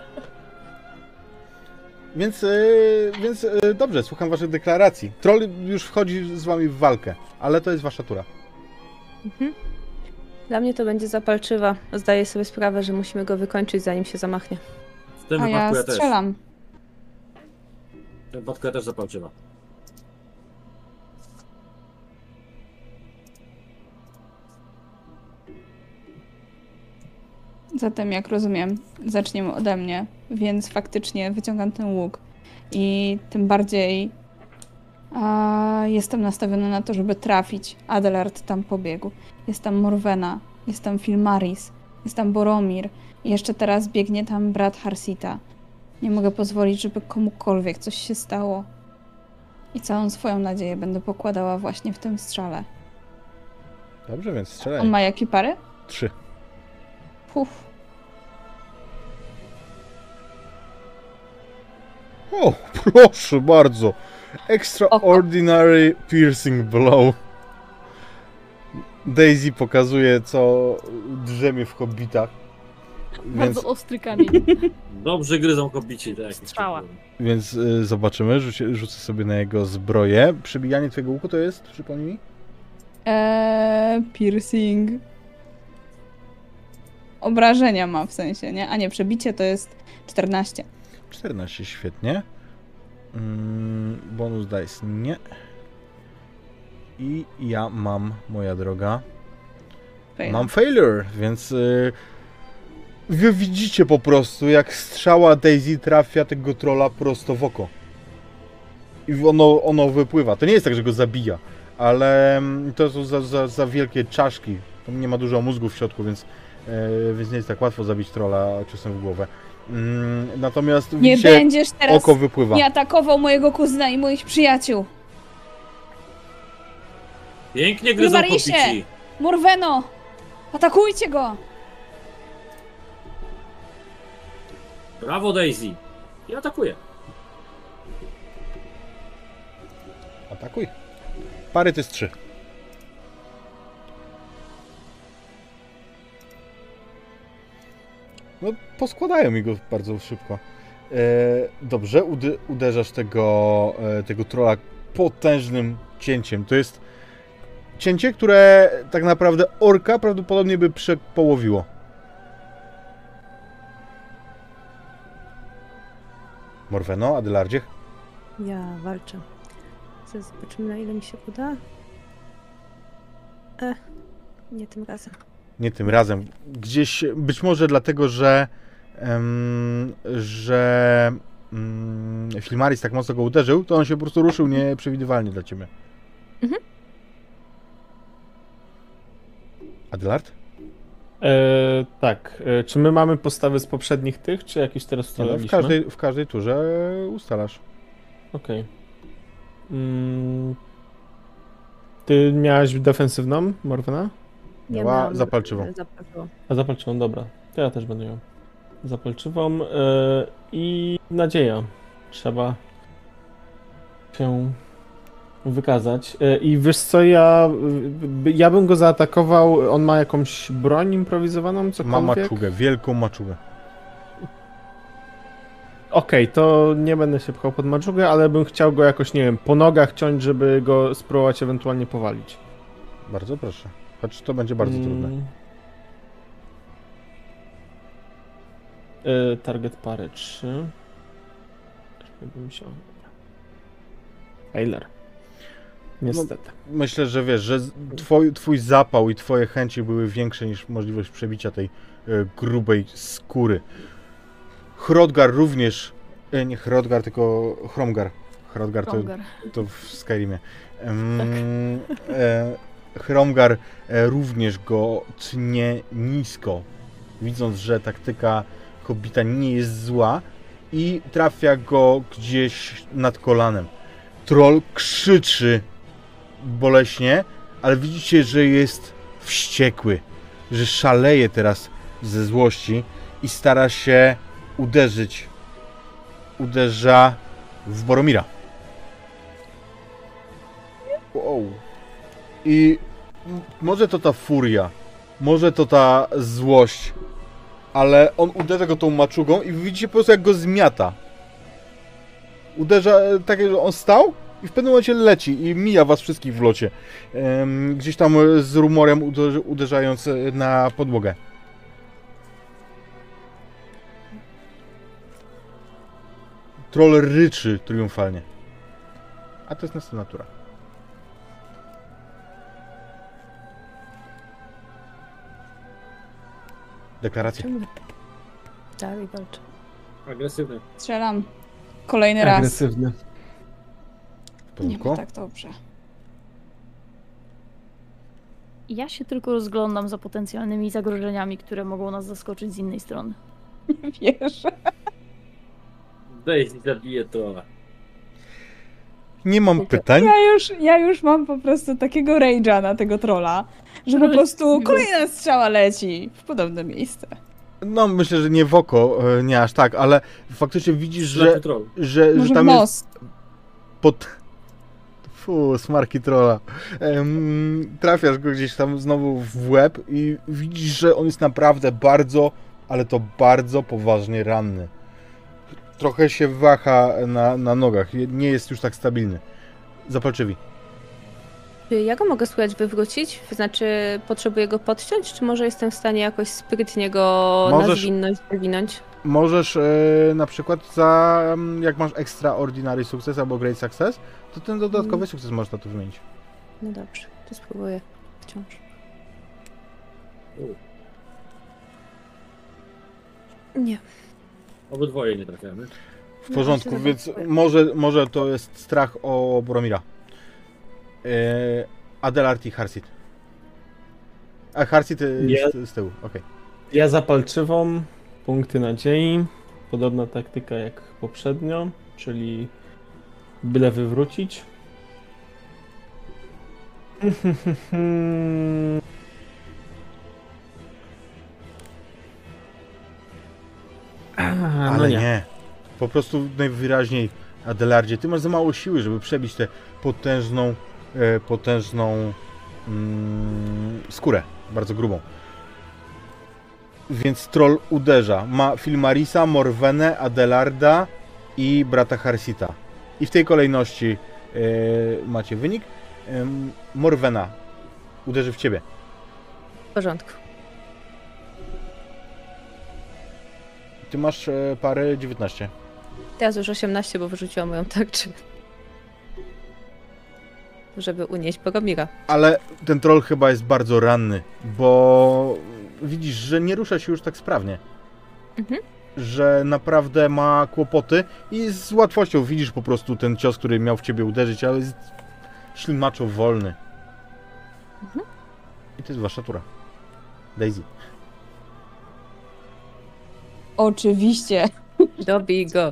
Więc dobrze, słucham waszych deklaracji. Troll już wchodzi z wami w walkę, ale to jest wasza tura. Mhm. Dla mnie to będzie zapalczywa. Zdaję sobie sprawę, że musimy go wykończyć, zanim się zamachnie. W tym A wypadku ja ja też. strzelam. W tym wypadku ja też zapalczywa. Zatem, jak rozumiem, zaczniemy ode mnie, więc faktycznie wyciągam ten łuk. I tym bardziej jestem nastawiona na to, żeby trafić. Adelard tam pobiegł. Jest tam Morwena, jest tam Filmaris, jest tam Boromir. I jeszcze teraz biegnie tam brat Harsita. Nie mogę pozwolić, żeby komukolwiek coś się stało. I całą swoją nadzieję będę pokładała właśnie w tym strzale. Dobrze, więc On strzelaj. ma jakie pary? 3. Puf. O, proszę bardzo. Extraordinary piercing blow. Daisy pokazuje, co drzemie w hobbitach. Więc, Bardzo ostry kamień. Dobrze gryzą hobbici, tak. Strzała. więc zobaczymy. Rzucę sobie na jego zbroję. Przebijanie twojego łuku to jest? Przypomnij mi. Piercing. Obrażenia ma w sensie, nie? A nie, przebicie to jest 14. 14, świetnie. Bonus dice nie. I ja mam, moja droga, Fail. mam failure, więc wy widzicie po prostu, jak strzała Daisy trafia tego trolla prosto w oko. I ono wypływa. To nie jest tak, że go zabija, ale to są za wielkie czaszki. Tam nie ma dużo mózgu w środku, więc nie jest tak łatwo zabić trolla ciosem w głowę. Natomiast Nie widzicie, będziesz teraz oko wypływa. nie atakował mojego kuzyna i moich przyjaciół. Pięknie gryzą Marisie! hobbici. Morweno! Atakujcie go! Brawo Daisy. I atakuję. Atakuj. Pary to jest 3. No, poskładają mi go bardzo szybko. Dobrze, uderzasz tego trolla potężnym cięciem. To jest cięcie, które tak naprawdę orka prawdopodobnie by przepołowiło. Morweno, Adelardzie? Ja walczę. Zobaczymy, na ile mi się uda. Nie tym razem. Nie tym razem. Gdzieś, być może dlatego, że Filmaris tak mocno go uderzył, to on się po prostu ruszył nieprzewidywalnie dla ciebie. Mhm. Adelard? Tak. Czy my mamy postawy z poprzednich tych, czy jakieś teraz No, ustaliliśmy? w każdej turze ustalasz. Okej. Ty miałaś defensywną, Morwena? Miała miałam zapalczywą. zapalczywą. A zapalczywą, dobra. To ja też będę ją. Zapalczywą i nadzieja. Trzeba się wykazać. I wiesz co, ja bym go zaatakował. On ma jakąś broń improwizowaną, Ma cokolwiek? maczugę, wielką maczugę. Okej, to nie będę się pchał pod maczugę, ale bym chciał go jakoś, nie wiem, po nogach ciąć, żeby go spróbować ewentualnie powalić. Bardzo proszę. Choć to będzie bardzo trudne. Target parę 3. Bym się... Failure. Niestety. Myślę, że wiesz, że twój zapał i twoje chęci były większe niż możliwość przebicia tej grubej skóry. Hrothgar również, nie Hrothgar, tylko Hromgar. Hrothgar to w Skyrimie. Hromgar również go tnie nisko, widząc, że taktyka Hobbita nie jest zła i trafia go gdzieś nad kolanem. Troll krzyczy boleśnie, ale widzicie, że jest wściekły, że szaleje teraz ze złości i stara się uderzyć. Uderza w Boromira. Wow. I może to ta furia, może to ta złość, ale on uderza go tą maczugą i widzicie po prostu, jak go zmiata. Uderza tak, że on stał i w pewnym momencie leci i mija was wszystkich w locie. Gdzieś tam z rumorem uderzając na podłogę. Troll ryczy triumfalnie. A to jest następna tura. Deklaracje. Czemu dalej walczę? Agresywny. Strzelam. Kolejny raz. Agresywny. W Nie porządku? ma tak dobrze. Ja się tylko rozglądam za potencjalnymi zagrożeniami, które mogą nas zaskoczyć z innej strony. Wiesz. Daisy zabije trolla. Nie mam pytań. Ja już mam po prostu takiego rage'a na tego trolla, że po Ale prostu miło. kolejna strzała leci w podobne miejsce. No myślę, że nie w oko, nie aż tak, ale faktycznie widzisz, Ślepy troll. że Może w tam nos. jest pod... smarki trolla. Trafiasz go gdzieś tam znowu w łeb i widzisz, że on jest naprawdę bardzo, ale to bardzo poważnie ranny. Trochę się waha na nogach, nie jest już tak stabilny. Zapalczywi. Czy ja go mogę spróbować wywrócić? Znaczy, potrzebuję go podciąć, czy może jestem w stanie jakoś sprytnie go na Możesz- zwinność wywinąć? Możesz na przykład jak masz extraordinary sukces albo great success, to ten dodatkowy sukces możesz na to wymienić. No dobrze, to spróbuję wciąż. Nie. Obydwoje nie trafiamy. W porządku, No, więc zobaczymy. może to jest strach o Boromira. Adelard i Harsit. A Harsit jest z tyłu, okej. Ja zapalczywą, punkty nadziei. Podobna taktyka jak poprzednio, czyli byle wywrócić. No Ale nie. nie. Po prostu najwyraźniej, Adelardzie, ty masz za mało siły, żeby przebić tę potężną skórę, bardzo grubą. Więc troll uderza. Ma Filmarisa, Morwenę, Adelarda i brata Harsita. I w tej kolejności macie wynik. Morwena uderzy w ciebie. W porządku. Ty masz parę 19. Teraz już 18, bo wyrzuciłam moją tarczę. Żeby unieść Boromira. Ale ten troll chyba jest bardzo ranny, bo widzisz, że nie rusza się już tak sprawnie. Mhm. Że naprawdę ma kłopoty i z łatwością widzisz po prostu ten cios, który miał w ciebie uderzyć, ale jest ślimaczo wolny. Mhm. I to jest wasza tura. Daisy. Oczywiście. Dobij go.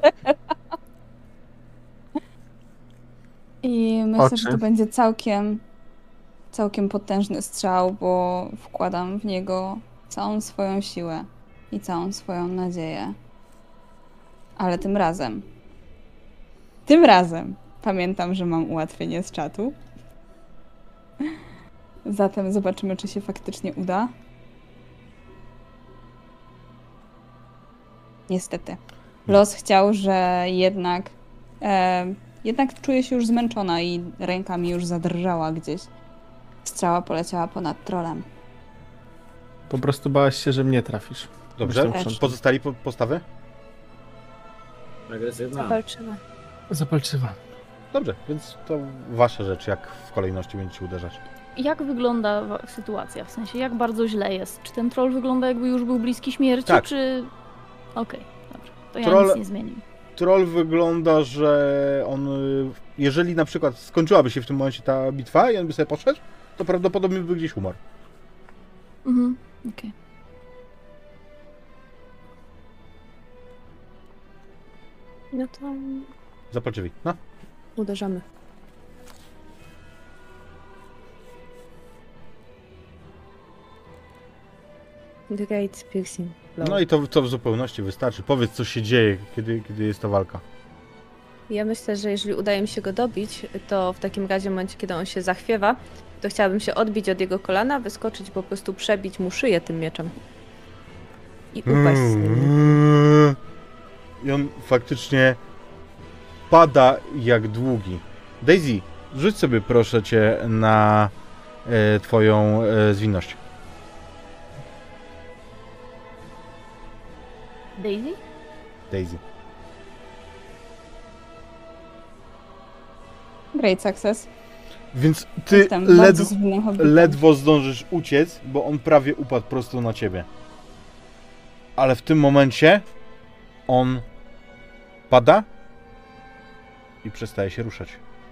I myślę, Oczy. że to będzie całkiem potężny strzał, bo wkładam w niego całą swoją siłę i całą swoją nadzieję. Ale tym razem Pamiętam, że mam ułatwienie z czatu. Zatem zobaczymy, czy się faktycznie uda. Niestety. Los chciał, że jednak czuję się już zmęczona i ręka mi już zadrżała gdzieś. Strzała poleciała ponad trolem. Po prostu bałaś się, że mnie trafisz. Dobrze, Też. pozostali postawy? Agresywna. Zapalczywa. Zapalczywa. Dobrze, więc to wasza rzecz, jak w kolejności będziecie uderzać. Jak wygląda sytuacja? W sensie, jak bardzo źle jest? Czy ten troll wygląda, jakby już był bliski śmierci, Tak. czy... Okej, dobrze. To ja Troll- nic nie zmienię. Troll wygląda, że on, jeżeli na przykład skończyłaby się w tym momencie ta bitwa i on by sobie poszedł, to prawdopodobnie by gdzieś umarł. Mhm, okej. No to Zapal drzwi. No. uderzamy. Great piercing blow. No i to w zupełności wystarczy. Powiedz, co się dzieje, kiedy jest ta walka. Ja myślę, że jeżeli udaje mi się go dobić, to w takim razie w momencie, kiedy on się zachwiewa, to chciałabym się odbić od jego kolana, wyskoczyć, po prostu przebić mu szyję tym mieczem. I upaść z nim. I on faktycznie pada jak długi. Daisy, rzuć sobie proszę cię na twoją zwinność. Daisy? Daisy. Great success. Więc ty Jestem bardzo zwinnym hobbytem. ledwo zdążysz uciec, bo on prawie upadł prosto na ciebie. Ale w tym momencie on pada i przestaje się ruszać.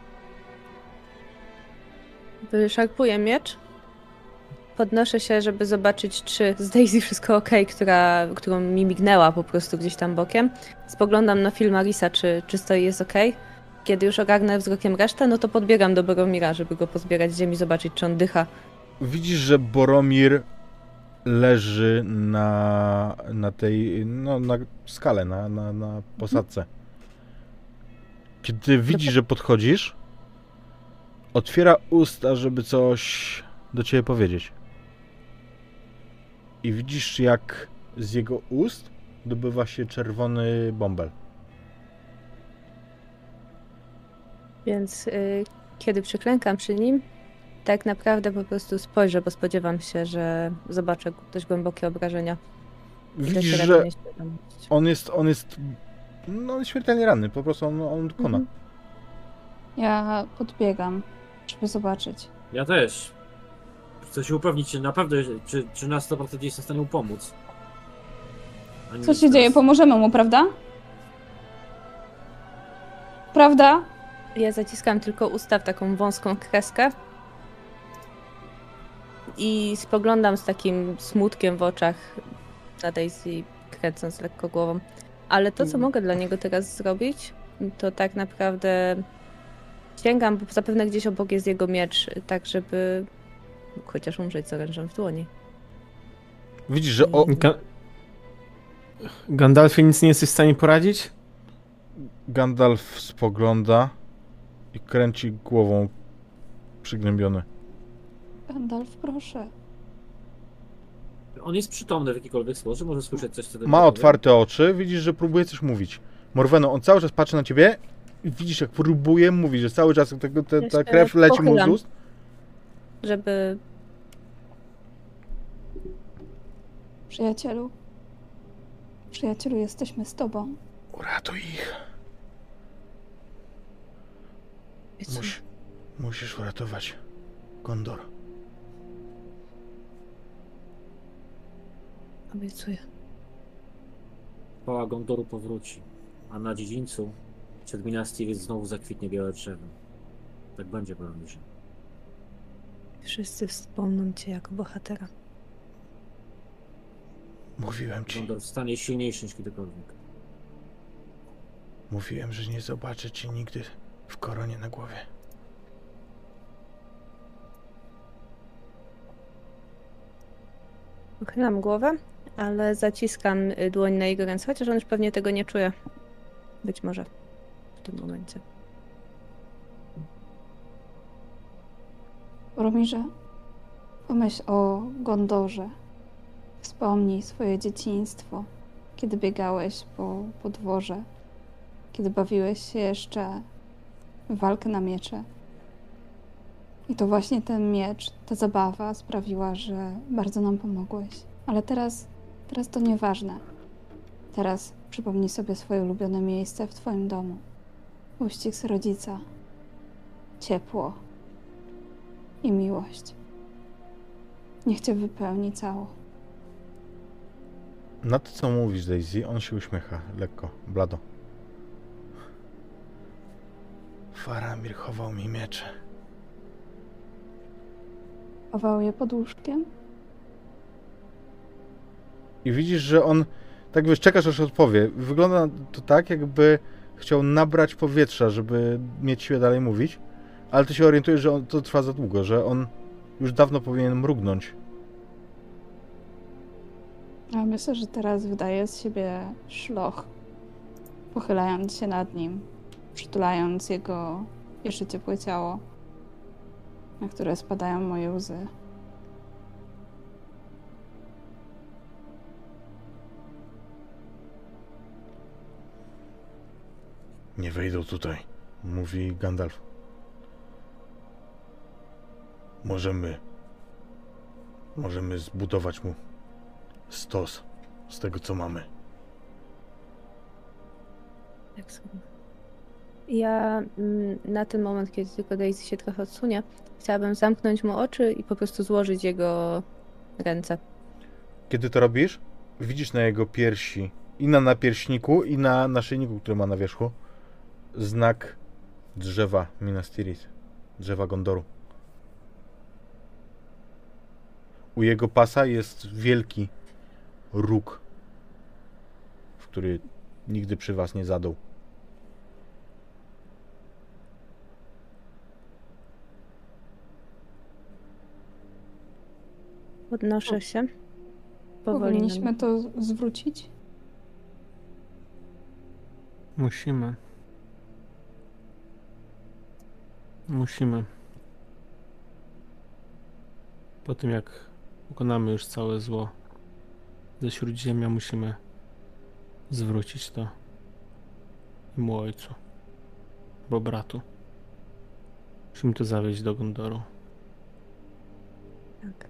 Wyszarpuję miecz. Podnoszę się, żeby zobaczyć, czy z Daisy wszystko ok, którą mi mignęła po prostu gdzieś tam bokiem. Spoglądam na Filmarisa, czy stoi jest ok. Kiedy już ogarnę wzrokiem resztę, no to podbiegam do Boromira, żeby go pozbierać z ziemi, zobaczyć, czy on dycha. Widzisz, że Boromir leży na tej, no, na skale, na posadce. Kiedy widzi, że podchodzisz, otwiera usta, żeby coś do ciebie powiedzieć. I widzisz, jak z jego ust dobywa się czerwony bąbel. Więc kiedy przyklękam przy nim, tak naprawdę po prostu spojrzę, bo spodziewam się, że zobaczę dość głębokie obrażenia. I Widzisz, dociera że do mnie świadomość. on jest no, śmiertelnie ranny, po prostu on kona. Mhm. Ja podbiegam, żeby zobaczyć. Ja też. Chcę się upewnić, czy naprawdę, czy na 100% jestem w stanie mu pomóc. A nie Co się teraz. dzieje? Pomożemy mu, prawda? Prawda? Ja zaciskam tylko usta w taką wąską kreskę i spoglądam z takim smutkiem w oczach na Daisy, kręcąc lekko głową. Ale to, co mogę dla niego teraz zrobić, to tak naprawdę sięgam, bo zapewne gdzieś obok jest jego miecz, tak żeby mógł chociaż umrzeć z orężem w dłoni. Widzisz, że Gandalfie, nic nie jesteś w stanie poradzić? Gandalf spogląda i kręci głową przygnębiony. Gandalf, proszę. On jest przytomny w jakikolwiek sposób, może słyszeć coś, co do Ma tego otwarte oczy, widzisz, że próbuje coś mówić. Morweno, on cały czas patrzy na ciebie i widzisz, jak próbuje mówić, że cały czas ta Jeszcze krew leci mu z pochylam. ust. Żeby... Przyjacielu. Przyjacielu, jesteśmy z tobą. Uratuj ich. Musisz uratować Gondor. Obiecuję. Chwała Gondoru powróci, a na dziedzińcu przed Minas Tirith znowu zakwitnie białe drzewo. Tak będzie, Boromirze. Wszyscy wspomną cię jako bohatera. Mówiłem ci. Gondor stanie silniejszy niż kiedykolwiek. Mówiłem, że nie zobaczę cię nigdy w koronie na głowie. Uchylam głowę, ale zaciskam dłoń na jego ręce, chociaż on już pewnie tego nie czuje. Być może w tym momencie. Boromirze, pomyśl o Gondorze. Wspomnij swoje dzieciństwo, kiedy biegałeś po podwórze, kiedy bawiłeś się jeszcze w walkę na miecze. I to właśnie ten miecz, ta zabawa sprawiła, że bardzo nam pomogłeś. Ale teraz to nieważne. Teraz przypomnij sobie swoje ulubione miejsce w twoim domu. Uścisk z rodzica, ciepło i miłość. Niech cię wypełni cało. Na to, co mówisz, Daisy, on się uśmiecha lekko, blado. Faramir chował mi miecze. Chował je pod łóżkiem? I widzisz, że on, tak wiesz, czekasz aż odpowie. Wygląda to tak, jakby chciał nabrać powietrza, żeby mieć siłę dalej mówić, ale ty się orientujesz, że to trwa za długo, że on już dawno powinien mrugnąć. A myślę, że teraz wydaje z siebie szloch, pochylając się nad nim, przytulając jego jeszcze ciepłe ciało, na które spadają moje łzy. Nie wejdą tutaj, mówi Gandalf. Możemy zbudować mu stos z tego, co mamy. Tak sobie. Ja na ten moment, kiedy tylko Daisy się trochę odsunie, chciałabym zamknąć mu oczy i po prostu złożyć jego ręce. Kiedy to robisz, widzisz na jego piersi i na napierśniku, i na naszyjniku, który ma na wierzchu, znak drzewa Minas Tirith, drzewa Gondoru. U jego pasa jest wielki róg, w który nigdy przy was nie zadał. Podnoszę się. Powoli. Powinniśmy to zwrócić? Musimy. Musimy. Po tym, jak pokonamy już całe zło ze Śródziemia, musimy zwrócić to mu ojcu, bo bratu. Musimy to zawieźć do Gondoru. Tak.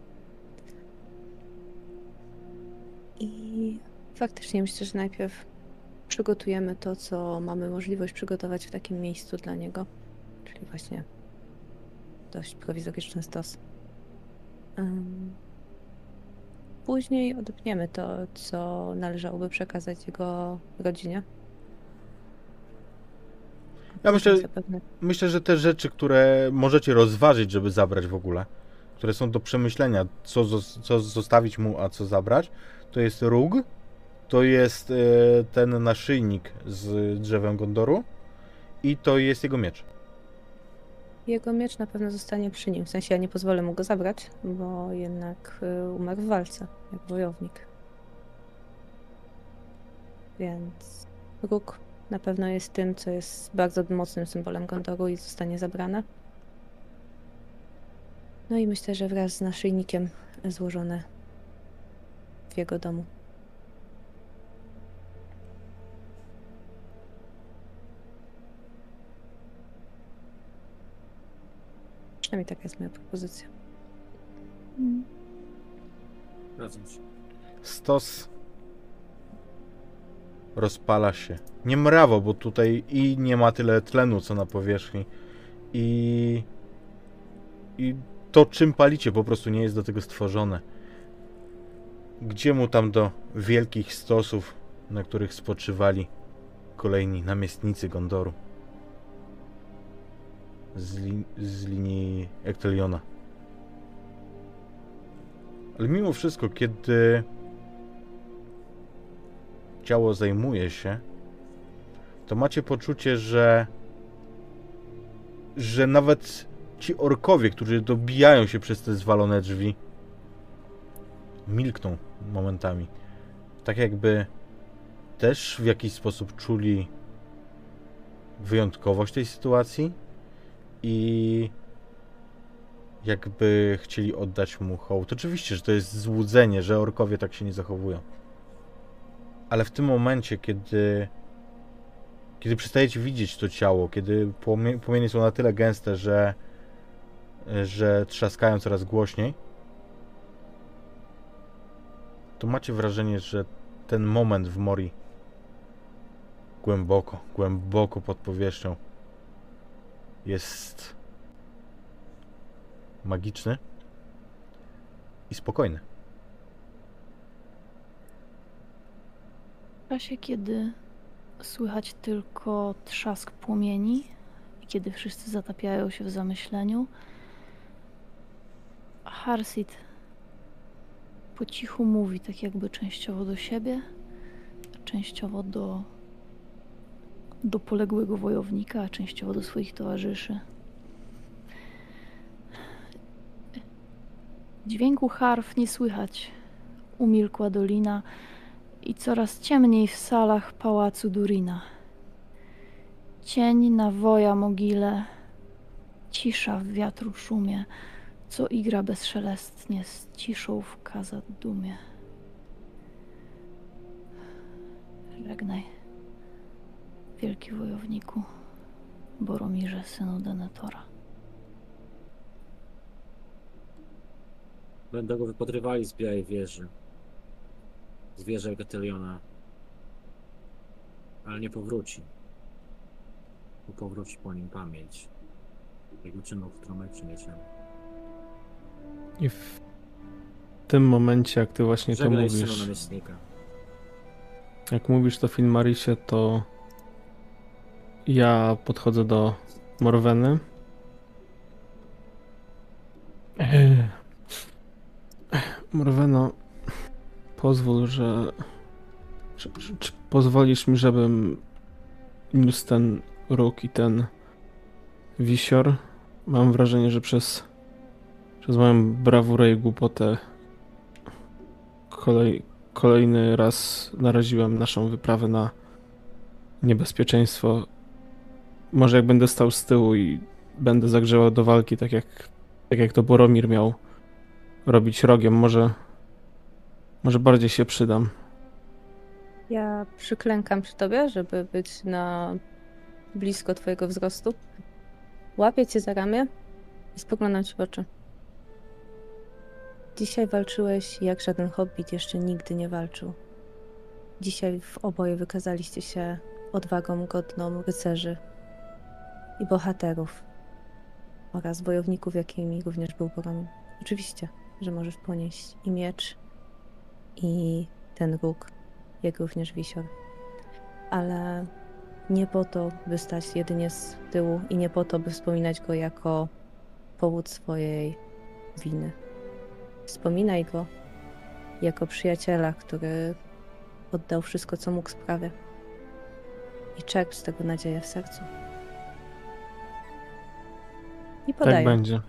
I faktycznie myślę, że najpierw przygotujemy to, co mamy możliwość przygotować w takim miejscu dla niego. Czyli właśnie dość prowizoryczny stos. Później odepniemy to, co należałoby przekazać jego rodzinie. Ja Zapewne myślę, że te rzeczy, które możecie rozważyć, żeby zabrać w ogóle, które są do przemyślenia, co zostawić mu, a co zabrać, to jest róg, to jest ten naszyjnik z drzewem Gondoru i to jest jego miecz. jego miecz na pewno zostanie przy nim. W sensie ja nie pozwolę mu go zabrać, bo jednak umarł w walce, jak wojownik. Więc róg na pewno jest tym, co jest bardzo mocnym symbolem Gondoru i zostanie zabrane. No i myślę, że wraz z naszyjnikiem złożone w jego domu. Przynajmniej taka jest moja propozycja. Zgadzam się. Stos rozpala się. Nie mrawo, bo tutaj i nie ma tyle tlenu, co na powierzchni. I to, czym palicie, po prostu nie jest do tego stworzone. Gdzie mu tam do wielkich stosów, na których spoczywali kolejni namiestnicy Gondoru z linii Ekteliona. Ale mimo wszystko, kiedy ciało zajmuje się, to macie poczucie, że nawet ci orkowie, którzy dobijają się przez te zwalone drzwi, milkną momentami. Tak jakby też w jakiś sposób czuli wyjątkowość tej sytuacji i jakby chcieli oddać mu hołd. Oczywiście, że to jest złudzenie, że orkowie tak się nie zachowują. Ale w tym momencie, kiedy przestajecie widzieć to ciało, kiedy płomienie są na tyle gęste, że trzaskają coraz głośniej, to macie wrażenie, że ten moment w Mori głęboko pod powierzchnią jest magiczny i spokojny. W czasie, kiedy słychać tylko trzask płomieni i kiedy wszyscy zatapiają się w zamyśleniu, Harsit po cichu mówi, tak jakby częściowo do siebie, częściowo do poległego wojownika, a częściowo do swoich towarzyszy. Dźwięku harf nie słychać. Umilkła dolina i coraz ciemniej w salach pałacu Durina. Cień na woja mogile, cisza w wiatru szumie, co igra bezszelestnie z ciszą w Khazad Dumie. Żegnaj, wielki wojowniku, Boromirze, synu Denethora. Będą go wypatrywali z Białej Wieży. Z wieży Egeteliona. Ale nie powróci. Bo powróci po nim pamięć. Jego czynów w Tromecie Mieczem. I w tym momencie, jak ty właśnie to Żegnaj, synu mówisz, namiestnika. jak mówisz to Filmarisie, to ja podchodzę do Morweny. Morweno, pozwól, czy pozwolisz mi, żebym niósł ten róg i ten wisior? Mam wrażenie, że przez moją brawurę i głupotę kolejny raz naraziłem naszą wyprawę na niebezpieczeństwo. Może jak będę stał z tyłu i będę zagrzewał do walki, tak jak to Boromir miał robić rogiem, może bardziej się przydam. Ja przyklękam przy tobie, żeby być na blisko twojego wzrostu. Łapię cię za ramię i spoglądam ci w oczy. Dzisiaj walczyłeś jak żaden hobbit jeszcze nigdy nie walczył. Dzisiaj w oboje wykazaliście się odwagą godną rycerzy i bohaterów oraz wojowników, jakimi również był Boromir. Oczywiście, że możesz ponieść i miecz, i ten róg, jak również wisior. Ale nie po to, by stać jedynie z tyłu i nie po to, by wspominać go jako powód swojej winy. Wspominaj go jako przyjaciela, który oddał wszystko, co mógł sprawie. I czerp z tego nadzieję w sercu. I podaję. Tak będzie.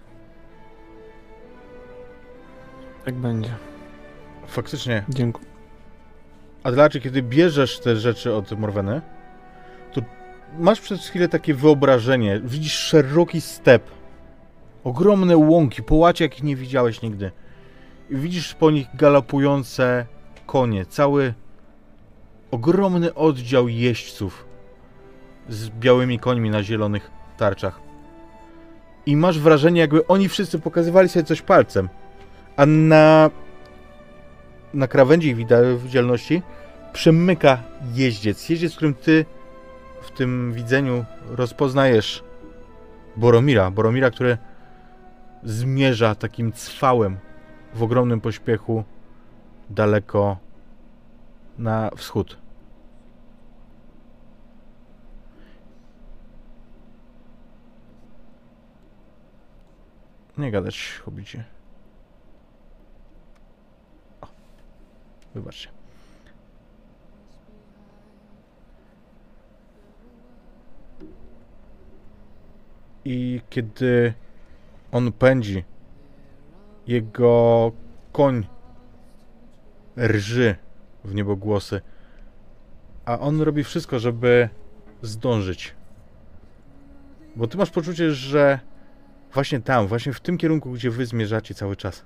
Tak będzie. Faktycznie. Dziękuję. Adelacie, kiedy bierzesz te rzeczy od Morweny, to masz przez chwilę takie wyobrażenie. Widzisz szeroki step. Ogromne łąki, połacie, jakich nie widziałeś nigdy. I widzisz po nich galopujące konie. Cały ogromny oddział jeźdźców z białymi końmi na zielonych tarczach. I masz wrażenie, jakby oni wszyscy pokazywali sobie coś palcem. A na krawędzi ich widzialności przemyka jeździec. Jeździec, w którym ty w tym widzeniu rozpoznajesz Boromira. Boromira, który zmierza takim cwałem w ogromnym pośpiechu daleko na wschód. Nie gadać, hobbicie. O, wybaczcie. I kiedy on pędzi, jego koń rży w niebogłosy, a on robi wszystko, żeby zdążyć. Bo ty masz poczucie, że Właśnie tam, właśnie w tym kierunku, gdzie wy zmierzacie cały czas.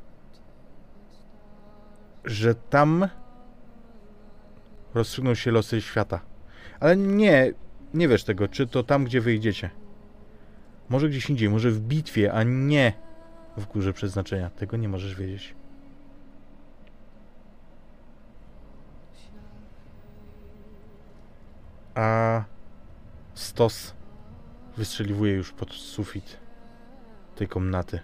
Że tam rozstrzygną się losy świata. Ale nie wiesz tego, czy to tam, gdzie wyjdziecie. Może gdzieś indziej, może w bitwie, a nie w górze przeznaczenia. Tego nie możesz wiedzieć. A stos wystrzeliwuje już pod sufit tej komnaty.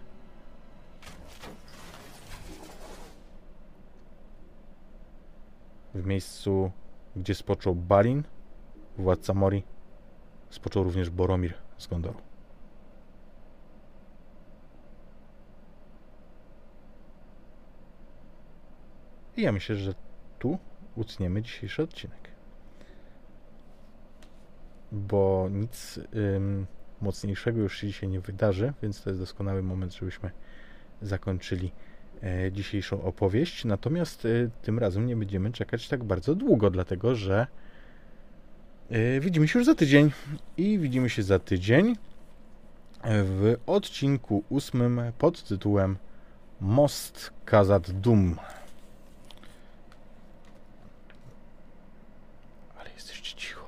W miejscu, gdzie spoczął Balin, władca Mori, spoczął również Boromir z Gondoru. I ja myślę, że tu utniemy dzisiejszy odcinek. Bo nic mocniejszego już się dzisiaj nie wydarzy, więc to jest doskonały moment, żebyśmy zakończyli dzisiejszą opowieść. Natomiast tym razem nie będziemy czekać tak bardzo długo, dlatego że widzimy się już za tydzień. I widzimy się za tydzień w odcinku 8 pod tytułem Most Khazad-dûm. Ale jesteście cicho.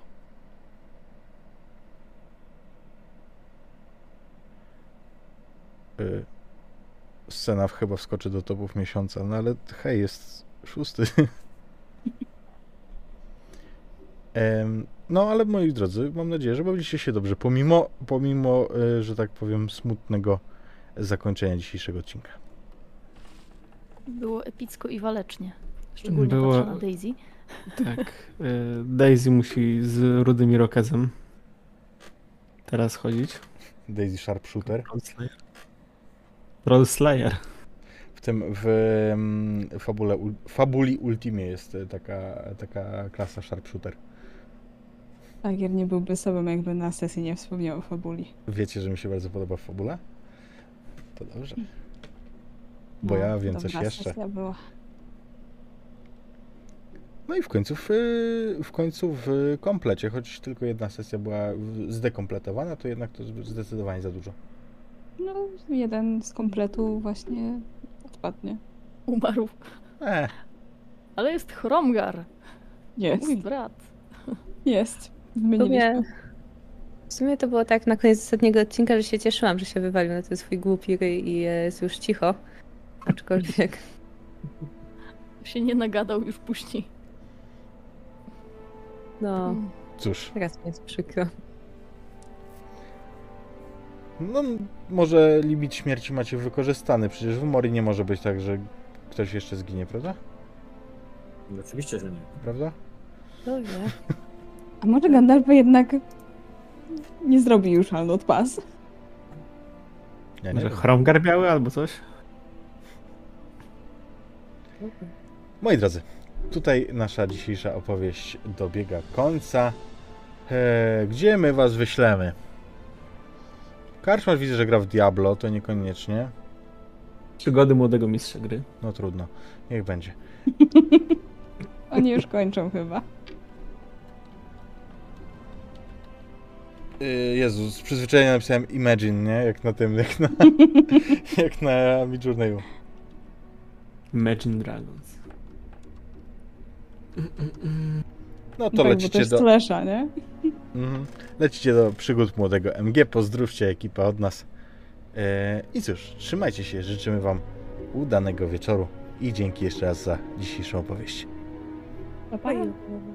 Scena chyba wskoczy do topów miesiąca, no ale hej, jest 6. No ale moi drodzy, mam nadzieję, że bawiliście się dobrze, pomimo że tak powiem, smutnego zakończenia dzisiejszego odcinka. Było epicko i walecznie. Szczególnie Było- patrzę na Daisy. Tak. Daisy musi z rudym irokezem teraz chodzić. Daisy Sharpshooter. Troll Slayer. W tym fabuli Ultimie jest taka klasa Sharpshooter. Lagier nie byłby sobą, jakby na sesji nie wspomniał o fabuli. Wiecie, że mi się bardzo podoba fabula? To dobrze. Bo ja wiem coś dobra jeszcze. sesja była. No i w końcu w komplecie, choć tylko jedna sesja była zdekompletowana, to jednak to zdecydowanie za dużo. No, jeden z kompletu właśnie odpadnie. Umarł. Ale jest Chromgar. Jest, Mój brat. jest. W Zmieniliśmy. sumie to było tak na koniec ostatniego odcinka, że się cieszyłam, że się wywalił na ten swój głupi ryj i jest już cicho. Aczkolwiek Się nie nagadał już później. no, Cóż, teraz mi jest przykro. no może limit śmierci macie wykorzystany, przecież w Mori nie może być tak, że ktoś jeszcze zginie, prawda? No, oczywiście, że nie. Prawda? No nie. A może Gandalf jednak nie zrobi już Alnot Pass? Ja nie Może wiem. Chromgar biały albo coś? Moi drodzy, tutaj nasza dzisiejsza opowieść dobiega końca. Gdzie my was wyślemy? Karczmarz widzę, że gra w Diablo, to niekoniecznie. Przygody młodego mistrza gry. No trudno, niech będzie. Oni już kończą chyba. Jezu, z przyzwyczajenia napisałem Imagine, nie? Jak na tym, jak na Midjourneyu. Imagine Dragons. No to Tak, bo lecicie też do... slasha, nie? Mhm. Lecicie do przygód młodego MG, pozdrówcie ekipę od nas. I cóż, trzymajcie się, życzymy wam udanego wieczoru i dzięki jeszcze raz za dzisiejszą opowieść. Pa, pa. Oj.